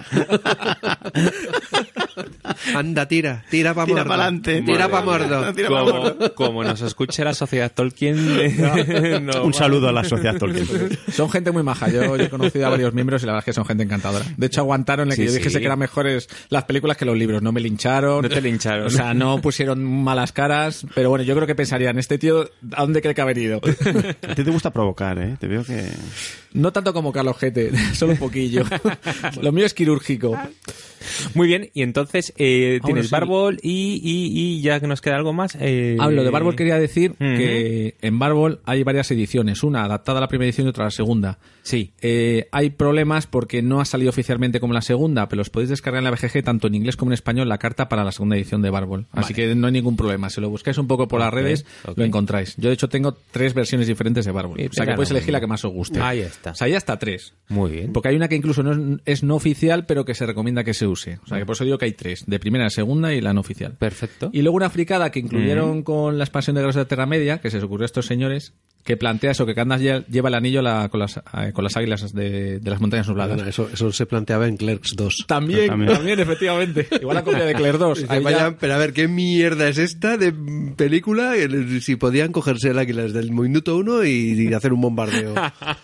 Anda, tira para Mordor. Para adelante. Tira para Mordor. Como nos escuche la sociedad Tolkien... Un saludo a la sociedad Tolkien. Son gente muy maja. Yo he conocido a varios miembros y la verdad es que son gente encantadora. De hecho, aguantaron el que yo dijese que eran mejores las películas que los libros. No me lincharon. No te lincharon. O sea, no pusieron malas caras. Pero bueno, yo creo que pensarían, este tío, ¿a dónde cree que ha venido? A ti te gusta provocar, ¿eh? Te veo que... No tanto como Carlos Gete, solo un poquillo. Lo mío es quirúrgico. Muy bien, y entonces tienes Barbol y ya que nos queda algo más... Lo de Barbol quería decir que en Barbol hay varias ediciones, una adaptada a la primera edición y otra a la segunda. Sí. Hay problemas porque no ha salido oficialmente como la segunda, pero os podéis descargar en la BGG tanto en inglés como en español la carta para la segunda edición de Barbol. Así que no hay ningún problema. Si lo buscáis un poco por las redes, lo encontráis. Yo de hecho tencho 3 versiones diferentes de Barbol. O sea que podéis elegir la que más os guste. Ahí está. O sea, hay hasta 3. Muy bien. Porque hay una que incluso no es no oficial, pero que se recomienda que se use. O sea, que por eso digo que hay 3. De primera, de segunda y la no oficial. Perfecto. Y luego una fricada que incluyeron con la expansión de Guerreros de la Tierra Media, que se les ocurrió a estos señores, que plantea eso, que Candace lleva el anillo con las águilas de las montañas nubladas. Bueno, eso se planteaba en Clerks 2. También, efectivamente. Igual la copia de Clerks 2. Pero a ver, ¿qué mierda es esta de película? Si podían cogerse el águilas del minuto 1 y hacer un bombardeo.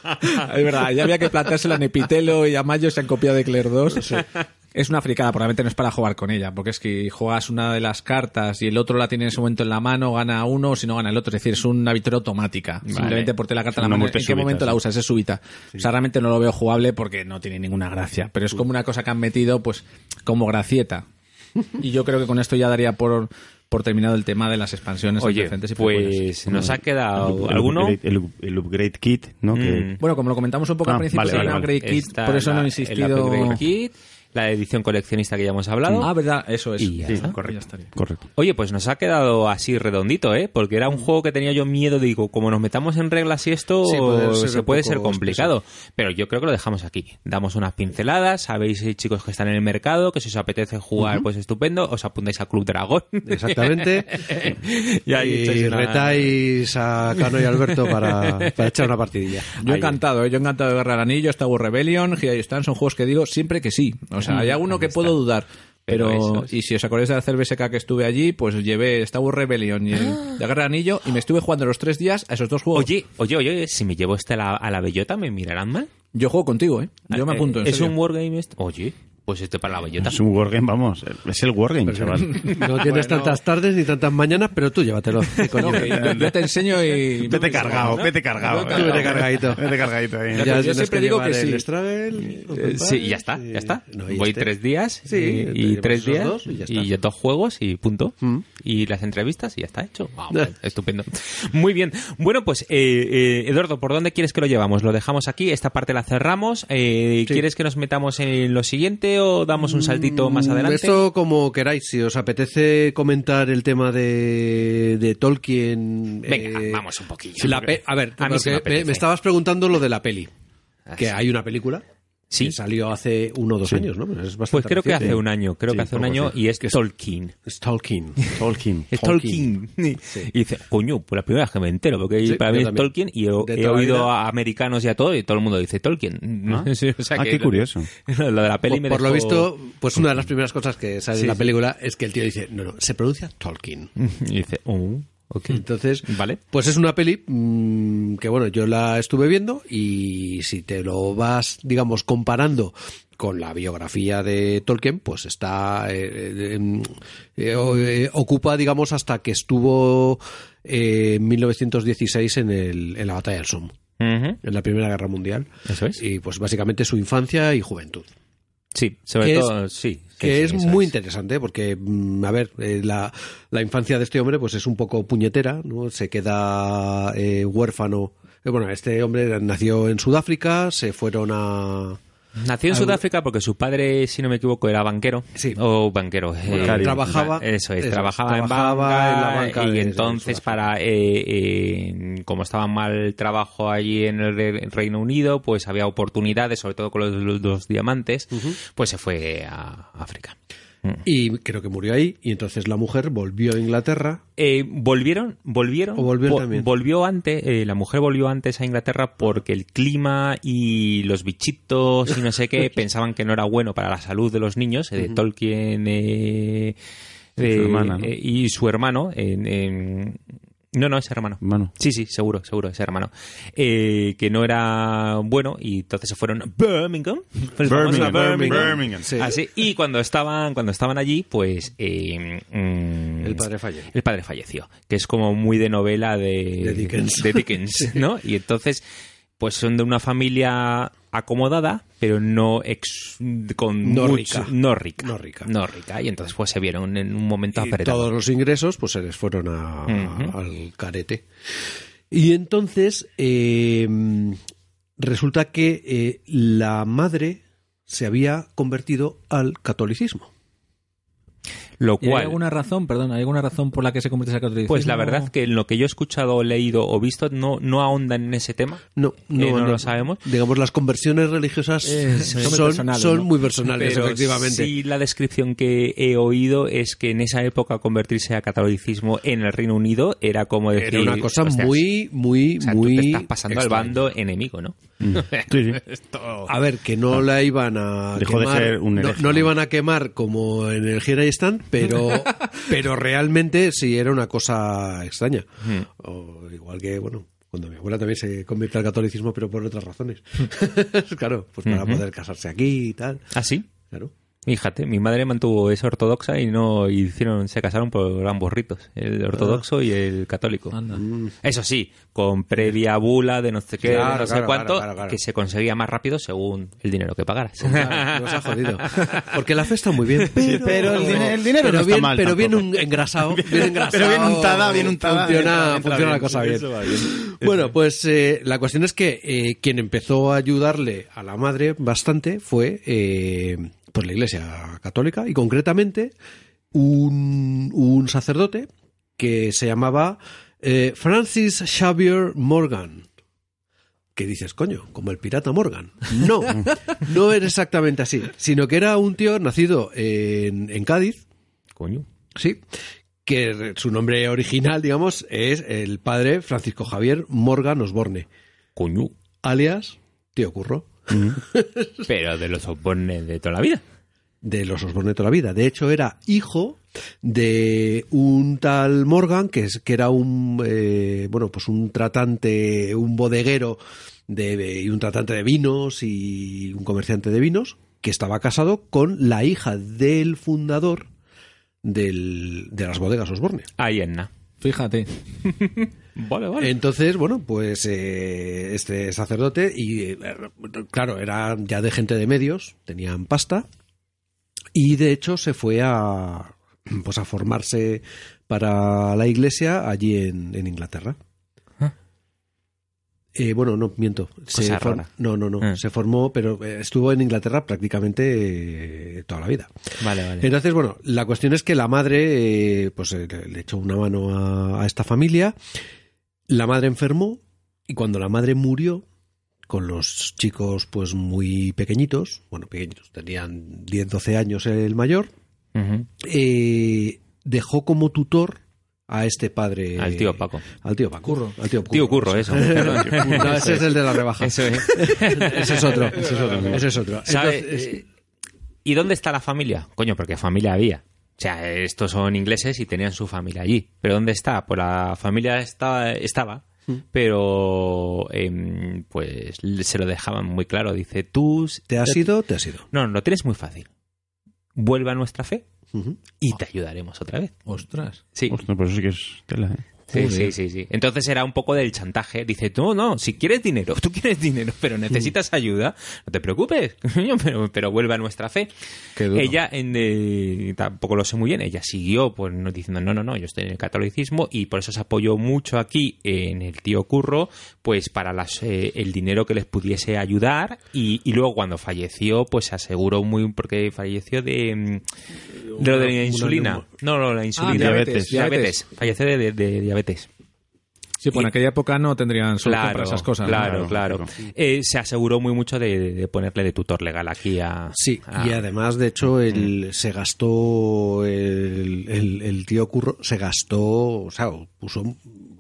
Es verdad, ya había que planteársela en Epitelo y Amayo se han copiado de Clerks 2. Sí. Es una fricada, probablemente no es para jugar con ella, porque es que juegas una de las cartas y el otro la tiene en ese momento en la mano, gana uno, o si no gana el otro. Es decir, es una victoria automática. Vale. Simplemente por tener la carta en la mano. ¿En qué momento la usas? Es súbita. Sí. O sea, realmente no lo veo jugable porque no tiene ninguna gracia. Pero es como una cosa que han metido, pues, como gracieta. Y yo creo que con esto ya daría por terminado el tema de las expansiones. Oye, pues nos ha quedado alguno. El upgrade kit, ¿no? Bueno, como lo comentamos un poco al principio, vale, el upgrade kit, está por eso no he insistido. El upgrade kit, la edición coleccionista que ya hemos hablado. Ah, verdad, eso es. Y ya está. Correcto. Oye, pues nos ha quedado así redondito, ¿eh? Porque era un juego que tenía yo miedo, digo, como nos metamos en reglas y esto, se puede ser complicado. Pero yo creo que lo dejamos aquí. Damos unas pinceladas, sabéis, chicos que están en el mercado, que si os apetece jugar, pues estupendo, os apuntáis a Club Dragón. Exactamente. y retáis a Cano y Alberto para echar una partidilla. Yo encantado de Guerra del Anillo, Star Wars Rebellion, Here Stand, son juegos que digo siempre que sí. O sea, hay alguno que puedo dudar. Pero y si os acordáis de la CBSK que estuve allí, pues llevé Star Wars Rebellion y el de Guerra del Anillo y me estuve jugando los 3 días a esos 2 juegos. Oye, si me llevo a la bellota, ¿me mirarán mal? Yo juego contigo, ¿eh? Yo me apunto, en serio. ¿Es un wargame esto? Oye, pues para la bellota. Es un wargame, vamos. Es el wargame, chaval. No tienes tantas tardes ni tantas mañanas, pero tú llévatelo. Yo te enseño y... Vete cargado. Vete cargadito. Vete cargadito ahí. Yo siempre digo que sí. Sí, ya está. Voy 3 días y 3 días y 2 juegos y punto. Y las entrevistas y ya está hecho. Estupendo. Muy bien. Bueno, pues Eduardo, ¿por dónde quieres que lo llevamos? ¿Lo dejamos aquí? ¿Esta parte la cerramos? ¿Quieres que nos metamos en lo siguiente o damos un saltito más adelante? Esto como queráis. Si os apetece comentar el tema de Tolkien... Venga, vamos un poquillo. A ver, me estabas preguntando lo de la peli. Que hay una película Sí. Que salió hace 1 o 2 años, ¿no? Es bastante Pues creo que reciente. hace un año, y es Tolkien. Es Tolkien. Es Tolkien. Y dice, coño, pues la primera vez que me entero, porque Sí, para mí yo es también. Tolkien y De he toda la oído vida. a americanos y a todo, y todo el mundo dice Tolkien. Sí, o sea que qué curioso. Lo de la peli me Por lo dejó- visto, pues una de las primeras cosas que sale Sí, en la sí. película es que el tío dice, no, se pronuncia Tolkien. Y dice, ok. Entonces, Vale. pues es una peli que, bueno, yo la estuve viendo y si te lo vas, digamos, comparando con la biografía de Tolkien, pues está ocupa, digamos, hasta que estuvo en 1916 en la batalla del Somme, Ujú. en la Primera Guerra Mundial. Eso es. Y pues básicamente su infancia y juventud. Sí, sobre Que es- todo, sí. Que sí, es eso muy interesante porque, a ver, la infancia de este hombre pues es un poco puñetera, ¿no? Se queda huérfano. Bueno, este hombre nació en Sudáfrica, se fueron a... Nació en Sudáfrica porque su padre, si no me equivoco, era banquero. Sí. O banquero. trabajaba- Eso es, eso, trabajaba en trabajaba en la banca. banca Y de entonces, Sudáfrica. como estaba mal el trabajo allí en el Reino Unido, pues había oportunidades, sobre todo con los diamantes, pues se fue a África. Y creo que murió ahí y entonces la mujer volvió a Inglaterra. ¿Volvieron? ¿O volvieron también? Volvió antes, la mujer volvió antes a Inglaterra porque el clima y los bichitos y no sé qué pensaban que no era bueno para la salud de los niños, de Tolkien Su hermana, ¿no? y su hermano. No, es hermano. Hermano. Sí, seguro, es hermano. Que no era bueno y entonces se fueron a Birmingham. El famoso Birmingham. Sí. Así, y cuando estaban allí, pues El padre falleció. el padre falleció, que es como muy de novela de Dickens. ¿no? Y entonces, pues son de una familia acomodada, pero no No rica. no rica. No rica. Y entonces pues se vieron en un momento Y apretados. todos los ingresos pues se les fueron al carete. Y entonces resulta que la madre se había convertido al catolicismo. Lo ¿Y hay cual, alguna razón, hay alguna razón por la que se convierte al catolicismo? pues la verdad que en lo que yo he escuchado, leído o visto, no ahondan en ese tema. No lo sabemos. Digamos, las conversiones religiosas son muy personales, son ¿no? muy personales, Pero efectivamente. sí, la descripción que he oído es que en esa época convertirse a catolicismo en el Reino Unido era como decir... Era una cosa hostias, muy o sea, tú muy te estás pasando al extraña. bando enemigo, ¿no? Sí. A ver, que no la iban a Dejó de quemar, ser un hereje, no ¿no? le iban a quemar como en el Here I Stand, pero realmente sí era una cosa extraña. O igual que, bueno, cuando mi abuela también se convierte al catolicismo, pero por otras razones. Claro, pues para poder casarse aquí y tal. ¿Ah, sí? Claro. Fíjate, mi madre mantuvo esa ortodoxa y se casaron por ambos ritos, el ortodoxo y el católico. Anda. Eso sí, con previa bula de no sé qué, Claro, de no sé claro, cuánto, claro. que se conseguía más rápido según el dinero que pagaras. Claro, nos ha jodido. Porque la fe está muy bien, pero el dinero pero no está bien, mal pero bien tampoco. engrasado, Pero bien untada, Funciona entra la bien. cosa bien. Eso va bien. Bueno, pues la cuestión es que quien empezó a ayudarle a la madre bastante fue pues la Iglesia Católica y concretamente un sacerdote que se llamaba Francis Xavier Morgan. Que dices, coño, como el pirata Morgan. No era exactamente así, sino que era un tío nacido en Cádiz, Coño. sí, que su nombre original, digamos, es el padre Francisco Javier Morgan Osborne, Coño. alias Tío Curro, Pero de los Osborne de toda la vida. de los Osborne de toda la vida. De hecho, era hijo de un tal Morgan, que era un tratante, un bodeguero y un tratante de vinos y un comerciante de vinos, que estaba casado con la hija del fundador de las bodegas Osborne. Ahí en na. Fíjate. Vale. Entonces, bueno, pues este sacerdote, y claro, era ya de gente de medios, tenían pasta, y de hecho se fue a formarse para la iglesia allí en Inglaterra. Bueno, no, miento. Cosa rara. No. Se formó, pero estuvo en Inglaterra prácticamente toda la vida. Vale. Entonces, bueno, la cuestión es que la madre le echó una mano a esta familia. La madre enfermó y cuando la madre murió, con los chicos pues muy pequeñitos, tenían 10-12 años el mayor, dejó como tutor a este padre... Al tío Paco. Al tío Paco. Curro. Al tío Curro. Tío Curro, eso. No, ese es el de la rebaja. Eso es. Ese es otro. Ese es otro. ¿Sabe? Entonces, ¿Y dónde está la familia? Coño, porque familia había. O sea, estos son ingleses y tenían su familia allí. ¿Pero dónde está? Pues la familia estaba, pero pues se lo dejaban muy claro. Dice, tú... ¿te has ido? Te has ido. No, lo tienes muy fácil. Vuelve a nuestra fe y te ayudaremos otra vez. Ostras. Sí. Ostras, pues eso sí que es tela, ¿eh? Sí. Entonces era un poco del chantaje. Dice, no, si quieres dinero, tú quieres dinero, pero necesitas ayuda, no te preocupes, pero vuelve a nuestra fe. Qué duro. Ella, tampoco lo sé muy bien, ella siguió pues diciendo, no, yo estoy en el catolicismo, y por eso se apoyó mucho aquí en el tío Curro, pues para el dinero que les pudiese ayudar, y luego cuando falleció, pues se aseguró porque falleció de lo de la insulina. No, la insulina. Diabetes. Falleció de diabetes. Sí, pues en aquella época no tendrían solución para esas cosas. Claro. Se aseguró muy mucho de ponerle de tutor legal aquí a... Sí, y además, de hecho, se gastó, el tío Curro se gastó, o sea, puso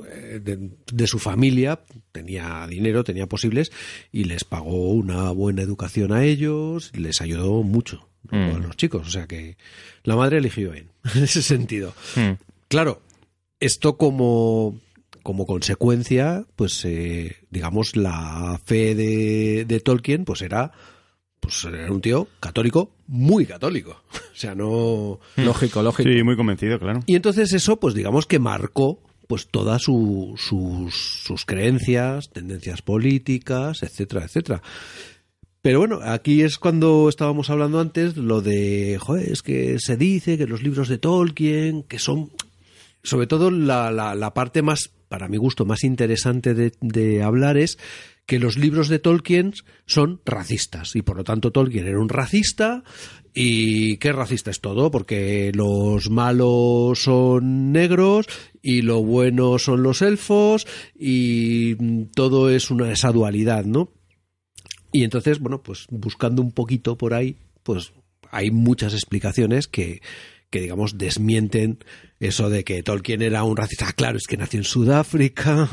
de su familia, tenía dinero, tenía posibles, y les pagó una buena educación a ellos, y les ayudó mucho a los chicos. O sea que la madre eligió bien, en ese sentido. Claro, esto como consecuencia, pues digamos, la fe de Tolkien pues era un tío católico, muy católico. O sea, no... Lógico. Sí, muy convencido, claro. Y entonces eso, pues digamos que marcó pues todas sus creencias, tendencias políticas, etcétera, etcétera. Pero bueno, aquí es cuando estábamos hablando antes lo de, es que se dice que los libros de Tolkien, que son... Sobre todo la parte más, para mi gusto, más interesante de hablar es que los libros de Tolkien son racistas, y por lo tanto Tolkien era un racista. ¿Y qué racista es todo? Porque los malos son negros y lo bueno son los elfos, y todo es esa dualidad, ¿no? Y entonces, bueno, pues buscando un poquito por ahí, pues hay muchas explicaciones que digamos desmienten eso de que Tolkien era un racista. Claro, es que nació en Sudáfrica.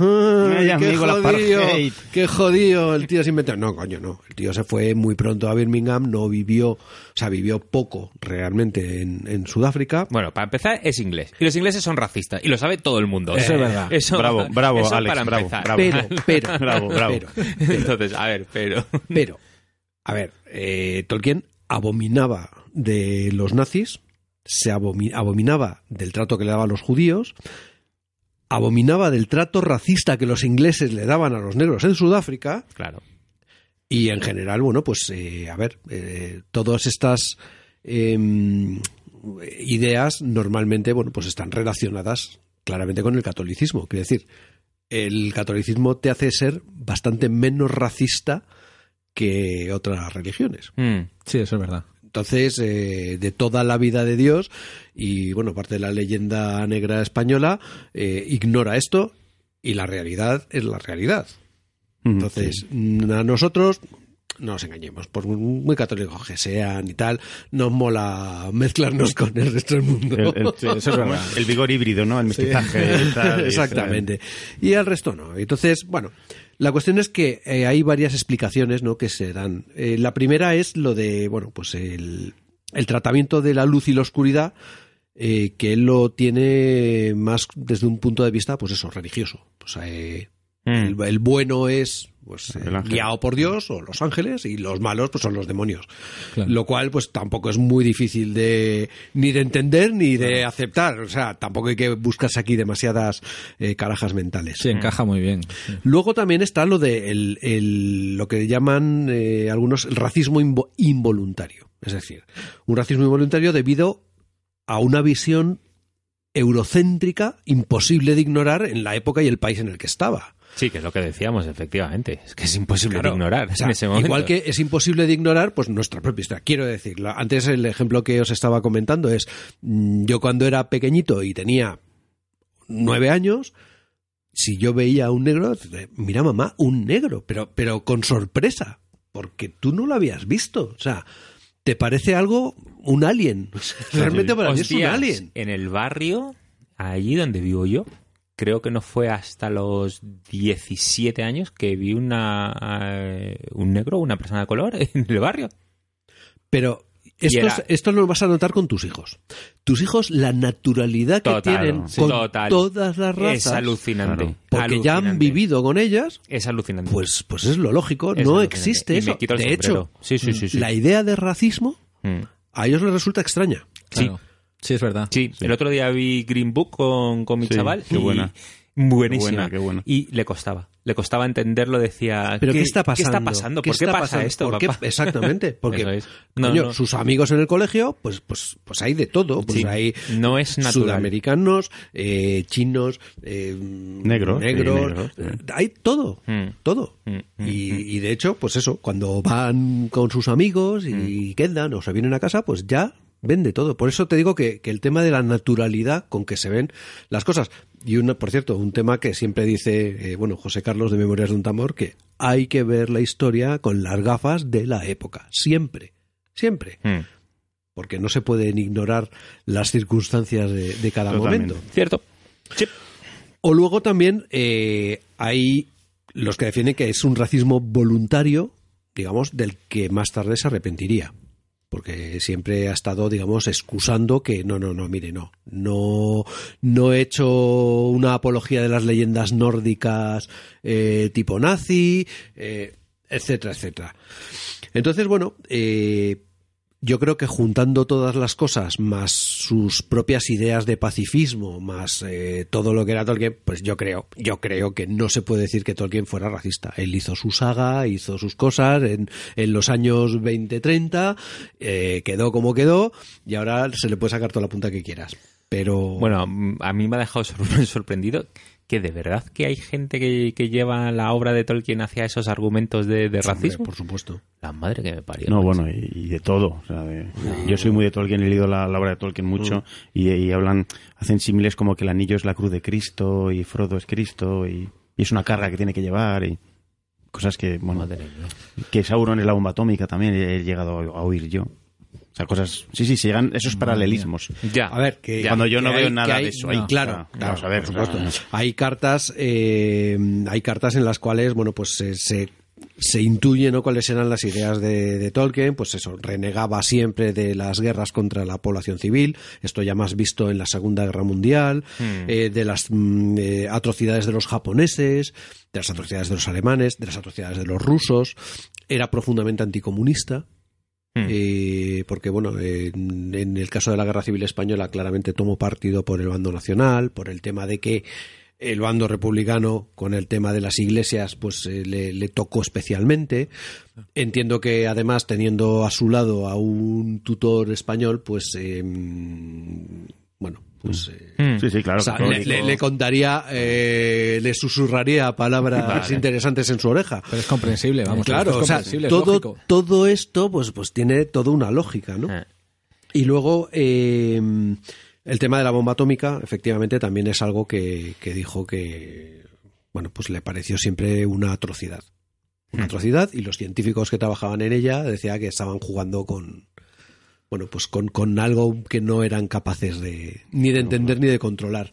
¡Qué jodido! El tío se inventó. No, coño, no. El tío se fue muy pronto a Birmingham, vivió poco realmente en Sudáfrica. Bueno, para empezar, es inglés. Y los ingleses son racistas. Y lo sabe todo el mundo. Eso es verdad. Bravo, eso Alex, para bravo. empezar. Pero. Entonces, Pero, a ver, Tolkien abominaba de los nazis, se abominaba del trato que le daban a los judíos, abominaba del trato racista que los ingleses le daban a los negros en Sudáfrica. Claro. Y en general, bueno, pues todas estas ideas normalmente, bueno, pues están relacionadas claramente con el catolicismo. Quiere decir, el catolicismo te hace ser bastante menos racista que otras religiones. Sí, eso es verdad. Entonces, de toda la vida de Dios, y bueno, parte de la leyenda negra española, ignora esto, y la realidad es la realidad. Entonces, a nosotros, no nos engañemos, por muy católicos que sean y tal, nos mola mezclarnos con el resto del mundo. Sí, eso es verdad. El vigor híbrido, ¿no? El mestizaje. Sí. Exactamente. Y al resto no. Entonces, bueno, la cuestión es que hay varias explicaciones, ¿no?, que se dan. La primera es lo de, bueno, pues el tratamiento de la luz y la oscuridad, que él lo tiene más desde un punto de vista, pues eso, religioso. Pues el bueno es pues guiado por Dios o los ángeles, y los malos pues son los demonios. Claro. Lo cual pues tampoco es muy difícil ni de entender ni de aceptar. O sea, tampoco hay que buscarse aquí demasiadas carajas mentales. Sí, encaja muy bien. Sí. Luego también está lo de lo que llaman algunos el racismo involuntario. Es decir, un racismo involuntario debido a una visión eurocéntrica imposible de ignorar en la época y el país en el que estaba. Sí, que es lo que decíamos, efectivamente. Es que es imposible de ignorar, o sea, en ese momento. Igual que es imposible de ignorar pues nuestra propia historia. Quiero decir, antes el ejemplo que os estaba comentando es, yo cuando era pequeñito y tenía 9 años, si yo veía a un negro, mira mamá, un negro, pero con sorpresa, porque tú no lo habías visto. O sea, te parece algo, un alien. Realmente para mí es un alien. En el barrio, allí donde vivo yo, creo que no fue hasta los 17 años que vi un negro, una persona de color en el barrio. Pero esto lo vas a notar con tus hijos. Tus hijos, la naturalidad que tienen con todas las razas. Es alucinante. Claro, porque ya han vivido con ellas. Es alucinante. Pues es lo lógico. No existe eso. De hecho, la idea de racismo a ellos les resulta extraña. Claro. Sí, es verdad. Sí, el otro día vi Green Book con mi chaval. Qué buena. Buenísima. Qué buena. Y le costaba entenderlo, decía... ¿Pero qué está pasando? ¿Qué está pasando? ¿Por qué pasa esto, papá? Exactamente, porque no. sus amigos en el colegio, pues hay de todo. Pues hay no es natural. Sudamericanos, chinos, negros. Hay todo, todo. Y de hecho, pues eso, cuando van con sus amigos y quedan o se vienen a casa, pues ya ven de todo. Por eso te digo que el tema de la naturalidad con que se ven las cosas. Y por cierto, un tema que siempre dice José Carlos de Memorias de un Tambor, que hay que ver la historia con las gafas de la época. Siempre. Porque no se pueden ignorar las circunstancias de cada momento. Cierto. Sí. O luego también hay los que defienden que es un racismo voluntario, digamos, del que más tarde se arrepentiría. Porque siempre ha estado, digamos, excusando que no he hecho una apología de las leyendas nórdicas tipo nazi, etcétera, etcétera. Entonces, yo creo que juntando todas las cosas, más sus propias ideas de pacifismo, más todo lo que era Tolkien, pues yo creo que no se puede decir que Tolkien fuera racista. Él hizo su saga, hizo sus cosas en los años 20-30, quedó como quedó, y ahora se le puede sacar toda la punta que quieras. Pero... Bueno, a mí me ha dejado sorprendido que de verdad que hay gente que lleva la obra de Tolkien hacia esos argumentos de racismo. Por supuesto. La madre que me parió. No, bueno, y de todo. O sea, yo soy muy de Tolkien, he leído la obra de Tolkien mucho y hacen símiles como que el anillo es la cruz de Cristo y Frodo es Cristo y es una carga que tiene que llevar y cosas que, que Sauron es la bomba atómica también he llegado a oír yo. O sea, cosas... Sí, llegan esos paralelismos. Ya. A ver, cuando yo no veo nada de eso ahí. Claro, vamos a ver. Por supuesto. Hay cartas en las cuales, se intuye, ¿no?, cuáles eran las ideas de Tolkien. Pues eso, renegaba siempre de las guerras contra la población civil. Esto ya más visto en la Segunda Guerra Mundial. De las atrocidades de los japoneses, de las atrocidades de los alemanes, de las atrocidades de los rusos. Era profundamente anticomunista. Porque en el caso de la Guerra Civil Española claramente tomó partido por el bando nacional, por el tema de que el bando republicano con el tema de las iglesias pues le tocó especialmente. Entiendo que además teniendo a su lado a un tutor español pues sí, claro. O sea, le contaría, le susurraría palabras interesantes en su oreja. Pero es comprensible, vamos. Claro, o sea, todo esto pues tiene toda una lógica, ¿no? Y luego el tema de la bomba atómica, efectivamente, también es algo que dijo que, pues le pareció siempre una atrocidad. Una atrocidad, y los científicos que trabajaban en ella decían que estaban jugando con algo que no eran capaces ni de entender ni de controlar.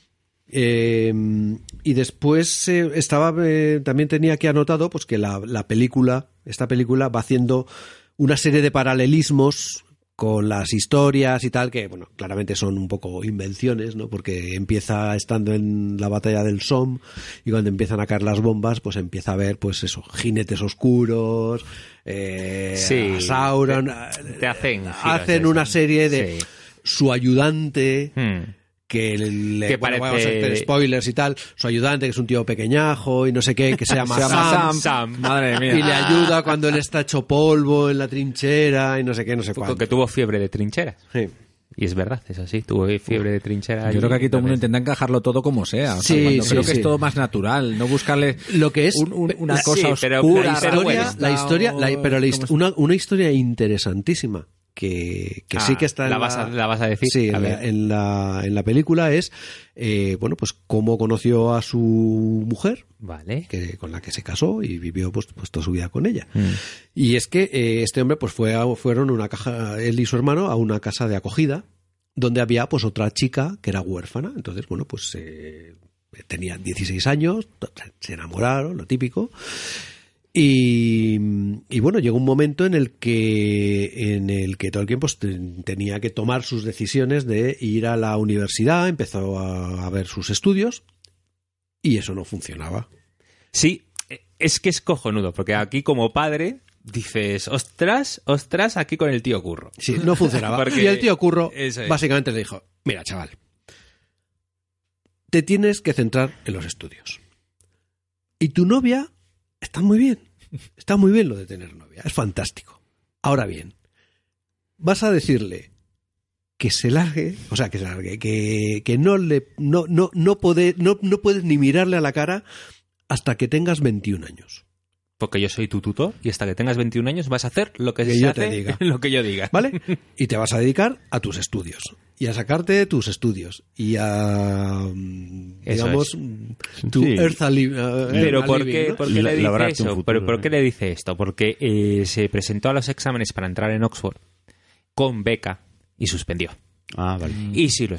Y después también tenía aquí anotado pues que esta película va haciendo una serie de paralelismos con las historias y tal, que claramente son un poco invenciones, ¿no? Porque empieza estando en la batalla del Somme y cuando empiezan a caer las bombas, pues empieza a ver, pues eso, jinetes oscuros, a Sauron, hacen una serie de su ayudante, que vamos a hacer spoilers y tal, su ayudante, que es un tío pequeñajo y no sé qué, que se llama Sam. Madre mía. Y le ayuda cuando él está hecho polvo en la trinchera y no sé qué, no sé cuánto. Que tuvo fiebre de trincheras. Sí. Y es verdad, es así, tuvo fiebre de trinchera. Yo creo que aquí todo el mundo intenta encajarlo todo como sea. Creo que es todo más natural, no buscarle lo que es una cosa pero oscura. Una historia interesantísima. sí que está la vas a decir. Sí, a ver. en la película es, pues cómo conoció a su mujer, Vale. con la que se casó y vivió pues toda su vida con ella. Y es que este hombre pues fueron él y su hermano a una casa de acogida donde había pues otra chica que era huérfana. Entonces, bueno, pues tenían 16 años, se enamoraron, lo típico. Y bueno, llegó un momento en el que Tolkien pues tenía que tomar sus decisiones de ir a la universidad, empezó a ver sus estudios y eso no funcionaba. Sí, es que es cojonudo, porque aquí como padre dices, ostras, aquí con el tío Curro. Sí, no funcionaba. Porque y el tío Curro eso es. básicamente le dijo, mira, chaval, te tienes que centrar en los estudios. Y tu novia está muy bien lo de tener novia, es fantástico. Ahora bien, vas a decirle que se largue, que no puedes ni mirarle a la cara hasta que tengas 21 años. Porque yo soy tu tutor y hasta que tengas 21 años vas a hacer lo que yo te diga. lo que yo diga. ¿Vale? Y te vas a dedicar a tus estudios. Y a sacarte tus estudios. Y a, digamos, tu earth Pero ¿por qué le dice eso? Futuro, ¿Pero por qué le dice esto? Porque se presentó a los exámenes para entrar en Oxford con beca y suspendió. Ah, vale. Y si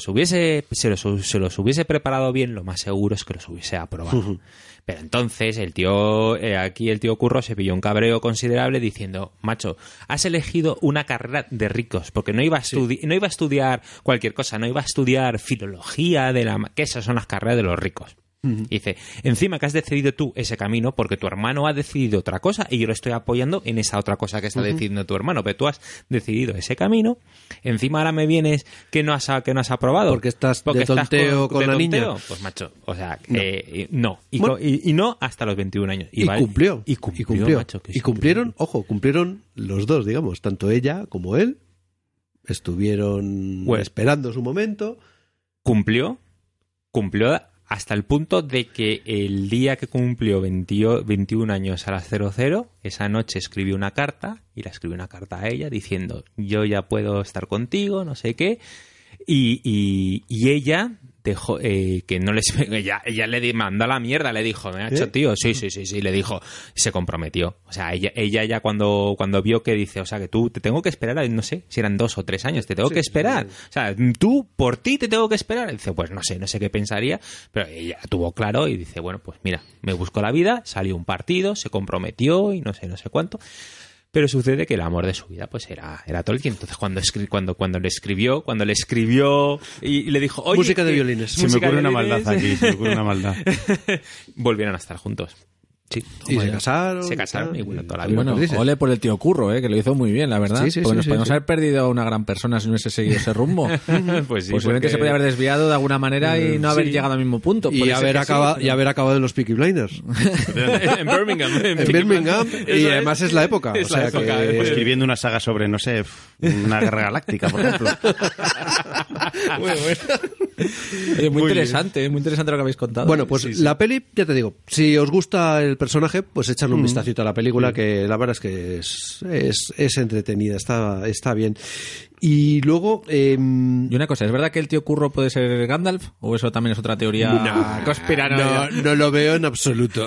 se los hubiese preparado bien, lo más seguro es que los hubiese aprobado. Pero entonces el tío Curro se pilló un cabreo considerable diciendo, macho, has elegido una carrera de ricos, porque no iba a estudiar cualquier cosa, no iba a estudiar filología, que esas son las carreras de los ricos. Y dice, encima que has decidido tú ese camino porque tu hermano ha decidido otra cosa y yo lo estoy apoyando en esa otra cosa que está decidiendo tu hermano, pero tú has decidido ese camino, encima ahora me vienes que no has aprobado porque estás de tonteo con la niña. Pues macho, o sea, no. Y no hasta los 21 años. Y cumplió. Macho, y cumplieron, cumplieron los dos, digamos, tanto ella como él estuvieron esperando su momento. Cumplió hasta el punto de que el día que cumplió 21 años a las 00, esa noche escribió una carta, y la escribió una carta a ella diciendo, yo ya puedo estar contigo, no sé qué, y ella dejó que no les ella le mandó a la mierda, le dijo, me ha hecho tío, sí, le dijo, se comprometió. O sea, ella ya cuando vio que dice, o sea, que tú te tengo que esperar, no sé si eran 2 o 3 años, te tengo que esperar. O sea, tú por ti te tengo que esperar. Y dice, pues no sé qué pensaría, pero ella tuvo claro y dice, bueno, pues mira, me buscó la vida, salió un partido, se comprometió y no sé cuánto. Pero sucede que el amor de su vida pues era Tolkien. Entonces cuando le escribió y le dijo, oye, música de violines. Se me ocurre una maldad aquí, volvieron a estar juntos. Sí. Y se casaron. Y bueno, toda la vida. Bueno, ole por el tío Curro, que lo hizo muy bien, la verdad. Sí, porque nos podemos haber perdido a una gran persona si no hubiese seguido ese rumbo. Pues sí, posiblemente se podía haber desviado de alguna manera y no haber llegado al mismo punto. Y haber acabado en los Peaky Blinders. En Birmingham. Y además es la época. Es la época. O escribiendo una saga sobre, no sé, una guerra galáctica, por ejemplo. Muy bueno. Muy interesante lo que habéis contado. Bueno, pues la peli, ya te digo, si os gusta el personaje, pues echarle un vistacito a la película, que la verdad es que es entretenida, está bien. Y luego... Y una cosa, ¿es verdad que el tío Curro puede ser Gandalf? ¿O eso también es otra teoría conspiranoia? No lo veo en absoluto.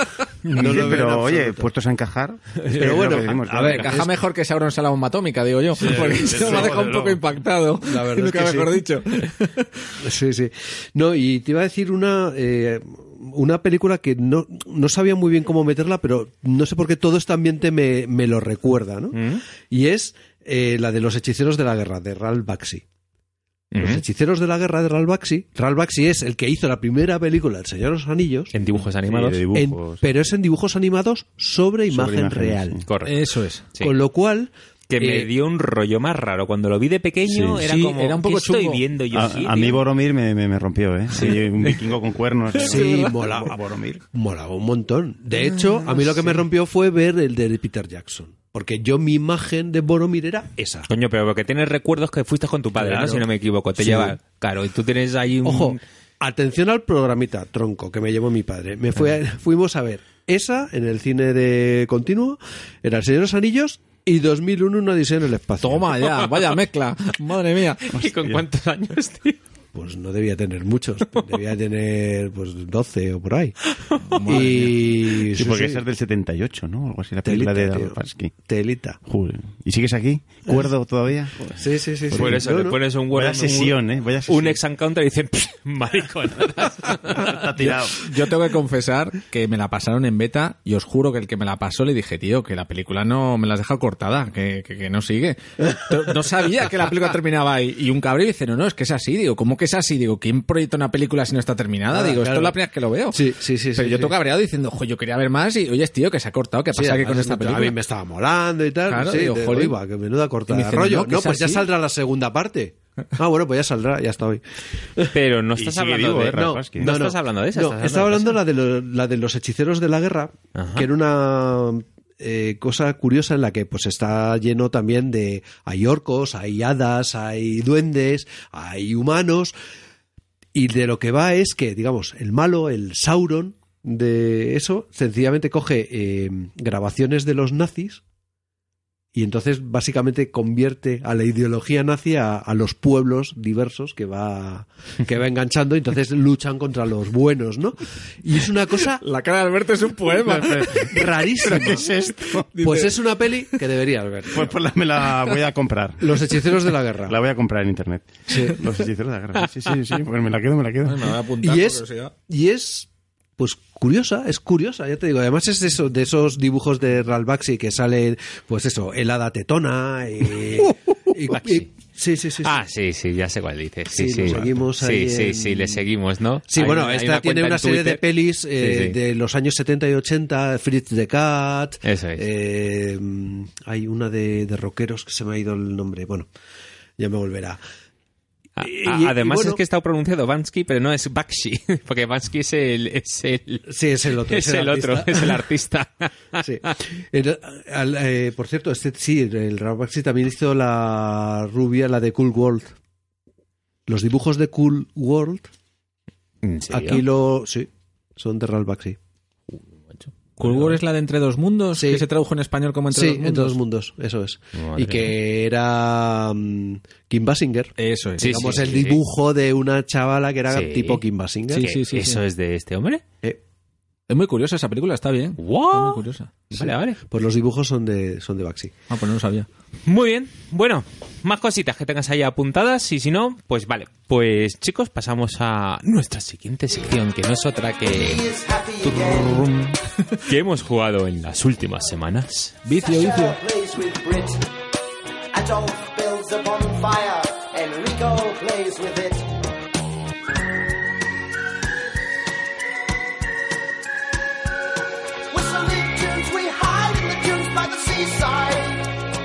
Pero oye, puestos a encajar. Pero bueno, a ver, encaja mejor que Sauron sea la bomba atómica, digo yo. Porque eso me ha dejado un poco impactado. La verdad nunca mejor dicho. Sí. No, y te iba a decir una película que no sabía muy bien cómo meterla, pero no sé por qué todo este ambiente me lo recuerda, ¿no? Y es la de Los hechiceros de la guerra, de Ralph Bakshi. Los hechiceros de la guerra de Ralph Bakshi. Ralph Bakshi es el que hizo la primera película El Señor de los Anillos. En dibujos animados. Pero es en dibujos animados sobre imagen real. Sí. Correcto. Eso es. Sí. Con lo cual... Que me dio un rollo más raro. Cuando lo vi de pequeño era como, era un poco ¿qué estoy chungo. viendo yo aquí? A mí Boromir me rompió, ¿eh? Sí, un vikingo con cuernos. Sí, molaba. Molaba un montón. De hecho, a mí lo que me rompió fue ver el de Peter Jackson. Porque yo mi imagen de Boromir era esa. Coño, pero porque tienes recuerdos que fuiste con tu padre, Claro. ¿no? Si no me equivoco. Te lleva... Claro, y tú tienes ahí un... Ojo, atención al programita tronco que me llevó mi padre. Fuimos a ver esa en el cine de continuo, era El Señor de los Anillos Y 2001, Una odisea en el espacio. Toma ya, vaya mezcla. Madre mía. ¿Y con cuántos años, tío? Pues no debía tener muchos, debía tener pues 12 o por ahí. Sí, Sí, porque sí. esa es del 78, ¿no? Algo así, la película Telita, de tío. Darparsky. Telita. Joder. ¿Y sigues aquí? ¿Cuerdo todavía? Joder. Sí, sí, sí. Por sí. eso No, le no. pones un Word, Vaya sesión, vaya sesión. un ex-encounter y dicen, maricón. Está tirado. Yo tengo que confesar que me la pasaron en beta y os juro que el que me la pasó le dije, tío, que la película no me la has dejado cortada, que no sigue. No sabía que la película terminaba ahí. Y un cabrón dice, no, es que es así. Digo, ¿cómo que es así? Digo, ¿quién proyecta una película si no está terminada? Ah, Digo, claro. esto es la primera vez que lo veo. Sí, sí, sí. Pero sí, yo sí. tengo cabreado diciendo, ojo, yo quería ver más y, oye, tío, que se ha cortado, ¿qué Sí, pasa aquí con además, esta película? A mí me estaba molando y tal. Claro, sí, digo, de- joder. iba, que menuda cortada. Y me dicen, rollo. no, que No, es pues ya así. saldrá la segunda parte. Ah, bueno, pues ya saldrá, ya está hoy. Pero no Y estás sigue hablando vivo, de... Darparsky. No estás hablando de esa. No, estás estaba hablando de la de los hechiceros de la guerra, Ajá. que era una cosa curiosa en la que pues está lleno también de... Hay orcos, hay hadas, hay duendes, hay humanos... Y de lo que va es que, digamos, el malo, el Sauron de eso, sencillamente coge grabaciones de los nazis y entonces básicamente convierte a la ideología nazi a los pueblos diversos que va enganchando y entonces luchan contra los buenos, ¿no? Y es una cosa La cara de Alberto es un poema. rarísima. ¿Qué es esto? Pues es una peli que deberías ver. Pues me la voy a comprar. Los hechiceros de la guerra. La voy a comprar en internet. Sí. Los hechiceros de la guerra. Sí, sí, sí. Pues me la quedo. Me voy a apuntar Y por es, curiosidad. pues curiosa, ya te digo. Además es de esos dibujos de Ralph Bakshi que salen, pues eso, el hada tetona sí. Ah, sí, ya sé cuál dices. Sí, Sí, lo seguimos ahí Sí, en- le seguimos, ¿no? Sí, Hay bueno, hay esta tiene cuenta una en serie de Twitter. pelis Sí. de los años 70 y 80, Fritz the Cat. Eso es. Hay una de rockeros que se me ha ido el nombre. Bueno, ya me volverá. Además bueno, es que está pronunciado Bansky, pero no es Bakshi, porque Bansky es el sí, es el otro. es el otro, artista. es el artista. Sí. Por cierto, el Ralph Bakshi también hizo la rubia, la de Cool World. Los dibujos de Cool World, ¿En serio? aquí sí, son de Ralph Bakshi. Cool War es la de Entre dos mundos, Sí. que se tradujo en español como Entre Sí, dos mundos. en todos los mundos, eso es. Madre Y que era Kim Basinger. Eso es. Sí, Digamos, sí, el sí. dibujo de una chavala que era Sí. tipo Kim Basinger. Sí. ¿Eso es de este hombre? Es muy curiosa esa película, está bien. Wow. Está muy curiosa. Vale. Pues los dibujos son de Bakshi. Ah, pues no lo sabía. Muy bien. Bueno, más cositas que tengas ahí apuntadas y si no, pues vale. Pues chicos, pasamos a nuestra siguiente sección, que no es otra que... que hemos jugado en las últimas semanas. Vicio. Plays with Brit. Adolf builds a bonfire. Enrico plays with it. Whistling tunes, we hide in the dunes by the seaside.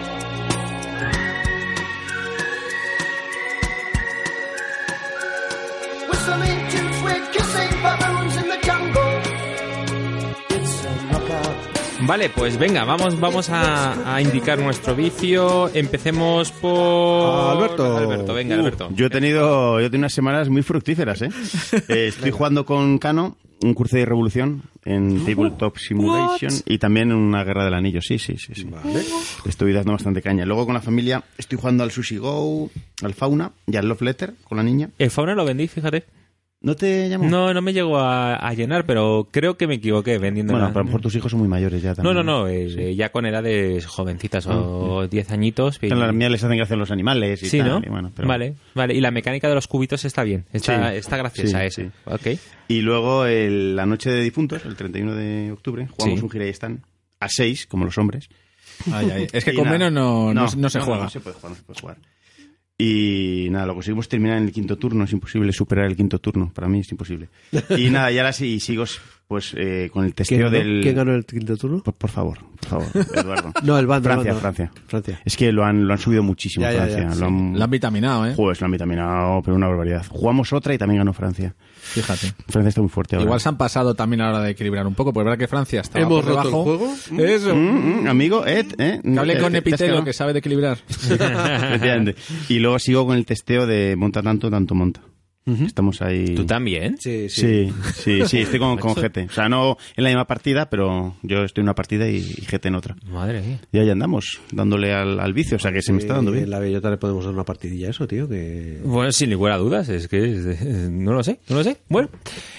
Whistling tunes, we're kissing baboons in the jungle. It's a knockout. Vale, pues venga, vamos a indicar nuestro vicio. Empecemos por... Alberto. Venga, Alberto. Yo he tenido unas semanas muy fructíferas, ¿eh? Estoy jugando con Cano, un curso de revolución en Tabletop Simulation y también una guerra del anillo. Sí. Vale. Estoy dando bastante caña. Luego con la familia estoy jugando al Sushi Go, al Fauna y al Love Letter con la niña. El fauna lo vendí, fíjate. ¿No te llamó? No me llegó a llenar, pero creo que me equivoqué vendiendo. Bueno, pero a lo mejor tus hijos son muy mayores ya también. No, ya con edades jovencitas o 10 añitos. En las mías les hacen gracia los animales y Sí, tal. ¿no? Y bueno, pero... Vale. Y la mecánica de los cubitos está bien. Está graciosa Sí, esa. sí. Ok. Y luego la noche de difuntos, el 31 de octubre, jugamos Sí. un gira y stand a 6, como los hombres. Es que Y con nada. menos no se juega. No se puede jugar. Y nada, lo conseguimos terminar en el quinto turno, es imposible superar el quinto turno, para mí es imposible. Y nada, y ahora sí sigo pues con el testeo del... ¿Quién ganó el quinto turno? Por favor, Eduardo. No, el bando. Francia. Francia. Es que lo han subido muchísimo, Ya, Francia. sí. Lo han... La han vitaminado, ¿eh? Joder, lo han vitaminado, pero una barbaridad. Jugamos otra y también ganó Francia. Fíjate. Francia está muy fuerte ahora. Igual se han pasado también a la hora de equilibrar un poco, porque es verdad que Francia estaba ¿Hemos por roto debajo. el juego? Eso. Amigo, Ed, Que hable con Epitelo, que sabe de equilibrar. Efectivamente. Y luego sigo con el testeo de monta tanto, tanto monta. Estamos ahí. ¿Tú también? Sí. Sí, estoy con GT. O sea, no en la misma partida, pero yo estoy en una partida y GT en otra. Madre mía. Y ahí andamos, dándole al vicio, o sea que se me está dando bien. En la bellota le podemos dar una partidilla a eso, tío, que... Bueno, sin ninguna duda, es que no lo sé. Bueno,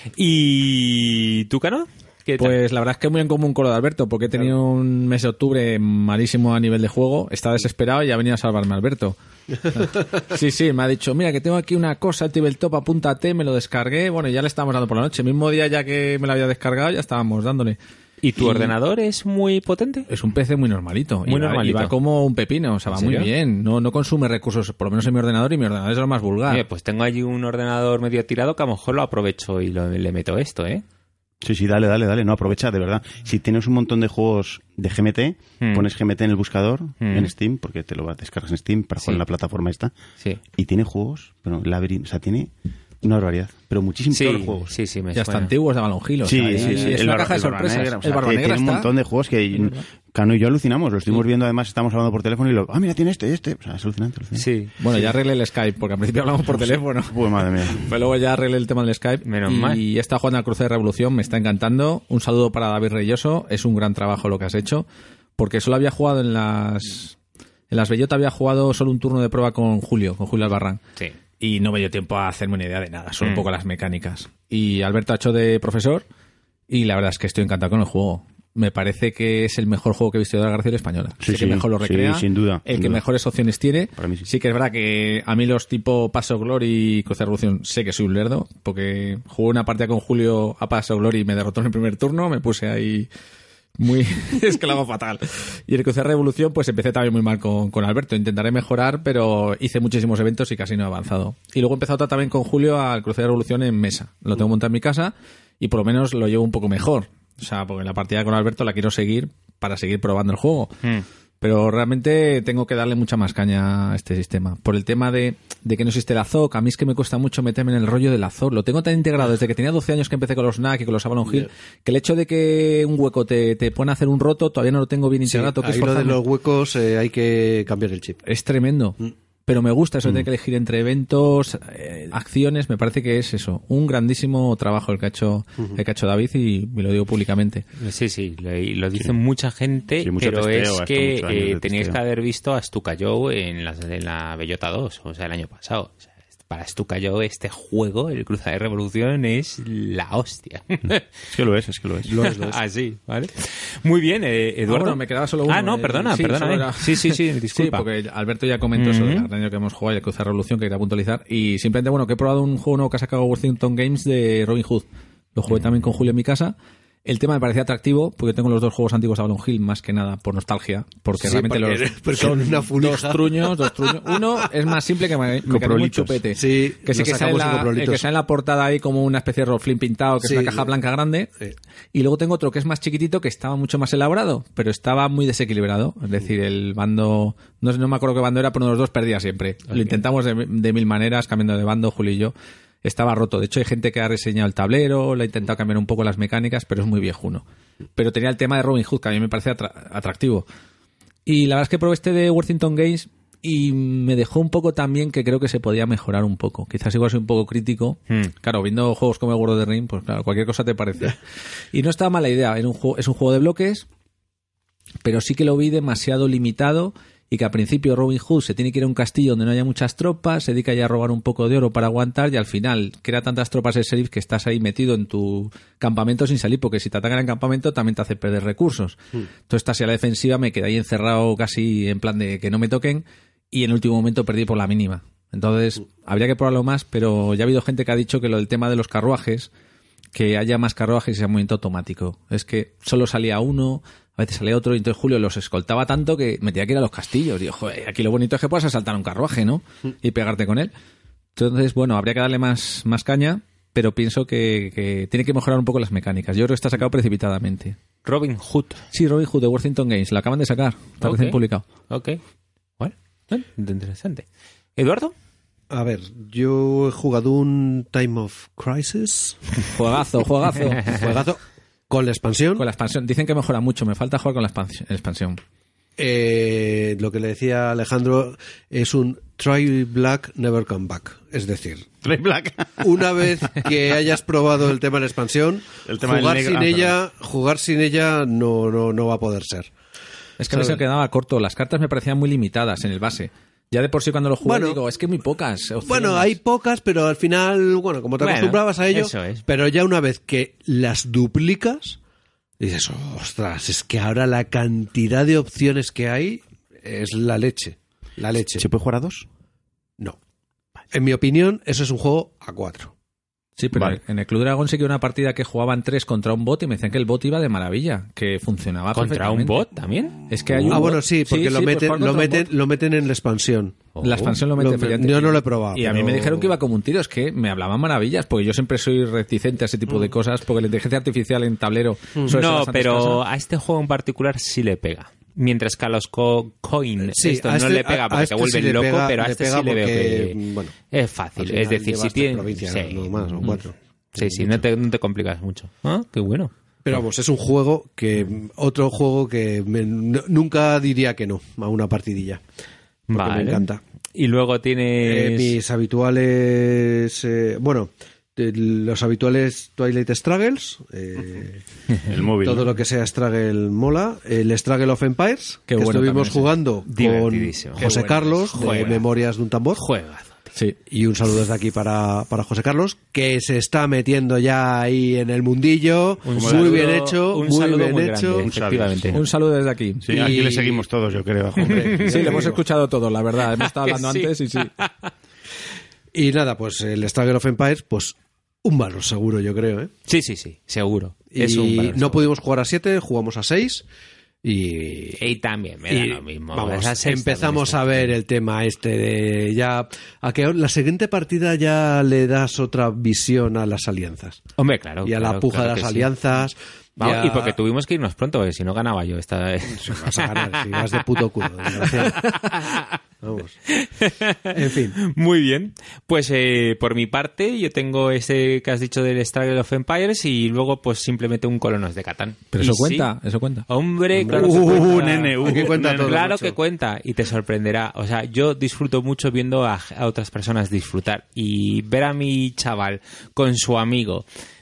¿y tú, Cano? ¿Qué tal? Pues la verdad es que muy en común con lo de Alberto, porque he tenido un mes de octubre malísimo a nivel de juego, estaba desesperado y ha venido a salvarme Alberto. Sí, me ha dicho, mira que tengo aquí una cosa, Tabletop, apúntate, me lo descargué, bueno, y ya le estábamos dando por la noche, el mismo día ya que me lo había descargado ya estábamos dándole. ¿Y tu ordenador es muy potente? Es un PC muy normalito. Muy normalito. Y va como un pepino, o sea, va muy bien. No consume recursos, por lo menos en mi ordenador, y mi ordenador es lo más vulgar. Pues tengo allí un ordenador medio tirado que a lo mejor lo aprovecho y le meto esto, ¿eh? Sí, dale, no, aprovecha, de verdad. Si tienes un montón de juegos de GMT, pones GMT en el buscador, en Steam, porque te lo descargas en Steam para jugar en la plataforma esta, y tiene juegos, pero Labyrinth, o sea, tiene una barbaridad, pero muchísimos todos los juegos. Sí, me ya hasta antiguos de Balon Hill. Sí. Es una caja de sorpresas. El Barba Negra tiene un montón de juegos que Cano y yo alucinamos, lo estuvimos viendo, además estamos hablando por teléfono y mira, tiene este, o sea, es alucinante. Sí. Bueno, ya arreglé el Skype, porque al principio hablamos por teléfono. Pues madre mía. Pero luego ya arreglé el tema del Skype. Menos mal. Y está jugando al Cruce de Revolución, me está encantando. Un saludo para David Reyoso, es un gran trabajo lo que has hecho, porque solo había jugado en las Bellota, había jugado solo un turno de prueba con Julio Albarrán. Sí. Y no me dio tiempo a hacerme una idea de nada, solo un poco las mecánicas. Y Alberto ha hecho de profesor y la verdad es que estoy encantado con el juego. Me parece que es el mejor juego que he visto de la García Española. Sí, que mejor lo recrea, sin duda. El que mejores opciones tiene. Para mí sí. Sí que es verdad que a mí los tipo Paso Glory y Cruz de Revolución sé que soy un lerdo, porque jugué una partida con Julio a Paso Glory y me derrotó en el primer turno, me puse ahí... es que lo hago fatal. Y el Cruce de Revolución, pues empecé también muy mal con Alberto. Intentaré mejorar, pero hice muchísimos eventos y casi no he avanzado. Y luego he empezado también con Julio al Cruce de Revolución en mesa. Lo tengo montado en mi casa y por lo menos lo llevo un poco mejor. O sea, porque la partida con Alberto la quiero seguir para seguir probando el juego. Pero realmente tengo que darle mucha más caña a este sistema. Por el tema de que no existe el Azog, a mí es que me cuesta mucho meterme en el rollo del Azog. Lo tengo tan integrado desde que tenía 12 años que empecé con los NAC y con los Avalon Hill, que el hecho de que un hueco te pone a hacer un roto todavía no lo tengo bien integrado. Ahí lo de los huecos hay que cambiar el chip. Es tremendo. Pero me gusta eso de tener que elegir entre eventos, acciones, me parece que es eso, un grandísimo trabajo el que ha hecho David y me lo digo públicamente. Sí, lo dice mucha gente, pero testeo, es que teníais que haber visto a Stuka Joe en la Bellota 2, o sea, el año pasado. O sea, para Stuka Joe este juego, el Cruce de Revolución, es la hostia. Es que lo es. Lo es. Así, ¿vale? Muy bien, Eduardo. Bueno, me quedaba solo uno. No, perdona. Sí, disculpa. Sí, porque Alberto ya comentó eso del año que hemos jugado y el Cruce de Revolución, que quería puntualizar. Y simplemente, bueno, que he probado un juego nuevo que ha sacado Worthington Games de Robin Hood. Lo jugué también con Julio en mi casa. El tema me parecía atractivo porque tengo los dos juegos antiguos de Avalon Hill más que nada por nostalgia, porque realmente son una dos truños. Uno es más simple que me quedó muy chupete. Sí, que sí que sale en la portada ahí como una especie de rollflin pintado, que es una caja blanca grande. Sí. Y luego tengo otro que es más chiquitito, que estaba mucho más elaborado, pero estaba muy desequilibrado. Es decir, el bando, no me acuerdo qué bando era, pero uno de los dos perdía siempre. Okay. Lo intentamos de mil maneras, cambiando de bando, Julio y yo. Estaba roto. De hecho, hay gente que ha reseñado el tablero, le ha intentado cambiar un poco las mecánicas, pero es muy viejuno. Pero tenía el tema de Robin Hood, que a mí me parece atractivo. Y la verdad es que probé este de Worthington Games y me dejó un poco también que creo que se podía mejorar un poco. Quizás igual soy un poco crítico. Claro, viendo juegos como el World of the Ring, pues claro, cualquier cosa te parece. Y no estaba mala idea. Es un juego de bloques, pero sí que lo vi demasiado limitado. Y que al principio Robin Hood se tiene que ir a un castillo donde no haya muchas tropas, se dedica ya a robar un poco de oro para aguantar y al final crea tantas tropas el sheriff que estás ahí metido en tu campamento sin salir, porque si te atacan en campamento también te hace perder recursos. Entonces estás a la defensiva, me quedé ahí encerrado casi en plan de que no me toquen y en el último momento perdí por la mínima. Entonces habría que probarlo más, pero ya ha habido gente que ha dicho que lo del tema de los carruajes, que haya más carruajes y sea movimiento automático. Es que solo salía uno, a veces salía otro, y entonces Julio los escoltaba tanto que me tenía que ir a los castillos. Digo, joder, aquí lo bonito es que puedas asaltar un carruaje, ¿no? Y pegarte con él. Entonces, bueno, habría que darle más caña, pero pienso que tiene que mejorar un poco las mecánicas. Yo creo que está sacado precipitadamente. Robin Hood. Sí, Robin Hood de Worthington Games. Lo acaban de sacar. Está recién publicado. Ok. Bueno, interesante. ¿Eduardo? A ver, yo he jugado un Time of Crisis. Juegazo. Con la expansión. Con la expansión. Dicen que mejora mucho. Me falta jugar con la expansión. lo que le decía Alejandro es un Try Black, Never Come Back. Es decir, Try Black. una vez que hayas probado el tema de la expansión, El tema del jugar negro- sin ella no va a poder ser. Es que a mí se me quedaba corto. Las cartas me parecían muy limitadas en el base. Ya de por sí cuando lo jugué Bueno, digo, es que muy pocas opciones. Bueno, hay pocas, pero al final, bueno, como te acostumbrabas a ello, eso es. pero ya una vez que las duplicas, dices, ostras, es que ahora la cantidad de opciones que hay es la leche. La leche. ¿Se puede jugar a 2? No. En mi opinión, eso es un juego a 4. Sí, pero Vale. en el Club Dragón seguí una partida que jugaban 3 contra un bot y me decían que el bot iba de maravilla, que funcionaba ¿Contra un perfectamente. bot también? Es que hay un Ah, bot. bueno, sí, porque lo pues meten, jugar lo contra un meten, bot. lo meten en la expansión. La expansión lo mete. Lo- fíjate. yo no lo he probado, Y a mí pero- me dijeron que iba como un tiro. Es que me hablaban maravillas, porque yo siempre soy reticente a ese tipo de cosas, porque la inteligencia artificial en tablero suele ser No, bastante pero escasa. a este juego en particular sí le pega. Mientras que a los coin Sí, esto a no este- le pega a porque este te vuelven sí le loco, pega- pero a le este pega sí le veo porque, que bueno, es al fácil. final Es decir, llevas si 3 tienes... provincias, sí. no más, o 4. Sí, no te complicas mucho. Ah, qué bueno. Pero vamos, es un juego otro juego que nunca diría que no a una partidilla. Porque Vale. me encanta. Y luego tienes... Mis habituales, los habituales Twilight Struggles, El móvil. todo ¿no? lo que sea Struggle mola, el Struggle of Empires, Qué que bueno estuvimos también ese. jugando con Divertidísimo. José Qué bueno. Carlos, de Juega. Memorias de un Tambor. Juegazo. Sí. Y un saludo desde aquí para José Carlos, que se está metiendo ya ahí en el mundillo. Un Muy saludo- bien hecho, un muy saludo bien muy hecho. grande, efectivamente. Un saludo desde aquí. Sí, aquí le seguimos todos, yo creo. Hombre. Sí, le hemos escuchado todo, la verdad. Hemos estado Que hablando sí. antes y sí. Y nada, pues el Struggle of Empires, pues un valor seguro, yo creo, ¿eh? Sí, seguro. Es Y un valor no seguro. pudimos jugar a 7, jugamos a 6 y también me da lo mismo. vamos, Esa sexta empezamos también a ver el tema este de ya a que la siguiente partida ya le das otra visión a las alianzas Hombre, claro. y a la claro, puja claro de que las sí. alianzas. Vamos, ya- y porque tuvimos que irnos pronto, porque si no ganaba yo esta vez. Si vas a ganar, si vas de puto culo, desgraciado. Vamos. En fin. Muy bien. Pues por mi parte, yo tengo ese que has dicho del Struggle of Empires y luego pues simplemente un Colonos de Catán. Pero Y eso sí, cuenta, eso cuenta. Hombre, claro que cuenta. nene, Aquí cuenta todo, Claro macho. que cuenta y te sorprenderá. O sea, yo disfruto mucho viendo a otras personas disfrutar y ver a mi chaval con su amigo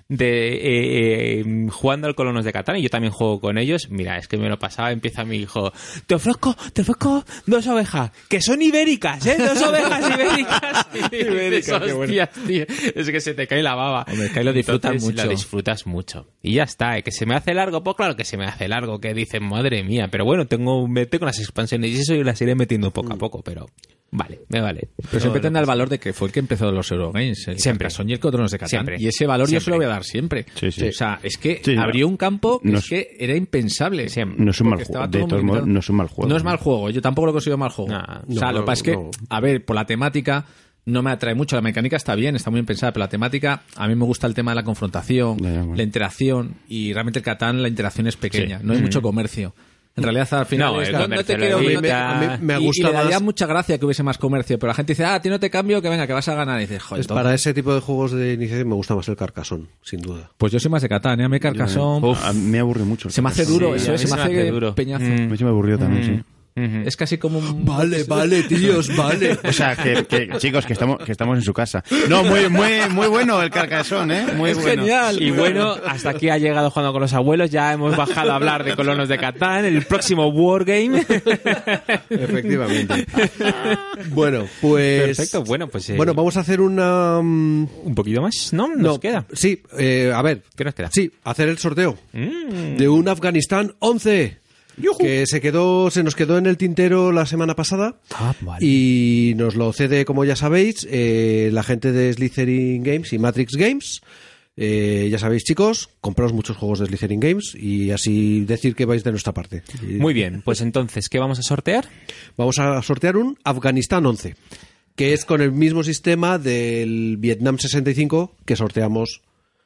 jugando al Colonos de Catán y yo también juego con ellos. Mira, es que me lo pasaba, empieza mi hijo, te ofrezco 2 ovejas que son ibéricas, 2 ovejas ibéricas. Ibéricas, qué bueno. Hostias, tío, es que se te cae la baba. Hombre, que ahí lo disfrutas Entonces, mucho. Lo disfrutas mucho. Y ya está, que se me hace largo, pues claro que se me hace largo, que dicen, madre mía, pero bueno, tengo con las expansiones y eso yo las iré metiendo poco a poco, pero vale, me vale. Pero siempre tendrá el valor de que fue el que empezó los Eurogames, el Siempre. Carcassonne y el Colonos de Catán. Siempre. Y ese valor yo se Siempre. lo voy a dar siempre. Sí, sí. O sea, es que Sí, no. abrió un campo que No es es- que era impensable. Siempre. No es un mal Porque juego. estaba De todo todos muy modos, limitado. no es un mal juego. No es mal juego, yo tampoco lo considero mal juego. No, o sea, lo que pasa es que, no. a ver, por la temática no me atrae mucho. La mecánica está bien, está muy bien pensada, pero la temática, a mí me gusta el tema de la confrontación, Ya, bueno. la interacción, y realmente el Catán la interacción es pequeña, Sí. no hay mucho comercio. En realidad, al final, No, es, el no te comercio quiero... lo no te- evita. A mí me y gusta le daría más. mucha gracia que hubiese más comercio, pero la gente dice, a ti no te cambio, que venga, que vas a ganar. Y dices, joder, Es para ese tipo de juegos de iniciación me gusta más el Carcassonne, sin duda. pues yo soy más de Catán, ¿eh? A mí Carcassonne A mí me aburre mucho. el se me hace Carcassonne. duro, Sí, eso a es, mí se me hace duro. peñazo. A mí se me aburrió también, sí. Es casi como un... Vale, tíos, vale. O sea, que chicos, que estamos en su casa. No, muy bueno el Carcassonne, ¿eh? Muy Es bueno. genial. Y bueno, hasta aquí ha llegado Jugando con los Abuelos. Ya hemos bajado a hablar de Colonos de Catán, el próximo Wargame. Efectivamente. Bueno, pues... Perfecto, bueno, pues... Bueno, vamos a hacer una... un poquito más, ¿no? Nos queda. Sí, a ver. ¿Qué nos queda? Sí, hacer el sorteo de un Afganistán 11 que se nos quedó en el tintero la semana pasada. Ah, vale. Y nos lo cede, como ya sabéis, la gente de Slytherin Games y Matrix Games. Ya sabéis, chicos, compraos muchos juegos de Slytherin Games y así decir que vais de nuestra parte. Muy bien, pues entonces, ¿qué vamos a sortear? Vamos a sortear un Afganistán 11, que es con el mismo sistema del Vietnam 65 que sorteamos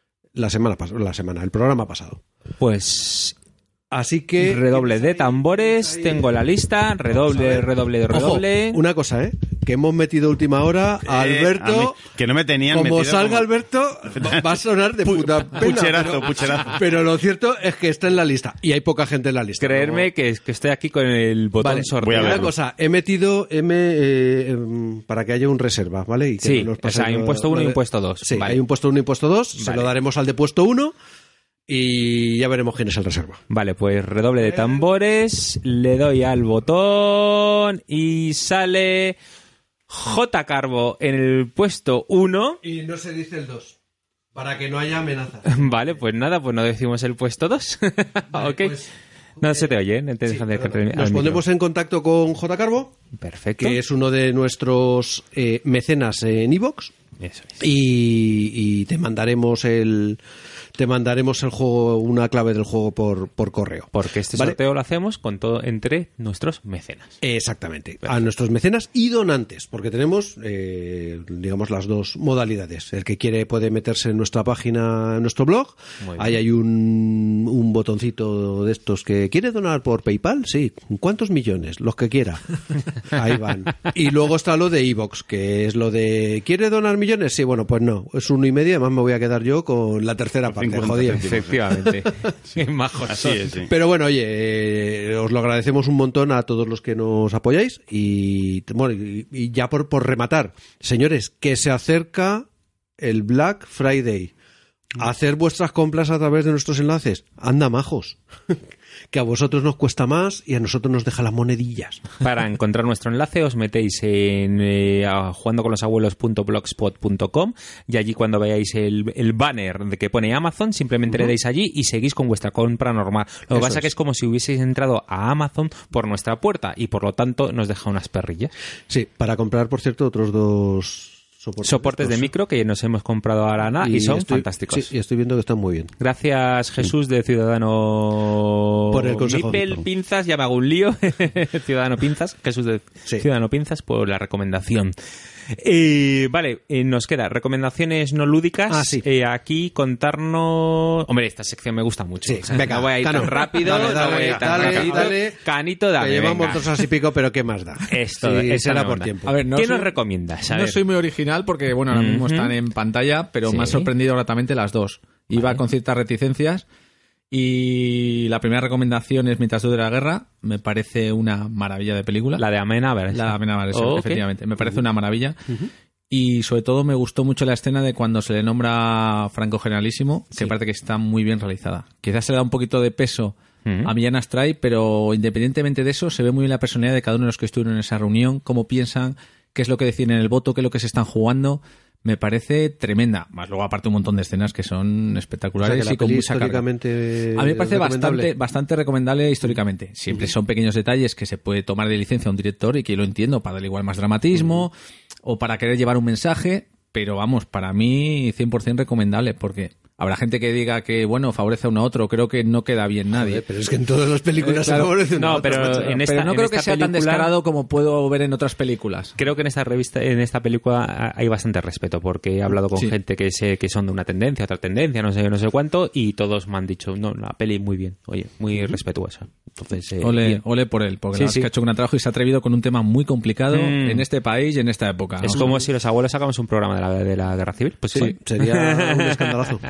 el programa pasado. Pues Así que... redoble de tambores, tengo la lista, redoble. Ojo, una cosa, que hemos metido a última hora a Alberto. Que no me tenían como metido salga como... Alberto, va a sonar de puta pena. Pucherazo. Pero lo cierto es que está en la lista. Y hay poca gente en la lista. Creerme que estoy aquí con el botón Vale, sorteo. voy a una verlo. cosa, he metido para que haya un reserva, ¿vale? Y que Sí, no nos o pase sea, hay un lo- puesto 1 lo y de- un puesto 2. Sí, Vale. hay un puesto 1 y un puesto 2. Se Vale. lo daremos al de puesto 1 y ya veremos quién es el reserva. Vale, pues redoble de tambores, le doy al botón y sale J. Carbo en el puesto 1. Y no se dice el 2, para que no haya amenaza. Vale, pues nada, pues no decimos el puesto 2. Vale, Ok. pues, No se te oye, ¿eh? Te sí, dejan de- perdón. al Nos micro. ponemos en contacto con J. Carbo, Perfecto. que es uno de nuestros mecenas en iVoox, Eso es. y te mandaremos el juego, una clave del juego por correo. Porque este ¿Vale? sorteo lo hacemos con todo entre nuestros mecenas. Exactamente, a nuestros mecenas y donantes, porque tenemos, digamos, las dos modalidades. El que quiere puede meterse en nuestra página, en nuestro blog. Muy bien. Ahí hay un botoncito de estos que quiere donar por PayPal. Sí, ¿cuántos millones? Los que quiera. Ahí van. Y luego está lo de iVoox, que es lo de ¿quiere donar millones? Sí, bueno, pues no, es 1,5, además me voy a quedar yo con la tercera parte, 50 jodido. Efectivamente. Qué majos Así son. es, sí. Pero bueno, oye, os lo agradecemos un montón a todos los que nos apoyáis y bueno, y ya por rematar, señores, que se acerca el Black Friday. Hacer vuestras compras a través de nuestros enlaces. Anda, majos. Que a vosotros nos cuesta más y a nosotros nos deja las monedillas. Para encontrar nuestro enlace os metéis en jugandoconlosabuelos.blogspot.com y allí cuando veáis el banner de que pone Amazon, simplemente le dais allí y seguís con vuestra compra normal. Lo que Eso pasa es. que es como si hubieseis entrado a Amazon por nuestra puerta y por lo tanto nos deja unas perrillas. Sí, para comprar, por cierto, otros dos Soportes de estos. micro que nos hemos comprado ahora nada y son fantásticos. Sí, y estoy viendo que están muy bien. Gracias, Jesús, de Ciudadano Por el consejo, Mipel Víctor. Pinzas, ya me hago un lío. Ciudadano Pinzas, Jesús de Sí. Ciudadano Pinzas, por la recomendación. Vale, nos queda recomendaciones no lúdicas. Ah, sí. Aquí contarnos... Hombre, esta sección me gusta mucho. Sí, O sea, venga, no voy a ir Cano. tan rápido. Dale, no voy a ir tan dale, rápido. dale. Canito, dame, Que llevamos venga. 2 horas y pico, pero ¿qué más da? Esto, Sí, esa será me por onda. tiempo. A ver, no ¿Qué soy- nos recomiendas? A No ver. soy muy original porque, bueno, ahora mismo Ujú. están en pantalla, pero me ha Sí. sorprendido gratamente las dos. Iba Vale. con ciertas reticencias y la primera recomendación es Mientras dure la guerra. Me parece una maravilla de película. La de Amenábar. La Amenábar, Oh, ok. efectivamente. Me parece una maravilla. Y sobre todo me gustó mucho la escena de cuando se le nombra Franco Generalísimo, que parece que está muy bien realizada. Quizás se le da un poquito de peso a Millán Astray, pero independientemente de eso, se ve muy bien la personalidad de cada uno de los que estuvieron en esa reunión, cómo piensan, qué es lo que deciden en el voto, qué es lo que se están jugando. Me parece tremenda. Más luego, aparte, un montón de escenas que son O espectaculares sea, que la y con peli mucha carga. históricamente A mí me parece recomendable. bastante recomendable históricamente. Siempre son pequeños detalles que se puede tomar de licencia a un director y que lo entiendo para darle igual más dramatismo o para querer llevar un mensaje, pero vamos, para mí 100% recomendable porque habrá gente que diga que, bueno, favorece a uno a otro. Creo que no queda bien nadie. Joder, pero es que en todas las películas se Claro. favorece uno a No, otro, pero macho. en esta, Pero no en creo esta que sea tan película- descarado como puedo ver en otras películas. Creo que en esta película hay bastante respeto porque he hablado con Sí. gente que sé que son de una tendencia, otra tendencia, no sé cuánto, y todos me han dicho, no, la peli muy bien, oye, muy respetuosa. Entonces, bien. Ole por él, porque Sí, la verdad es sí. que ha hecho un gran trabajo y se ha atrevido con un tema muy complicado en este país y en esta época. Es ¿no? como si los abuelos sacamos un programa de la Guerra Civil. Pues sí. Sería un escandalazo.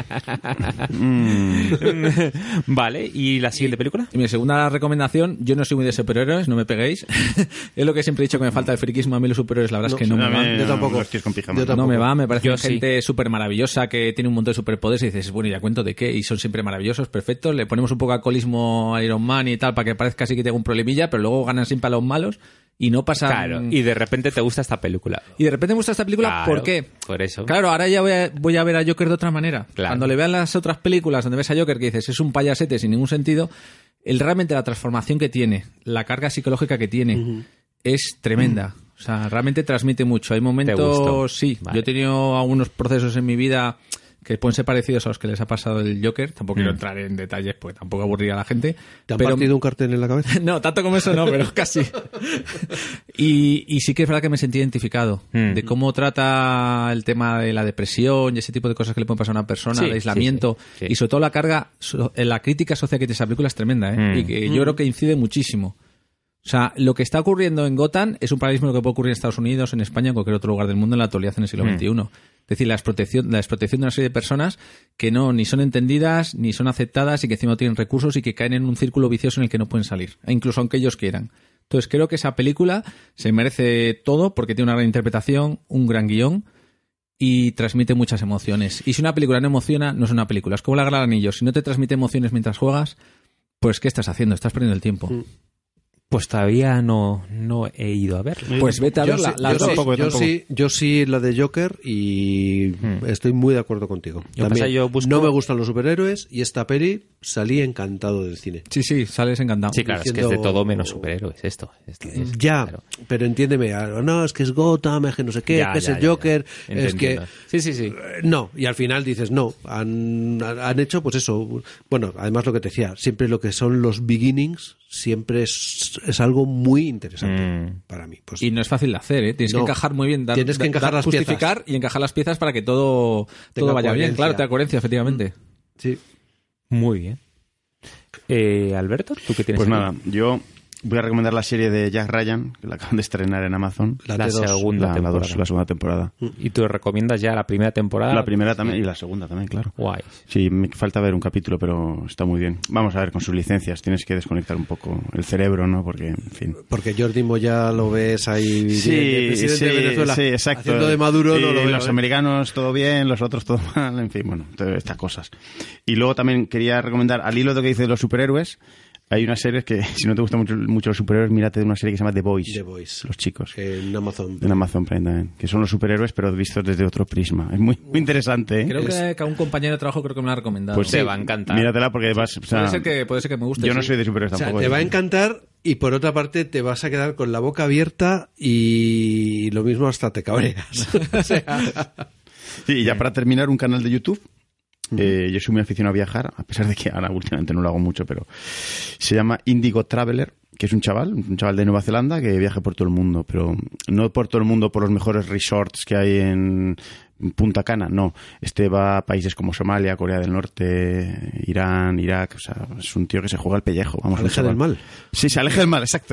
Vale, ¿y la siguiente película? Y mi segunda recomendación, yo no soy muy de superhéroes, no me peguéis. Es lo que siempre he dicho que me falta el friquismo. A mí los superhéroes la verdad es que no me van. yo tampoco. Los tíos con pijama. Yo tampoco. No me va, me parece Yo sí. gente súper maravillosa que tiene un montón de superpoderes y dices, bueno, ¿ya cuento de qué? Y son siempre maravillosos, perfectos. Le ponemos un poco de alcoholismo a Iron Man y tal para que parezca así que tenga un problemilla, pero luego ganan siempre a los malos y no pasa... Claro, y de repente te gusta esta película. Y de repente me gusta esta película, Claro, ¿por qué? por eso. Claro, ahora ya voy a ver a Joker de otra manera. Claro. Cuando le vean las otras películas donde ves a Joker que dices, es un payasete sin ningún sentido, realmente la transformación que tiene, la carga psicológica que tiene, es tremenda. O sea, realmente transmite mucho. Hay gustó? momentos, sí. Vale. Yo he tenido algunos procesos en mi vida que pueden ser parecidos a los que les ha pasado el Joker. Tampoco quiero entrar en detalles porque tampoco aburriría a la gente. ¿Te han pero- partido un cartel en la cabeza? no, tanto como eso no, pero casi. Y sí que es verdad que me sentí identificado de cómo trata el tema de la depresión y ese tipo de cosas que le pueden pasar a una persona, Sí, el aislamiento sí, sí. y sobre todo la carga, la crítica social que tiene esa película es tremenda, ¿eh? Y que yo creo que incide muchísimo. O sea, lo que está ocurriendo en Gotham es un paralelismo de lo que puede ocurrir en Estados Unidos, en España, en cualquier otro lugar del mundo en la actualidad en el siglo XXI. Es decir, la desprotección de una serie de personas que no ni son entendidas, ni son aceptadas y que encima no tienen recursos y que caen en un círculo vicioso en el que no pueden salir, e incluso aunque ellos quieran. Entonces creo que esa película se merece todo porque tiene una gran interpretación, un gran guión y transmite muchas emociones. Y si una película no emociona, no es una película. Es como la Guerra del Anillo. Si no te transmite emociones mientras juegas, pues ¿qué estás haciendo? Estás perdiendo el tiempo. Pues todavía no he ido a verla. Pues vete a verla. Yo sí la de Joker y estoy muy de acuerdo contigo. No me gustan los superhéroes y esta peli salí encantado del cine. Sí, sales encantado. Sí, claro, Diciendo... es que es de todo menos superhéroes esto es, ya, claro. Pero entiéndeme, no, es que es Gotham, es que no sé qué, es el Joker, es que... Sí. No, y al final dices, no, han hecho pues eso. Bueno, además lo que te decía, siempre lo que son los beginnings siempre es algo muy interesante para mí. Pues, y no es fácil de hacer, ¿eh? Tienes que encajar muy bien. Tienes que encajar las justificar piezas. Y encajar las piezas para que todo vaya bien. Claro, tenga coherencia, efectivamente. Sí. Muy bien. Alberto, ¿tú qué tienes? Pues nada, yo voy a recomendar la serie de Jack Ryan, que la acaban de estrenar en Amazon. La segunda temporada. ¿Y tú recomiendas ya la primera temporada? La primera también y la segunda también, claro. Guay. Sí, me falta ver un capítulo, pero está muy bien. Vamos a ver, con sus licencias tienes que desconectar un poco el cerebro, ¿no? Porque, en fin... Porque Jordi Moya lo ves ahí... presidente de Venezuela, sí, exacto. haciendo de Maduro, no lo veo. Los americanos todo bien, los otros todo mal, en fin, bueno, todas estas cosas. Y luego también quería recomendar, al hilo de lo que dice de los superhéroes, hay una serie que, si no te gustan mucho los superhéroes, mírate de una serie que se llama The Boys. The Boys. Los chicos. En Amazon. En Amazon Prime también. Que son los superhéroes, pero vistos desde otro prisma. Es muy interesante, ¿eh? Creo que a un compañero de trabajo creo que me lo ha recomendado. Pues te va a encantar. Míratela porque vas... O sea, puede ser que me guste. Yo no soy de superhéroes tampoco. Te va a encantar y por otra parte te vas a quedar con la boca abierta y lo mismo hasta te cabreas. O sea... Sí, y ya para terminar, un canal de YouTube. Yo soy muy aficionado a viajar, a pesar de que ahora últimamente no lo hago mucho, pero se llama Indigo Traveler, que es un chaval de Nueva Zelanda que viaja por todo el mundo, pero no por todo el mundo por los mejores resorts que hay en Punta Cana, no. Va a países como Somalia, Corea del Norte, Irán, Irak, o sea, es un tío que se juega el pellejo. Vamos, aleja del mal. Sí, se aleja del mal, exacto.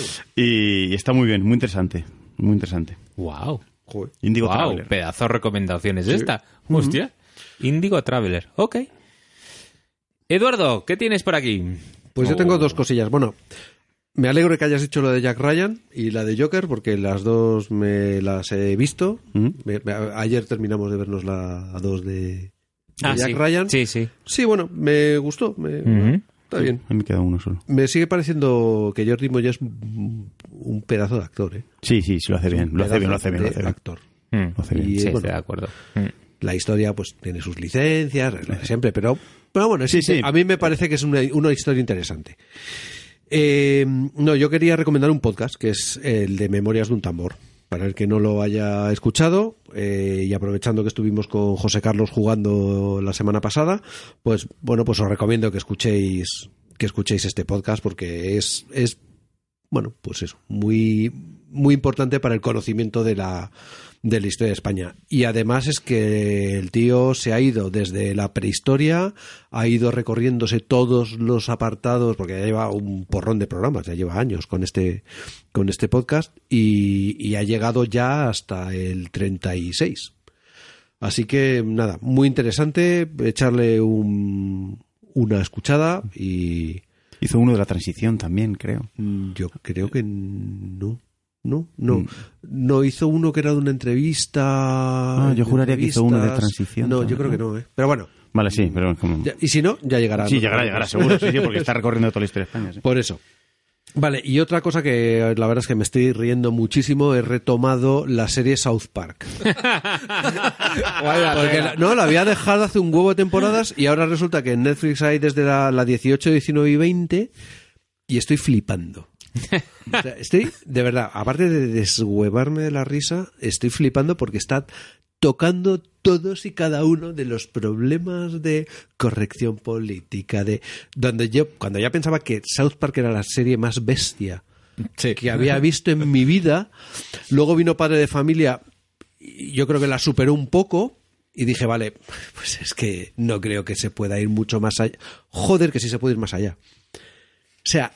Y está muy bien, muy interesante. Wow. Indigo Traveler. Pedazo de recomendaciones esta. Hostia. Indigo Traveler. Ok. Eduardo, ¿qué tienes por aquí? Pues yo tengo dos cosillas. Bueno, me alegro de que hayas dicho lo de Jack Ryan y la de Joker, porque las dos me las he visto. Ayer terminamos de vernos la 2 de Jack Ryan. Sí. Sí, bueno, me gustó. Está bien. A mí me queda uno solo. Me sigue pareciendo que Jordi Moya es un pedazo de actor, ¿eh? Sí, lo hace bien. Lo hace bien. Actor. Lo hace bien. Y, Sí, bueno, estoy de acuerdo. La historia pues tiene sus licencias, siempre, pero bueno, sí. A mí me parece que es una historia interesante. Yo quería recomendar un podcast que es el de Memorias de un tambor. Para el que no lo haya escuchado, y aprovechando que estuvimos con José Carlos jugando la semana pasada, pues bueno, pues os recomiendo que escuchéis este podcast porque es bueno, pues eso, muy muy importante para el conocimiento de la historia de España. Y además es que el tío se ha ido desde la prehistoria, ha ido recorriéndose todos los apartados, porque ya lleva un porrón de programas, ya lleva años con este podcast, y ha llegado ya hasta el 36. Así que nada, muy interesante, echarle una escuchada. Y hizo uno de la transición también, creo. Yo creo que no. No hizo uno que era de una entrevista. Yo juraría que hizo uno de transición. No, yo creo que no, Pero bueno. Vale, sí, pero como... Y si no, ya llegará. Sí, llegará, seguro, sí, porque está recorriendo toda la historia de España. Sí. Por eso. Vale, y otra cosa que la verdad es que me estoy riendo muchísimo, he retomado la serie South Park. Porque la había dejado hace un huevo de temporadas y ahora resulta que en Netflix hay desde la 18, 19 y 20 y estoy flipando. O sea, estoy, de verdad, aparte de deshuevarme de la risa, estoy flipando porque está tocando todos y cada uno de los problemas de corrección política, donde yo, cuando ya pensaba que South Park era la serie más bestia que había visto en mi vida, luego vino Padre de Familia y yo creo que la superó un poco y dije, vale, pues es que no creo que se pueda ir mucho más allá. Joder, que sí se puede ir más allá. O sea,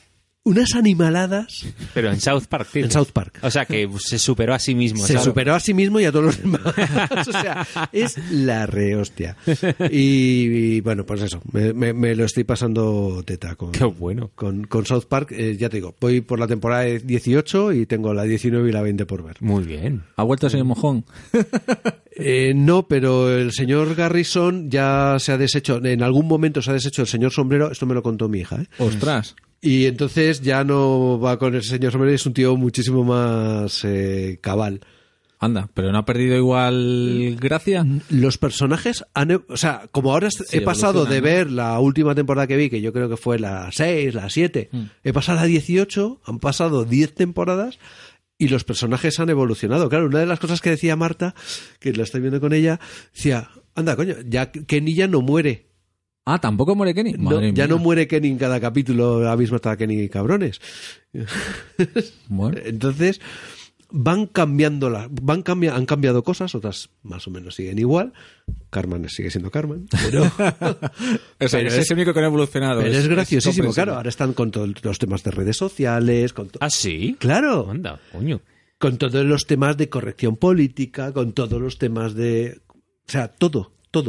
unas animaladas Pero en South Park, tío. en South Park. O sea, que se superó a sí mismo. Se ¿sabes? superó a sí mismo y a todos los demás. O sea, es la rehostia. Y bueno, pues eso, me lo estoy pasando teta con, Qué bueno. con South Park. Ya te digo, voy por la temporada 18 y tengo la 19 y la 20 por ver. Muy bien. ¿Ha vuelto el señor Mojón? No, pero el señor Garrison ya se ha deshecho, en algún momento se ha deshecho el señor Sombrero, esto me lo contó mi hija, ¿eh? ¡Ostras! Y entonces ya no va con el señor Sombrero, es un tío muchísimo más cabal. Anda, pero no ha perdido igual gracia. Los personajes o sea, como ahora he pasado de ver la última temporada que vi, que yo creo que fue la 6, la 7, he pasado a la 18, han pasado 10 temporadas y los personajes han evolucionado. Claro, una de las cosas que decía Marta, que la estoy viendo con ella, decía, anda, coño, ya Kenny ya no muere. Ah, ¿tampoco muere Kenny? No, Madre ya mía. no muere Kenny en cada capítulo, habéis matado a Kenny, cabrones. Bueno. Entonces, han cambiado cosas, otras más o menos siguen igual. Carmen sigue siendo Carmen, pero, O sea, es el único que no ha evolucionado. pero es graciosísimo. comprensible. Claro, ahora están con todos los temas de redes sociales, con ¿Ah, sí? claro, Anda, coño. con todos los temas de corrección política, con todos los temas de, o sea, todo.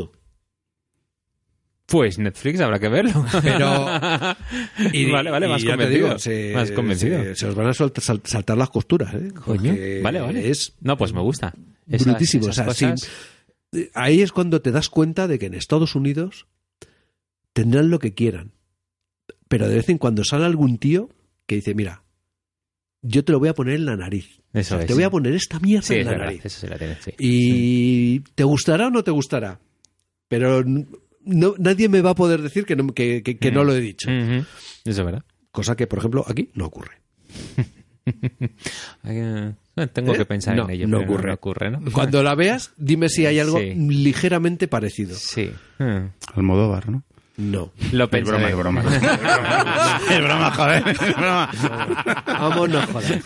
Pues Netflix habrá que verlo. Pero vale, más y ya te convencido. digo, Más convencido. se os van a saltar las costuras, ¿eh? Coño, Porque vale. es No, pues me gusta. brutísimo. Esas O sea, cosas- ahí es cuando te das cuenta de que en Estados Unidos tendrán lo que quieran, pero de vez en cuando sale algún tío que dice, mira, yo te lo voy a poner en la nariz. Eso O sea, es. te voy a poner esta mierda Sí, en es la verdad. nariz. Eso sí la tienes, sí. Y te gustará o no te gustará, pero nadie me va a poder decir que no lo he dicho. Ujú. Eso es verdad. Cosa que, por ejemplo, aquí no ocurre. Tengo ¿Eh? que pensar No, en ello. no pero ocurre. No ocurre, ¿no? Cuando la veas, dime si hay algo Sí. ligeramente parecido. Sí. Almodóvar, ¿no? No. Lo Es pensaré. broma. Es broma, joder. Es broma. Vamos, no jodas.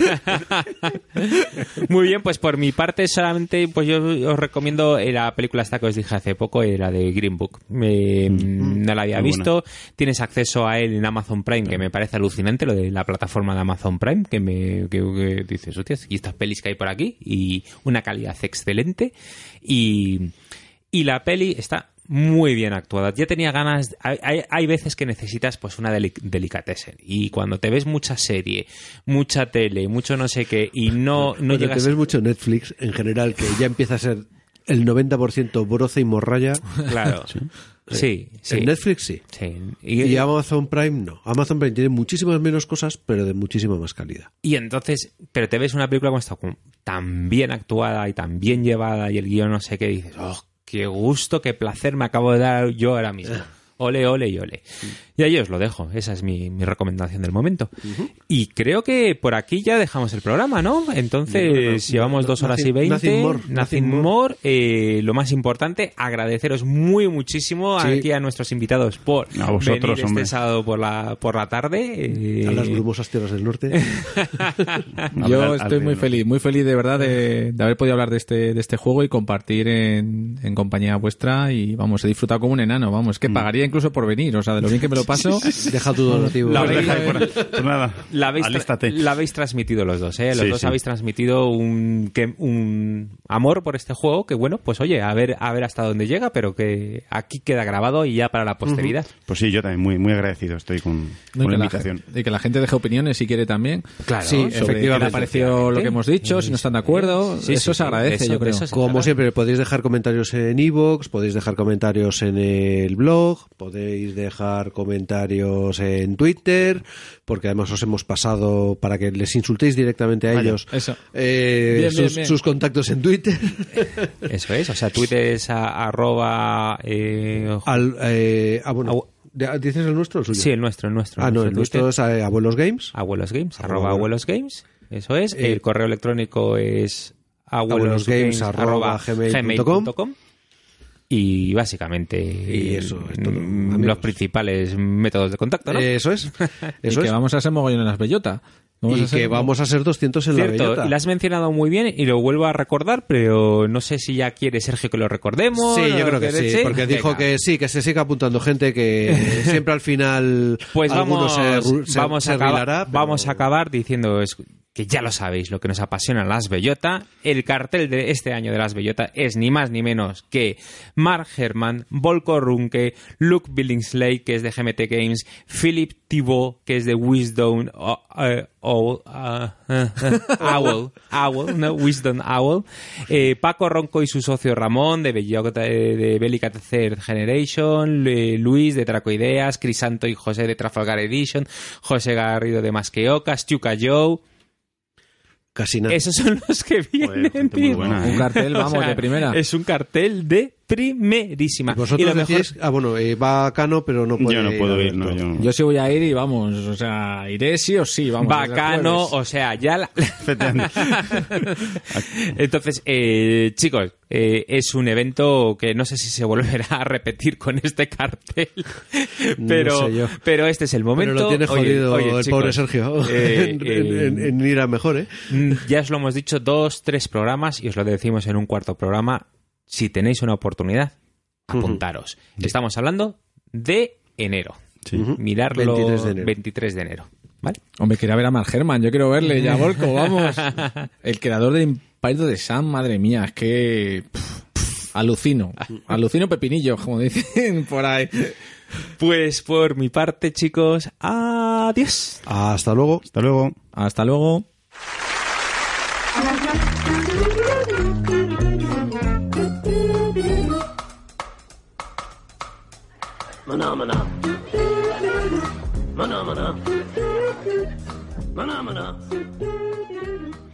Muy bien, pues por mi parte solamente pues yo os recomiendo la película esta que os dije hace poco, la de Green Book. No la había Muy visto. Tienes acceso a él en Amazon Prime, que me parece alucinante lo de la plataforma de Amazon Prime, que dices, hostias, y estas pelis que hay por aquí, y una calidad excelente. Y la peli está muy bien actuada. Ya tenía ganas. Hay veces que necesitas pues una delicatessen. Y cuando te ves mucha serie, mucha tele, mucho no sé qué, y no Cuando llegas. te ves mucho Netflix, en general, que ya empieza a ser el 90% broza y morralla. Claro. Sí. En Netflix sí. Sí. Y Amazon Prime no. Amazon Prime tiene muchísimas menos cosas, pero de muchísima más calidad. Y entonces, pero te ves una película como esta, tan bien actuada y tan bien llevada, y el guión no sé qué, y dices, oh, qué gusto, qué placer me acabo de dar yo ahora mismo. Ole, ole y ole. Y ahí os lo dejo. Esa es mi recomendación del momento. Y creo que por aquí ya dejamos el programa, ¿no? Entonces, llevamos 2 horas y 20. Nothing more. Lo más importante, agradeceros muchísimo aquí a nuestros invitados por A vosotros, venir hombre. este sábado por la tarde. A las brumosas tierras del norte. Yo estoy muy feliz de verdad de haber podido hablar de este juego y compartir en compañía vuestra, y vamos, he disfrutado como un enano, vamos, que pagaría incluso por venir, o sea, de lo bien que me lo paso. Deja tu donativo. La Pues nada, La alístate. habéis transmitido los dos, ¿eh? Los Sí, dos sí. habéis transmitido un amor por este juego que, bueno, pues oye, a ver hasta dónde llega, pero que aquí queda grabado y ya para la posteridad. Pues sí, yo también muy agradecido estoy con la invitación. Y que la gente deje opiniones si quiere también. Claro, sí, efectivamente. sobre qué le ha parecido lo que hemos dicho, si no están de acuerdo. Sí, eso sí, se agradece, eso- yo creo. eso se Como agradece. siempre, podéis dejar comentarios en iVoox, podéis dejar comentarios en el blog, podéis dejar comentarios en Twitter, porque además os hemos pasado para que les insultéis directamente a Vaya, ellos eso. Bien, bien. sus contactos en Twitter. Eso es, o sea, Twitter es @. Bueno, ¿dices el nuestro o el suyo? Sí, el nuestro. Ah, no, el Twitter. nuestro es Abuelos Games. Abuelos Games, Arroba- @Abuelos Games. Eso es. El correo electrónico es abuelosgames@gmail.com. Y básicamente Y eso es todo, los amigos. principales métodos de contacto, ¿no? Eso es. Y Eso que es. vamos a ser mogollón en las bellota. Vamos a ser 200 en la Cierto, bellota. y lo has mencionado muy bien y lo vuelvo a recordar, pero no sé si ya quiere Sergio que lo recordemos. Sí, yo ¿no creo que quiere? sí, porque dijo Venga. que sí, que se siga apuntando gente, que siempre al final Pues alguno vamos rilará, a acabar diciendo que ya lo sabéis, lo que nos apasiona las Bellota. El cartel de este año de las Bellota es ni más ni menos que Mark Herman, Volko Runke, Luke Billingsley, que es de GMT Games, Philip Thibault, que es de Wisdom Wisdom Owl, Paco Ronco y su socio Ramón de Bellota, de Bellica Third Generation, Luis de Tracoideas, Crisanto y José de Trafalgar Edition, José Garrido de Masqueoca, Stuka Joe. Casi nada. Esos son los que vienen. gente muy buena, Un cartel, vamos, de primera. Es un cartel de primerísima. Y vosotros lo mejor decís, va Cano, pero no puede Yo no puedo ir, Alberto. no. Yo sí voy a ir y vamos, o sea, iré sí o sí, vamos. bacano, desde el o sea, ya Entonces, chicos, es un evento que no sé si se volverá a repetir con este cartel, pero, No sé yo. pero este es el momento. Pero lo tiene jodido Oye, el chicos, pobre Sergio en ir a mejor, ¿eh? Ya os lo hemos dicho 2-3 programas y os lo decimos en un cuarto programa. Si tenéis una oportunidad, apuntaros. Estamos hablando de enero. Sí. Mirarlo 23 de enero. 23 de enero. ¿Vale? Hombre, quería ver a Mark Herman, yo quiero verle, ya Volko, vamos. El creador de Empire of the Sun, madre mía, es que... alucino pepinillos, como dicen por ahí. Pues por mi parte, chicos, adiós. Hasta luego. Hasta luego. Hasta luego. Mana mana. Mana mana. Mana mana.